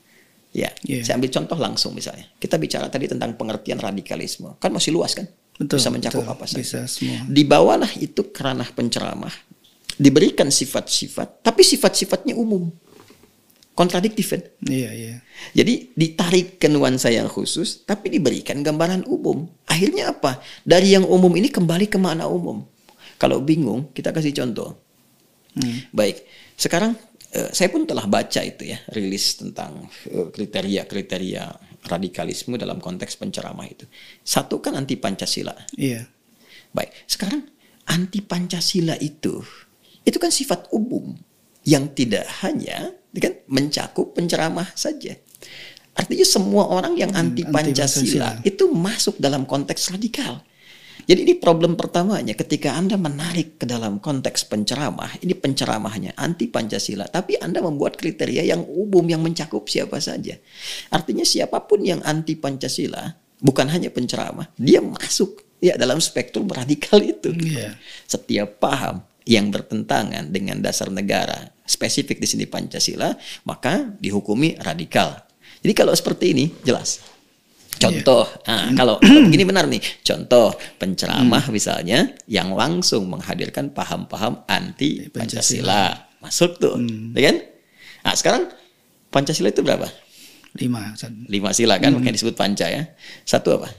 Ya, yeah. Saya ambil contoh langsung misalnya. Kita bicara tadi tentang pengertian radikalisme. Kan masih luas kan? Betul, bisa mencakup betul, apa saja. Bisa semua. Dibawalah itu ke ranah penceramah. Diberikan sifat-sifat, tapi sifat-sifatnya umum. Kontradiktif kan? Iya, iya. Jadi ditarik ke nuansa yang khusus, tapi diberikan gambaran umum. Akhirnya apa? Dari yang umum ini kembali ke makna umum. Kalau bingung, kita kasih contoh. Hmm. Baik, sekarang Uh, saya pun telah baca itu ya, rilis tentang uh, kriteria-kriteria radikalisme dalam konteks penceramah itu. Satu kan anti Pancasila. Iya. Baik, sekarang anti Pancasila itu, itu kan sifat umum yang tidak hanya kan, mencakup penceramah saja. Artinya semua orang yang anti Pancasila itu masuk dalam konteks radikal. Jadi ini problem pertamanya ketika Anda menarik ke dalam konteks penceramah, ini penceramahnya anti Pancasila, tapi Anda membuat kriteria yang umum yang mencakup siapa saja. Artinya siapapun yang anti Pancasila, bukan hanya penceramah, dia masuk ya dalam spektrum radikal itu. Yeah. Setiap paham yang bertentangan dengan dasar negara, spesifik di sini Pancasila, maka dihukumi radikal. Jadi kalau seperti ini jelas. Contoh, yeah. nah, kalau, kalau begini benar nih. Contoh penceramah hmm. misalnya yang langsung menghadirkan paham-paham anti Pancasila, masuk tuh, hmm. ya kan? Nah sekarang Pancasila itu berapa? Lima. Lima sila kan, hmm. makanya disebut Panca ya. Satu apa?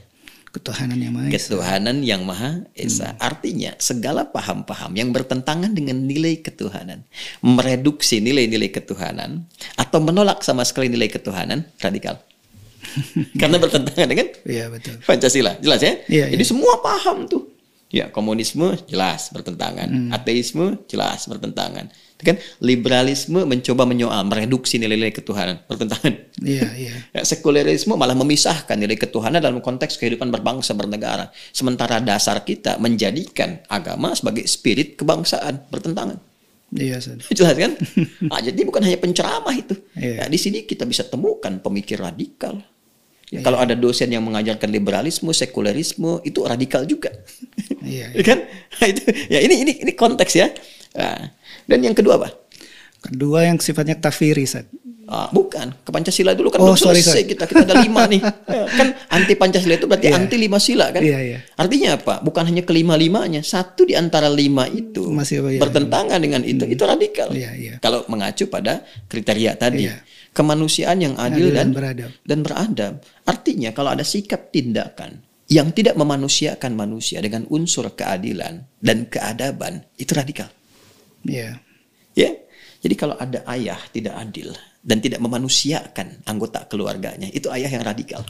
Ketuhanan yang Maha Esa. Ketuhanan yang Maha Esa. Hmm. Artinya segala paham-paham yang bertentangan dengan nilai ketuhanan, mereduksi nilai-nilai ketuhanan atau menolak sama sekali nilai ketuhanan, radikal. Karena bertentangan dengan ya, betul. Pancasila. Jelas ya? Ya, Jadi ya. semua paham tuh. Ya, komunisme jelas bertentangan, hmm. ateisme jelas bertentangan. Kan liberalisme mencoba menyoal, mereduksi nilai-nilai ketuhanan, bertentangan. Iya, iya. Ya, sekulerisme malah memisahkan nilai ketuhanan dalam konteks kehidupan berbangsa bernegara. Sementara dasar kita menjadikan agama sebagai spirit kebangsaan, bertentangan. Iya, San. Jelas kan? Nah, jadi bukan hanya penceramah itu. Iya. Ya, di sini kita bisa temukan pemikir radikal. Ya, iya. Kalau ada dosen yang mengajarkan liberalisme, sekulerisme, itu radikal juga. Iya, iya. Kan? Nah, itu, ya ini ini ini konteks ya. Nah, dan yang kedua apa? Kedua yang sifatnya kafiri, San. Ah, bukan, ke Pancasila dulu kan Oh, belum sorry, selesai sorry. kita kita ada lima nih. Ya, kan anti Pancasila itu berarti Iya. anti lima sila kan? Iya, iya. Artinya apa? Bukan hanya kelima limanya, satu di antara lima itu Masih apa, iya. bertentangan dengan itu, itu radikal. Iya, iya. Kalau mengacu pada kriteria tadi, Iya. kemanusiaan yang adil, Adil dan dan beradab. dan beradab. Artinya kalau ada sikap tindakan yang tidak memanusiakan manusia dengan unsur keadilan dan keadaban, itu radikal. Iya. Ya, jadi kalau ada ayah tidak adil dan tidak memanusiakan anggota keluarganya, itu ayah yang radikal.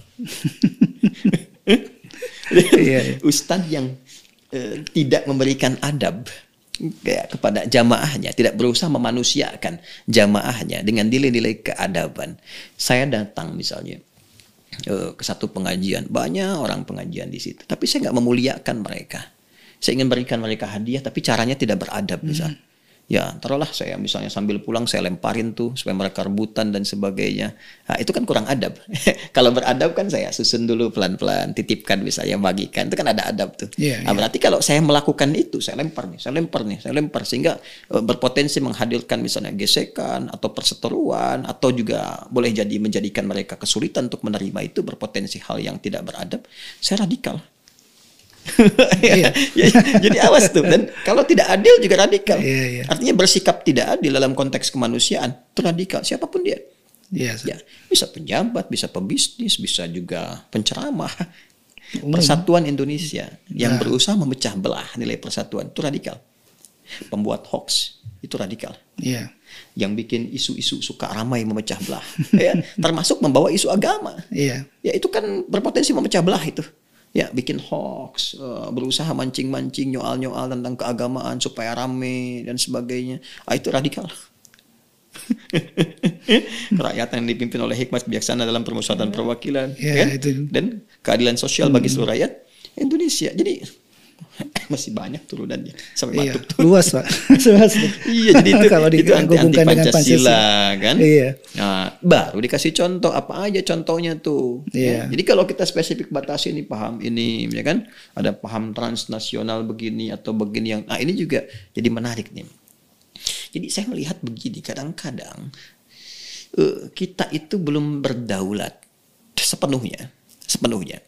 Iya, iya. Ustadz yang eh, tidak memberikan adab kayak kepada jamaahnya, tidak berusaha memanusiakan jamaahnya dengan nilai-nilai keadaban. Saya datang misalnya eh, ke satu pengajian, banyak orang pengajian di situ, tapi saya nggak memuliakan mereka. Saya ingin berikan mereka hadiah, tapi caranya tidak beradab misalnya. Ya, taruhlah saya misalnya sambil pulang saya lemparin tuh supaya mereka rebutan dan sebagainya. Nah, itu kan kurang adab. Kalau beradab kan saya susun dulu pelan-pelan, titipkan misalnya, bagikan. Itu kan ada adab tuh. Yeah, nah, yeah. berarti kalau saya melakukan itu, saya lempar nih, saya lempar nih, saya lempar. Sehingga e, berpotensi menghadirkan misalnya gesekan atau perseteruan. Atau juga boleh jadi menjadikan mereka kesulitan untuk menerima itu, berpotensi hal yang tidak beradab. Saya radikal. ya, ya, jadi awas tuh. Dan kalau tidak adil juga radikal. Iya, iya. Artinya bersikap tidak adil dalam konteks kemanusiaan itu radikal, siapapun dia. Iya, Ya, bisa pejabat, bisa pebisnis, bisa juga penceramah. Umum. Persatuan Indonesia yang Nah. berusaha memecah belah nilai persatuan itu radikal. Pembuat hoax itu radikal. Iya. Yang bikin isu-isu suka ramai memecah belah, ya, termasuk membawa isu agama. Iya. Ya, itu kan berpotensi memecah belah itu. Ya, bikin hoax, uh, berusaha mancing-mancing, nyoal-nyoal tentang keagamaan supaya rame dan sebagainya. Ah, itu radikal. Rakyat yang dipimpin oleh hikmat bijaksana dalam permusyawaratan perwakilan, Ya, kan? itu. Dan keadilan sosial bagi seluruh rakyat Indonesia. Jadi masih banyak turunannya sampai Iya. batuk tuh. Luas, Pak. Luas. Iya, jadi itu, Kalau itu anti, anti digabungkan dengan Pancasila, kan? Iya. Nah, baru dikasih contoh apa aja contohnya tuh. Iya. Ya. Jadi kalau kita spesifik batasi ini paham ini, ya kan? Ada paham transnasional begini atau begini yang, nah ini juga jadi menarik nih. Jadi saya melihat begini, kadang-kadang uh, kita itu belum berdaulat sepenuhnya, sepenuhnya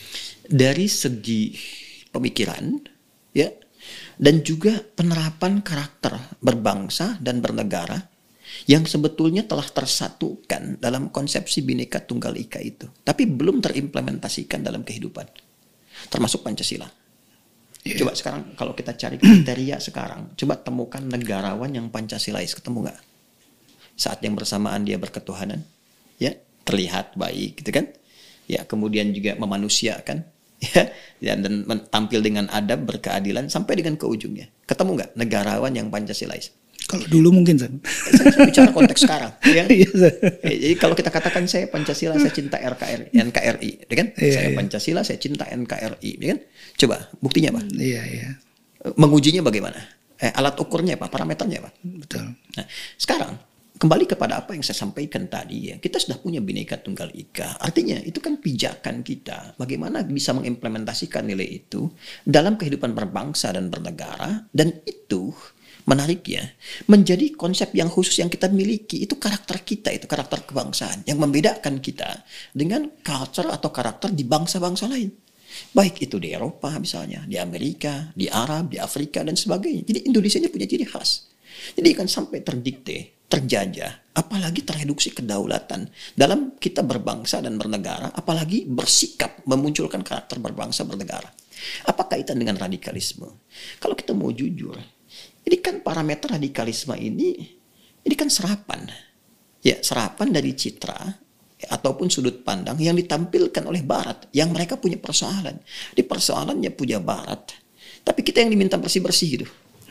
dari segi pemikiran, ya, dan juga penerapan karakter berbangsa dan bernegara yang sebetulnya telah tersatukan dalam konsepsi Bhinneka Tunggal Ika itu, tapi belum terimplementasikan dalam kehidupan, termasuk Pancasila. Yeah. Coba sekarang kalau kita cari kriteria sekarang, coba temukan negarawan yang Pancasilais, ketemu nggak? Saat yang bersamaan dia berketuhanan, ya, terlihat baik, gitu kan? Ya, kemudian juga memanusiakan, ya, dan tampil dengan adab, berkeadilan sampai dengan ke ujungnya. Ketemu nggak negarawan yang Pancasilais? Kalau dulu mungkin, San. Saya, saya bicara konteks sekarang, ya. Iya, San. Ya, jadi kalau kita katakan saya Pancasila, saya cinta R K R I, N K R I, ya kan? Iya, Saya iya. Pancasila, saya cinta N K R I, ya kan? Coba buktinya apa? Iya, iya. Mengujinya bagaimana? Eh, alat ukurnya apa? Parameternya apa? Betul. Nah, sekarang kembali kepada apa yang saya sampaikan tadi, ya. Kita sudah punya Bhinneka Tunggal Ika. Artinya itu kan pijakan kita. Bagaimana bisa mengimplementasikan nilai itu dalam kehidupan berbangsa dan bernegara, dan itu menariknya menjadi konsep yang khusus yang kita miliki. Itu karakter kita, itu karakter kebangsaan yang membedakan kita dengan culture atau karakter di bangsa-bangsa lain. Baik itu di Eropa misalnya, di Amerika, di Arab, di Afrika dan sebagainya. Jadi Indonesia ini punya ciri khas. Jadi kan sampai terdikte, terjajah apalagi tereduksi kedaulatan dalam kita berbangsa dan bernegara, apalagi bersikap memunculkan karakter berbangsa bernegara. Apa kaitan dengan radikalisme? Kalau kita mau jujur, ini kan parameter radikalisme ini, ini kan serapan, ya serapan dari citra ataupun sudut pandang yang ditampilkan oleh Barat, yang mereka punya persoalan. Di persoalannya punya Barat, tapi kita yang diminta bersih-bersih gitu.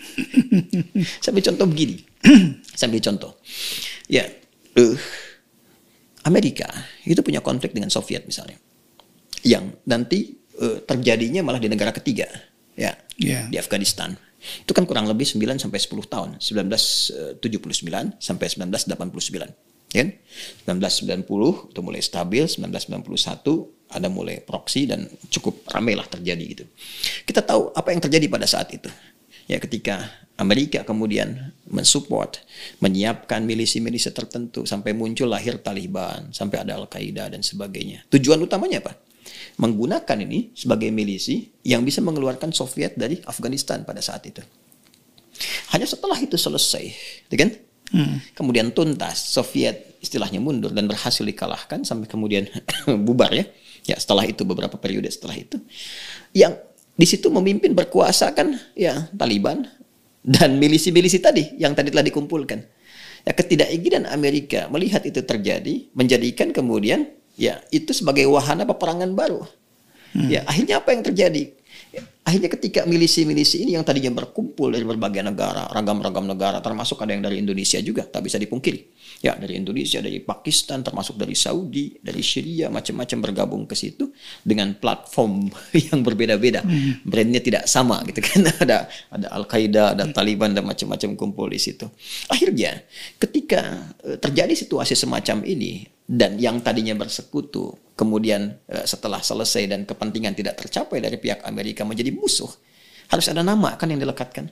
Sampai contoh begini, sampai contoh, ya uh, Amerika itu punya konflik dengan Soviet misalnya, yang nanti uh, terjadinya malah di negara ketiga, ya, yeah. Di Afghanistan. Itu kan kurang lebih sembilan sampai sepuluh tahun, sembilan belas tujuh puluh sembilan sampai sembilan belas delapan puluh sembilan. Kan? sembilan belas sembilan puluh itu mulai stabil, sembilan belas sembilan puluh satu ada mulai proksi dan cukup ramai lah terjadi gitu. Kita tahu apa yang terjadi pada saat itu. Ya, ketika Amerika kemudian mensupport, menyiapkan milisi-milisi tertentu sampai muncul lahir Taliban, sampai ada Al-Qaeda dan sebagainya. Tujuan utamanya apa? Menggunakan ini sebagai milisi yang bisa mengeluarkan Soviet dari Afghanistan pada saat itu. Hanya setelah itu selesai, kan? Hmm. Kemudian tuntas, Soviet istilahnya mundur dan berhasil dikalahkan sampai kemudian bubar ya. Ya setelah itu beberapa periode setelah itu, yang di situ memimpin berkuasa kan ya Taliban dan milisi-milisi tadi yang tadi telah dikumpulkan. Ya ketidakinginan Amerika melihat itu terjadi menjadikan kemudian ya itu sebagai wahana peperangan baru. Hmm. Ya akhirnya apa yang terjadi? Ya, akhirnya ketika milisi-milisi ini yang tadinya berkumpul dari berbagai negara, ragam-ragam negara, termasuk ada yang dari Indonesia juga, tak bisa dipungkiri. Ya dari Indonesia, dari Pakistan, termasuk dari Saudi, dari Syria, macam-macam bergabung ke situ dengan platform yang berbeda-beda. Hmm. Brandnya tidak sama gitu kan. Ada ada Al-Qaeda, ada Taliban dan macam-macam kumpul di situ. Akhirnya ketika uh, terjadi situasi semacam ini dan yang tadinya bersekutu kemudian uh, setelah selesai dan kepentingan tidak tercapai dari pihak Amerika menjadi musuh, harus ada nama kan yang dilekatkan.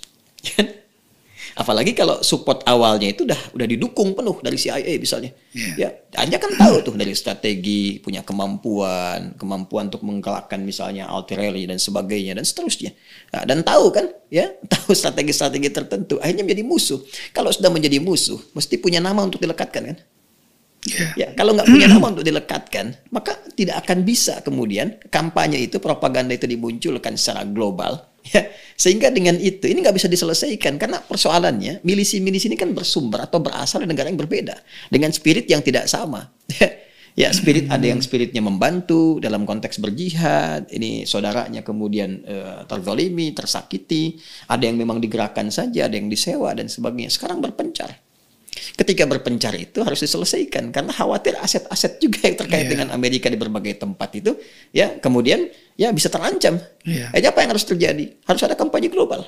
Apalagi kalau support awalnya itu udah udah didukung penuh dari C I A misalnya. Yeah. Ya, Anda kan tahu tuh dari strategi, punya kemampuan, kemampuan untuk menggalakkan misalnya Al-Tireli dan sebagainya dan seterusnya. Nah, dan tahu kan, ya, tahu strategi-strategi tertentu, akhirnya menjadi musuh. Kalau sudah menjadi musuh, mesti punya nama untuk dilekatkan kan? Yeah. Ya, kalau nggak punya nama untuk dilekatkan, maka tidak akan bisa kemudian kampanye itu, propaganda itu dimunculkan secara global. Ya, sehingga dengan itu ini nggak bisa diselesaikan karena persoalannya milisi-milisi ini kan bersumber atau berasal dari negara yang berbeda dengan spirit yang tidak sama. Ya, spirit ada yang spiritnya membantu dalam konteks berjihad, ini saudaranya kemudian uh, terzalimi, tersakiti, ada yang memang digerakkan saja, ada yang disewa dan sebagainya. Sekarang berpencar. Ketika berpencar itu harus diselesaikan karena khawatir aset-aset juga yang terkait yeah. dengan Amerika di berbagai tempat itu ya kemudian ya bisa terancam. Yeah. Jadi apa yang harus terjadi? Harus ada kampanye global.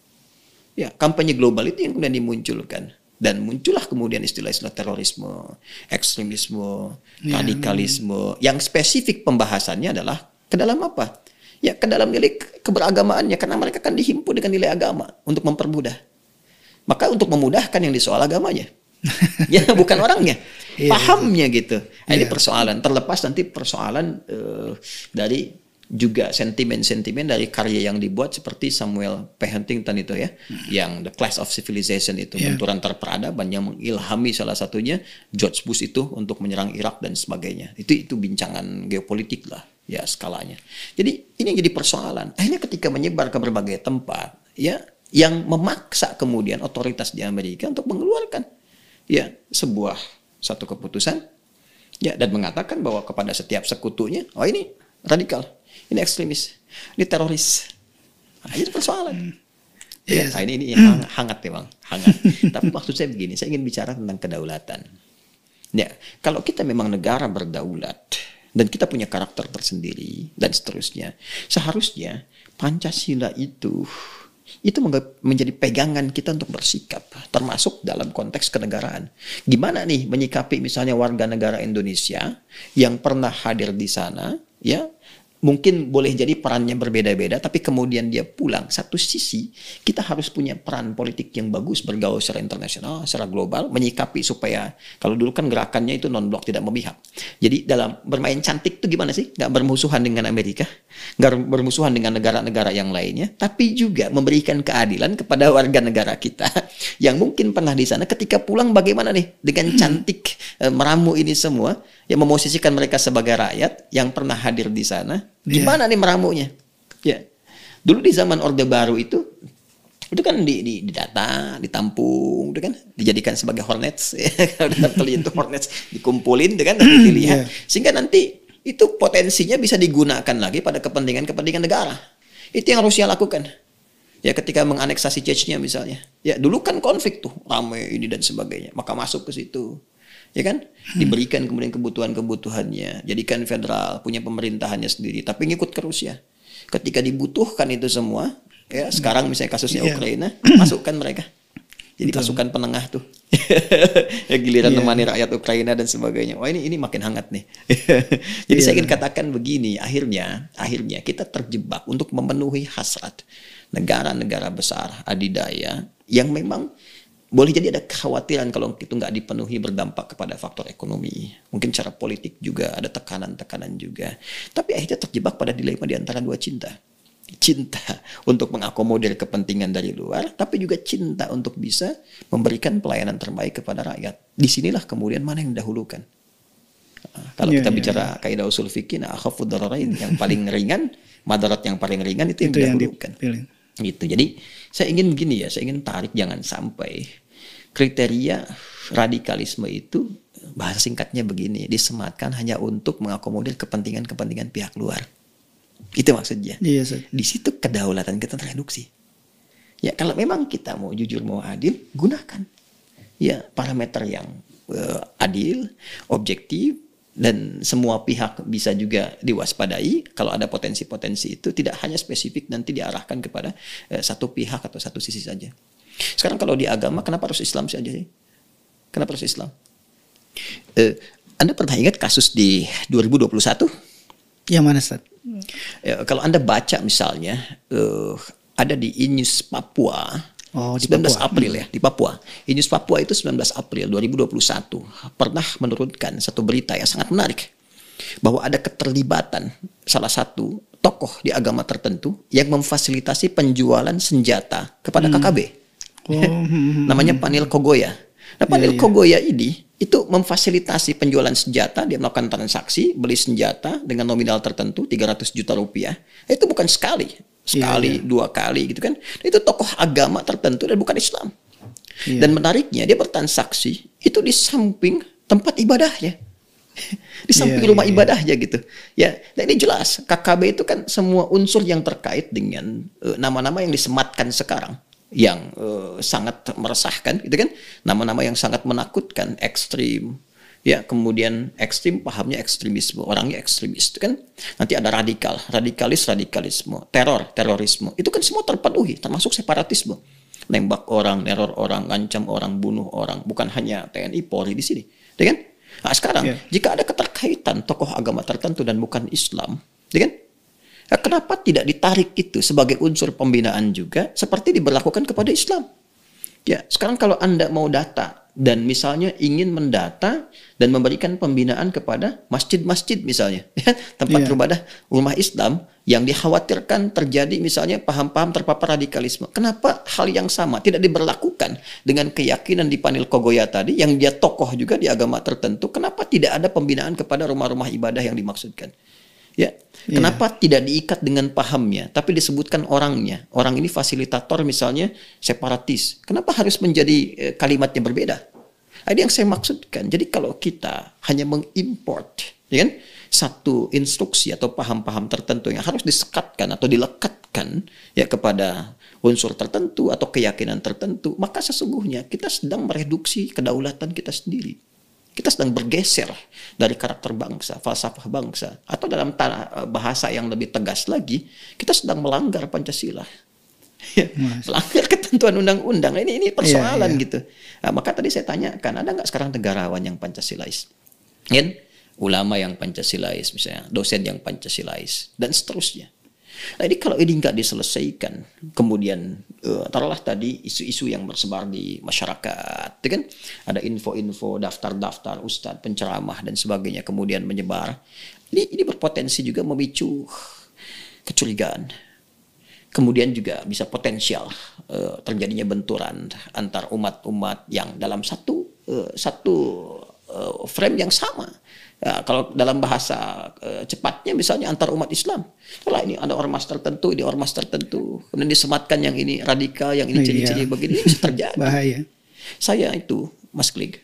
Ya, kampanye global itu yang kemudian dimunculkan dan muncullah kemudian istilah-istilah terorisme, ekstremisme, yeah. radikalisme yang spesifik pembahasannya adalah ke dalam apa? Ya, ke dalam nilai keberagamaannya karena mereka kan dihimpun dengan nilai agama untuk mempermudah. Maka untuk memudahkan yang di soal agamanya. Ya bukan orangnya, pahamnya gitu. Nah, ini persoalan terlepas nanti persoalan uh, dari juga sentimen-sentimen dari karya yang dibuat seperti Samuel P. Huntington itu ya, hmm. yang The Clash of Civilization itu yeah. benturan terperadaban yang mengilhami salah satunya George Bush itu untuk menyerang Irak dan sebagainya. Itu itu bincangan geopolitik lah ya skalanya. Jadi ini jadi persoalan. Akhirnya ketika menyebar ke berbagai tempat ya yang memaksa kemudian otoritas di Amerika untuk mengeluarkan ya sebuah satu keputusan ya dan mengatakan bahwa kepada setiap sekutunya oh ini radikal, ini ekstremis, ini teroris. Nah, itu persoalan. Ya, nah, ini ini yang hangat ya bang, hangat. Tapi maksud saya begini, saya ingin bicara tentang kedaulatan. Ya, kalau kita memang negara berdaulat dan kita punya karakter tersendiri dan seterusnya, seharusnya Pancasila itu itu menjadi pegangan kita untuk bersikap, termasuk dalam konteks kenegaraan. Gimana nih menyikapi misalnya warga negara Indonesia yang pernah hadir di sana, ya mungkin boleh jadi perannya berbeda-beda, tapi kemudian dia pulang. Satu sisi, kita harus punya peran politik yang bagus, bergaul secara internasional, secara global, menyikapi supaya, kalau dulu kan gerakannya itu non-blok, tidak memihak. Jadi dalam bermain cantik itu gimana sih? Nggak bermusuhan dengan Amerika, nggak bermusuhan dengan negara-negara yang lainnya, tapi juga memberikan keadilan kepada warga negara kita yang mungkin pernah di sana. Ketika pulang bagaimana nih dengan cantik e, meramu ini semua, yang memosisikan mereka sebagai rakyat yang pernah hadir di sana. Gimana yeah. nih meramunya? Ya, dulu di zaman Orde Baru itu, itu kan di, di, didata, ditampung, itu kan dijadikan sebagai Hornets. Kalau dalam itu Hornets dikumpulin, itu kan nanti dilihat, yeah. sehingga nanti itu potensinya bisa digunakan lagi pada kepentingan-kepentingan negara. Itu yang Rusia lakukan. Ya, ketika menganeksasi Chechnya misalnya. Ya, dulu kan konflik tuh, ramai ini dan sebagainya. Maka masuk ke situ. Ya kan? Diberikan kemudian kebutuhan-kebutuhannya, jadikan federal, punya pemerintahannya sendiri, tapi ngikut ke Rusia. Ketika dibutuhkan itu semua, ya sekarang misalnya kasusnya yeah. Ukraina, masukkan mereka. Jadi betul. Pasukan penengah tuh. Ya giliran yeah. temani rakyat Ukraina dan sebagainya. Wah, ini ini makin hangat nih. Jadi yeah. saya ingin katakan begini, akhirnya akhirnya kita terjebak untuk memenuhi hasrat negara-negara besar adidaya yang memang boleh jadi ada kekhawatiran kalau itu nggak dipenuhi berdampak kepada faktor ekonomi. Mungkin secara politik juga ada tekanan-tekanan juga. Tapi akhirnya terjebak pada dilema di antara dua cinta. Cinta untuk mengakomodir kepentingan dari luar, tapi juga cinta untuk bisa memberikan pelayanan terbaik kepada rakyat. Disinilah kemudian mana yang didahulukan. Nah, kalau yeah, kita yeah, bicara yeah. kaidah usul fikih, nah, akhafud dararain, yang paling ringan, madarat yang paling ringan itu yang itu didahulukan. Yang gitu. Jadi saya ingin begini ya, saya ingin tarik jangan sampai kriteria radikalisme itu, bahasa singkatnya begini, disematkan hanya untuk mengakomodir kepentingan-kepentingan pihak luar. Itu maksudnya. Iya, di situ kedaulatan kita tereduksi. Ya, kalau memang kita mau jujur, mau adil, gunakan ya parameter yang uh, adil, objektif, dan semua pihak bisa juga diwaspadai. Kalau ada potensi-potensi itu tidak hanya spesifik nanti diarahkan kepada uh, satu pihak atau satu sisi saja. Sekarang kalau di agama, kenapa harus Islam saja sih? Kenapa harus Islam? Uh, Anda pernah ingat kasus di dua ribu dua puluh satu? Yang mana, Ustaz? Ya, kalau Anda baca misalnya, uh, ada di I-News Papua, oh, di sembilan belas Papua. April ya, di Papua. I-News Papua itu sembilan belas April dua ribu dua puluh satu pernah menurunkan satu berita yang sangat menarik. Bahwa ada keterlibatan salah satu tokoh di agama tertentu yang memfasilitasi penjualan senjata kepada hmm. K K B. Oh. Namanya Panil Kogoya. Nah, Panil yeah, Kogoya yeah. ini itu memfasilitasi penjualan senjata, dia melakukan transaksi beli senjata dengan nominal tertentu tiga ratus juta rupiah. Itu bukan sekali, sekali, yeah, yeah. dua kali gitu kan. Itu tokoh agama tertentu dan bukan Islam. Yeah. Dan menariknya dia bertransaksi itu di samping tempat ibadahnya. Di samping yeah, rumah yeah, ibadahnya yeah. gitu. Ya, nah ini jelas K K B itu kan semua unsur yang terkait dengan uh, nama-nama yang disematkan sekarang. Yang uh, sangat meresahkan, gitu kan? Nama-nama yang sangat menakutkan, ekstrim, ya kemudian ekstrim pahamnya ekstremisme, orangnya ekstremis, itu kan? Nanti ada radikal, radikalis, radikalisme, teror, terorisme, itu kan semua terpenuhi, termasuk separatisme, nembak orang, neror orang, ngancam orang, bunuh orang, bukan hanya T N I Polri di sini, ya kan? Nah sekarang yeah. jika ada keterkaitan tokoh agama tertentu dan bukan Islam, ya kan? Nah, kenapa tidak ditarik itu sebagai unsur pembinaan juga seperti diberlakukan kepada Islam? Ya, sekarang kalau Anda mau data dan misalnya ingin mendata dan memberikan pembinaan kepada masjid-masjid misalnya, ya, tempat yeah. beribadah rumah Islam yang dikhawatirkan terjadi misalnya paham-paham terpapar radikalisme. Kenapa hal yang sama tidak diberlakukan dengan keyakinan di Panil Kogoya tadi yang dia tokoh juga di agama tertentu? Kenapa tidak ada pembinaan kepada rumah-rumah ibadah yang dimaksudkan? Ya, yeah. Kenapa tidak diikat dengan pahamnya, tapi disebutkan orangnya? Orang ini fasilitator misalnya separatis. Kenapa harus menjadi eh, kalimatnya berbeda? Ini yang saya maksudkan. Jadi kalau kita hanya mengimport, ya kan, satu instruksi atau paham-paham tertentu yang harus disekatkan atau dilekatkan ya kepada unsur tertentu atau keyakinan tertentu, maka sesungguhnya kita sedang mereduksi kedaulatan kita sendiri. Kita sedang bergeser dari karakter bangsa, falsafah bangsa. Atau dalam tanah, bahasa yang lebih tegas lagi, kita sedang melanggar Pancasila. Melanggar ketentuan undang-undang. Ini ini persoalan yeah, yeah. gitu. Nah, maka tadi saya tanyakan, ada nggak sekarang negarawan yang Pancasilais? Kan? ulama yang Pancasilais misalnya, dosen yang Pancasilais, dan seterusnya. Nah ini kalau ini nggak diselesaikan, kemudian uh, taruhlah tadi isu-isu yang bersebar di masyarakat, ya kan? Ada info-info, daftar-daftar ustadz, penceramah dan sebagainya kemudian menyebar. Ini, ini berpotensi juga memicu kecurigaan. Kemudian juga bisa potensial uh, terjadinya benturan antar umat-umat yang dalam satu uh, satu uh, frame yang sama. Ya, kalau dalam bahasa uh, cepatnya misalnya antar umat Islam, kalau ini ada ormas tertentu, ini ormas tertentu, kemudian disematkan yang ini radikal, yang ini ciri-ciri iya. begini, ini bisa terjadi. Bahaya. Saya itu, Mas Klik,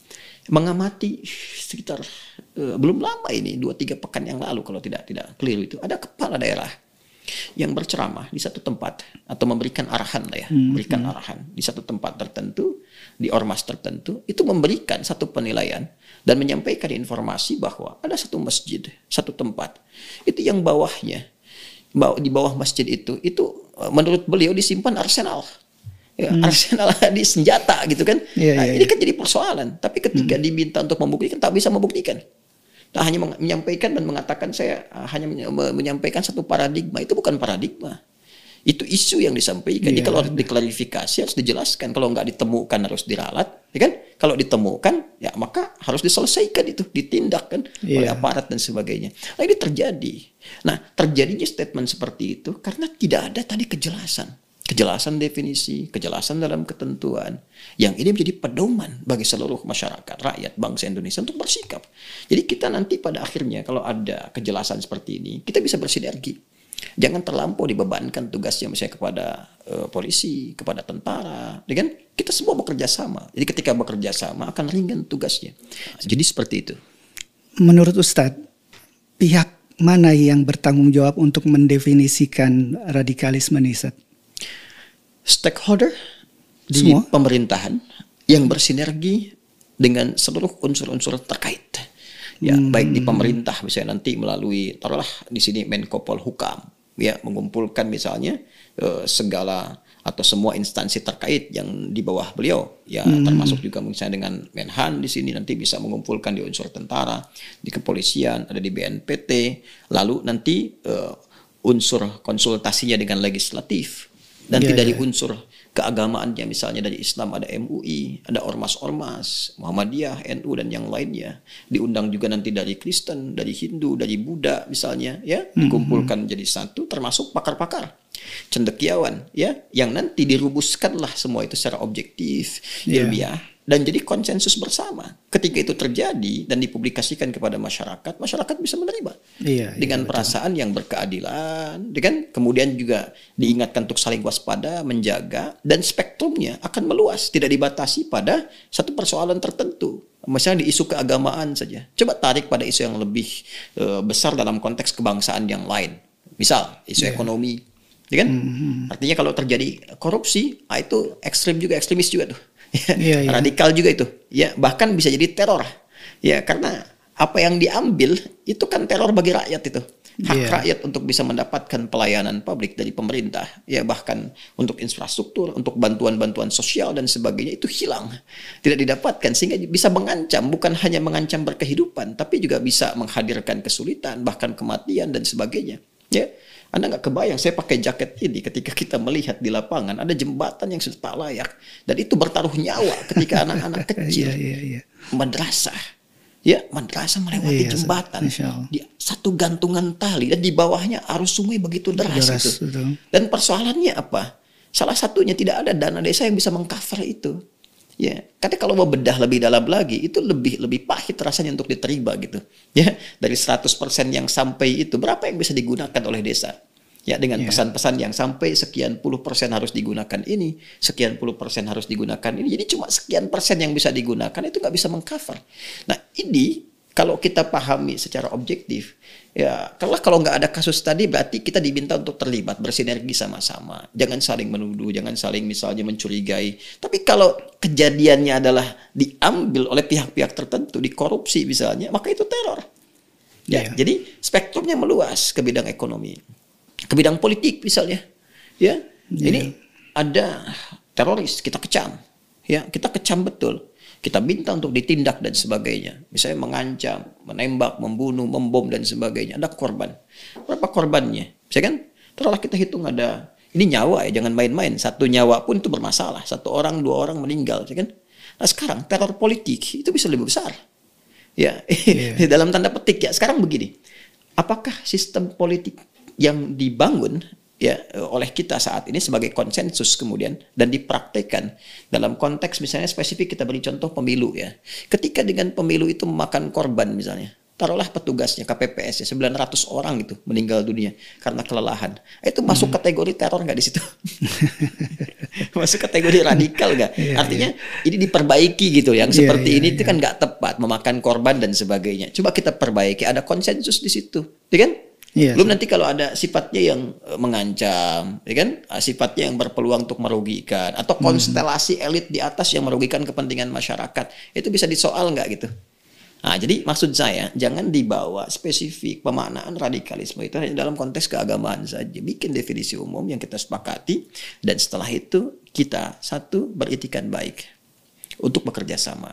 mengamati sekitar uh, belum lama ini, dua tiga pekan yang lalu kalau tidak tidak keliru itu, ada kepala daerah yang berceramah di satu tempat atau memberikan arahan lah ya, hmm, memberikan hmm. arahan di satu tempat tertentu, di ormas tertentu, itu memberikan satu penilaian dan menyampaikan informasi bahwa ada satu masjid, satu tempat, itu yang bawahnya, di bawah masjid itu, itu menurut beliau disimpan arsenal, ya, hmm. arsenal di senjata gitu kan, yeah, nah, yeah, ini yeah. kan jadi persoalan. Tapi ketika hmm. diminta untuk membuktikan, tak bisa membuktikan. Nah, hanya menyampaikan dan mengatakan saya uh, hanya menyampaikan satu paradigma, itu bukan paradigma. Itu isu yang disampaikan. Yeah. Jadi kalau harus diklarifikasi, harus dijelaskan. Kalau nggak ditemukan harus diralat, ya kan? Kalau ditemukan, ya maka harus diselesaikan itu, ditindak kan yeah. oleh aparat dan sebagainya. Nah ini terjadi. Nah terjadinya statement seperti itu karena tidak ada tadi kejelasan. Kejelasan definisi, kejelasan dalam ketentuan. Yang ini menjadi pedoman bagi seluruh masyarakat, rakyat, bangsa Indonesia untuk bersikap. Jadi kita nanti pada akhirnya kalau ada kejelasan seperti ini, kita bisa bersinergi. Jangan terlampau dibebankan tugasnya misalnya kepada uh, polisi, kepada tentara. Ya kan? Kita semua bekerja sama. Jadi ketika bekerja sama akan ringan tugasnya. Jadi seperti itu. Menurut Ustadz, pihak mana yang bertanggung jawab untuk mendefinisikan radikalisme nih, Ustadz? Stakeholder di semua pemerintahan yang bersinergi dengan seluruh unsur-unsur terkait. Ya, hmm. baik di pemerintah misalnya nanti melalui taruhlah di sini Menko Polhukam ya mengumpulkan misalnya eh, segala atau semua instansi terkait yang di bawah beliau ya hmm. termasuk juga misalnya dengan Menhan di sini nanti bisa mengumpulkan di unsur tentara, di kepolisian, ada di B N P T, lalu nanti eh, unsur konsultasinya dengan legislatif. Nanti yeah, dari yeah. unsur keagamaannya misalnya dari Islam ada M U I, ada ormas-ormas, Muhammadiyah, N U dan yang lainnya. Diundang juga nanti dari Kristen, dari Hindu, dari Buddha misalnya ya, dikumpulkan mm-hmm. jadi satu termasuk pakar-pakar, cendekiawan ya, yang nanti dirumuskanlah semua itu secara objektif, yeah. ilmiah dan jadi konsensus bersama. Ketika itu terjadi dan dipublikasikan kepada masyarakat, masyarakat bisa menerima iya, dengan iya, perasaan betul. Yang berkeadilan, kan? Kemudian juga diingatkan untuk saling waspada, menjaga, dan spektrumnya akan meluas, tidak dibatasi pada satu persoalan tertentu. Misalnya di isu keagamaan saja. Coba tarik pada isu yang lebih uh, besar dalam konteks kebangsaan yang lain. Misal isu yeah. ekonomi, ya kan? Mm-hmm. Artinya kalau terjadi korupsi, ah, itu ekstrim juga, ekstremis juga tuh. Ya, ya. Radikal juga itu, ya bahkan bisa jadi teror, ya karena apa yang diambil itu kan teror bagi rakyat itu, hak yeah. rakyat untuk bisa mendapatkan pelayanan publik dari pemerintah, ya bahkan untuk infrastruktur, untuk bantuan-bantuan sosial dan sebagainya itu hilang, tidak didapatkan sehingga bisa mengancam, bukan hanya mengancam berkehidupan, tapi juga bisa menghadirkan kesulitan, bahkan kematian dan sebagainya, ya. Anda nggak kebayang, saya pakai jaket ini ketika kita melihat di lapangan ada jembatan yang sudah tak layak dan itu bertaruh nyawa ketika anak-anak kecil yeah, yeah, yeah. madrasah, ya madrasah melewati yeah, jembatan di satu gantungan tali dan di bawahnya arus sungai begitu deras, deras itu. Betul. Dan persoalannya apa? Salah satunya tidak ada dana desa yang bisa mengcover itu. Ya, karena kalau mau bedah lebih dalam lagi itu lebih lebih pahit rasanya untuk diterima gitu. Ya, dari seratus persen yang sampai itu berapa yang bisa digunakan oleh desa? Ya, dengan yeah. pesan-pesan yang sampai sekian puluh persen harus digunakan ini, sekian puluh persen harus digunakan ini. Jadi cuma sekian persen yang bisa digunakan itu nggak bisa mengcover. Nah, ini kalau kita pahami secara objektif, ya kalau kalau nggak ada kasus tadi berarti kita diminta untuk terlibat, bersinergi sama-sama. Jangan saling menuduh, jangan saling misalnya mencurigai. Tapi kalau kejadiannya adalah diambil oleh pihak-pihak tertentu, dikorupsi misalnya, maka itu teror. Ya, yeah. Jadi spektrumnya meluas ke bidang ekonomi, ke bidang politik misalnya. Ya, yeah. Ini ada teroris kita kecam, ya kita kecam betul. kita minta untuk ditindak dan sebagainya. Misalnya mengancam, menembak, membunuh, membom dan sebagainya. Ada korban. Berapa korbannya? Misalnya kan, telah kita hitung ada, ini nyawa ya, jangan main-main. Satu nyawa pun itu bermasalah. Satu orang, dua orang meninggal. Misalnya kan? Nah sekarang teror politik itu bisa lebih besar. Ya, yeah. Dalam tanda petik ya. Sekarang begini, apakah sistem politik yang dibangun ya oleh kita saat ini sebagai konsensus kemudian dan dipraktekkan dalam konteks misalnya spesifik, kita beri contoh pemilu ya. Ketika dengan pemilu itu memakan korban misalnya, taruhlah petugasnya K P P S ya sembilan ratus orang gitu meninggal dunia karena kelelahan. Itu masuk hmm. kategori teror nggak di situ? Masuk kategori radikal nggak? Yeah, Artinya yeah. ini diperbaiki gitu. Yang seperti yeah, yeah, ini itu yeah. kan nggak tepat, memakan korban dan sebagainya. Coba kita perbaiki, ada konsensus di situ, ya kan? Yes. Belum nanti kalau ada sifatnya yang mengancam, ya kan? Sifatnya yang berpeluang untuk merugikan, atau konstelasi hmm. elit di atas yang merugikan kepentingan masyarakat, itu bisa disoal nggak gitu? Nah, jadi maksud saya jangan dibawa spesifik pemaknaan radikalisme itu hanya dalam konteks keagamaan saja. Bikin definisi umum yang kita sepakati, dan setelah itu kita satu beritikan baik untuk bekerja sama,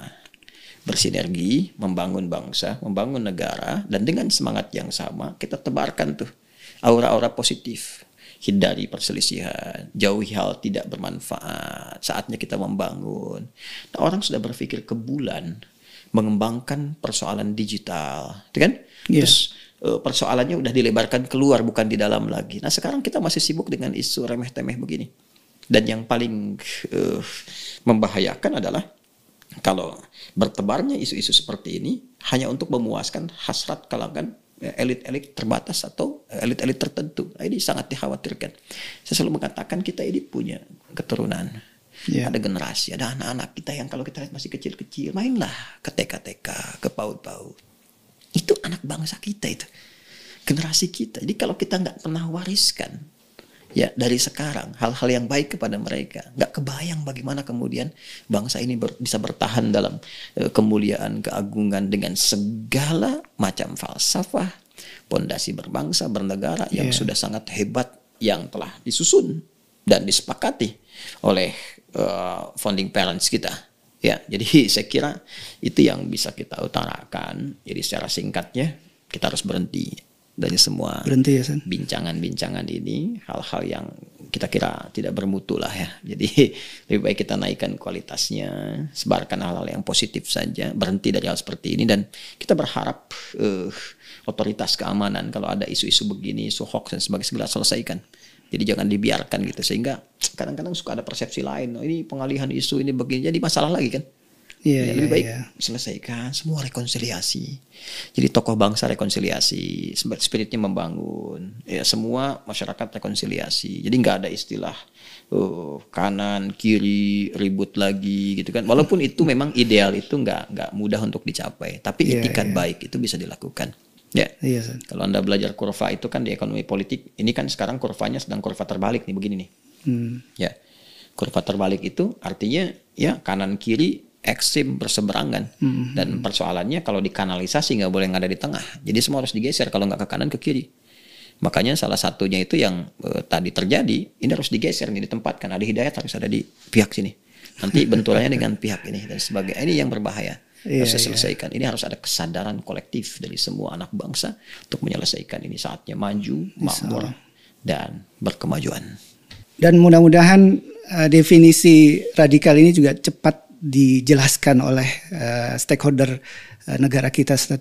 bersinergi, membangun bangsa, membangun negara, dan dengan semangat yang sama kita tebarkan tuh aura-aura positif. Hindari perselisihan, jauhi hal tidak bermanfaat. Saatnya kita membangun. Nah, orang sudah berpikir ke bulan, mengembangkan persoalan digital, kan? Yeah. Terus persoalannya udah dilebarkan keluar, bukan di dalam lagi. Nah sekarang kita masih sibuk dengan isu remeh-temeh begini. Dan yang paling uh, membahayakan adalah kalau bertebarnya isu-isu seperti ini hanya untuk memuaskan hasrat kalangan elit-elit terbatas atau elit-elit tertentu. Nah, ini sangat dikhawatirkan. Saya selalu mengatakan kita ini punya keturunan. Yeah. Ada generasi, ada anak-anak kita yang kalau kita lihat masih kecil-kecil, mainlah ke T K T K, ke PAUD-PAUD. Itu anak bangsa kita itu, generasi kita. Jadi kalau kita nggak pernah wariskan, ya dari sekarang hal-hal yang baik kepada mereka, nggak kebayang bagaimana kemudian bangsa ini ber, bisa bertahan dalam uh, kemuliaan, keagungan dengan segala macam falsafah, pondasi berbangsa, bernegara yang yeah. sudah sangat hebat, yang telah disusun dan disepakati oleh uh, founding parents kita. Ya, jadi saya kira itu yang bisa kita utarakan. Jadi secara singkatnya kita harus berhenti dari semua berhenti ya, San? bincangan-bincangan ini, hal-hal yang kita kira tidak bermutu lah ya. Jadi lebih baik kita naikkan kualitasnya, sebarkan hal-hal yang positif saja, berhenti dari hal seperti ini, dan kita berharap uh, otoritas keamanan kalau ada isu-isu begini, isu hoax dan sebagainya segera selesaikan. Jadi jangan dibiarkan gitu, sehingga kadang-kadang suka ada persepsi lain, oh, ini pengalihan isu ini begini, jadi masalah lagi kan. Yeah, ya, lebih yeah, baik yeah. selesaikan semua, rekonsiliasi. Jadi tokoh bangsa rekonsiliasi, spiritnya membangun. Ya semua masyarakat rekonsiliasi. Jadi nggak ada istilah uh, kanan kiri ribut lagi gitu kan. Walaupun itu memang ideal, itu nggak nggak mudah untuk dicapai. Tapi yeah, itikat yeah. baik itu bisa dilakukan. Ya, iya, kalau Anda belajar kurva itu kan di ekonomi politik, ini kan sekarang kurvanya sedang kurva terbalik nih, begini nih. Hmm. Ya, kurva terbalik itu artinya ya kanan kiri ekstrim berseberangan. Hmm. Dan persoalannya kalau dikanalisasi nggak boleh ada di tengah. Jadi semua harus digeser, kalau nggak ke kanan ke kiri. Makanya salah satunya itu yang eh, tadi terjadi, ini harus digeser nih, ditempatkan. Ada Hidayat harus ada di pihak sini. Nanti benturannya dengan pihak ini dan sebagainya. Ini yang berbahaya. Iya, harus diselesaikan. Iya. Ini harus ada kesadaran kolektif dari semua anak bangsa untuk menyelesaikan ini. Saatnya maju, makmur, dan berkemajuan. Dan mudah-mudahan uh, definisi radikal ini juga cepat dijelaskan oleh uh, stakeholder uh, negara kita uh,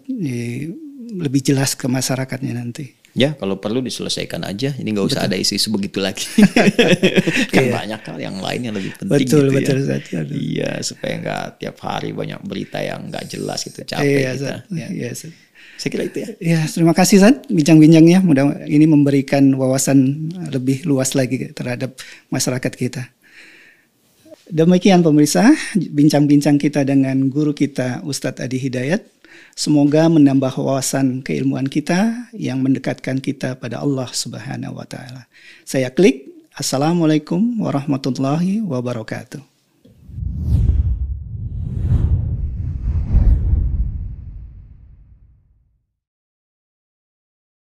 lebih jelas ke masyarakatnya nanti. Ya, kalau perlu diselesaikan aja. Ini nggak usah betul. Ada isu-isu begitu lagi. Kan iya. banyak hal yang lain yang lebih penting. Betul, gitu betul, ya. Betul. Iya, supaya nggak tiap hari banyak berita yang nggak jelas gitu, capek iya, kita. Ya. Iya, saya kira itu ya. Ya, terima kasih San, bincang-bincangnya. Mudah ini memberikan wawasan lebih luas lagi terhadap masyarakat kita. Demikian pemirsa, bincang-bincang kita dengan guru kita Ustadz Adi Hidayat. Semoga menambah wawasan keilmuan kita yang mendekatkan kita pada Allah Subhanahu wa taala. Saya Klik. Assalamualaikum warahmatullahi wabarakatuh.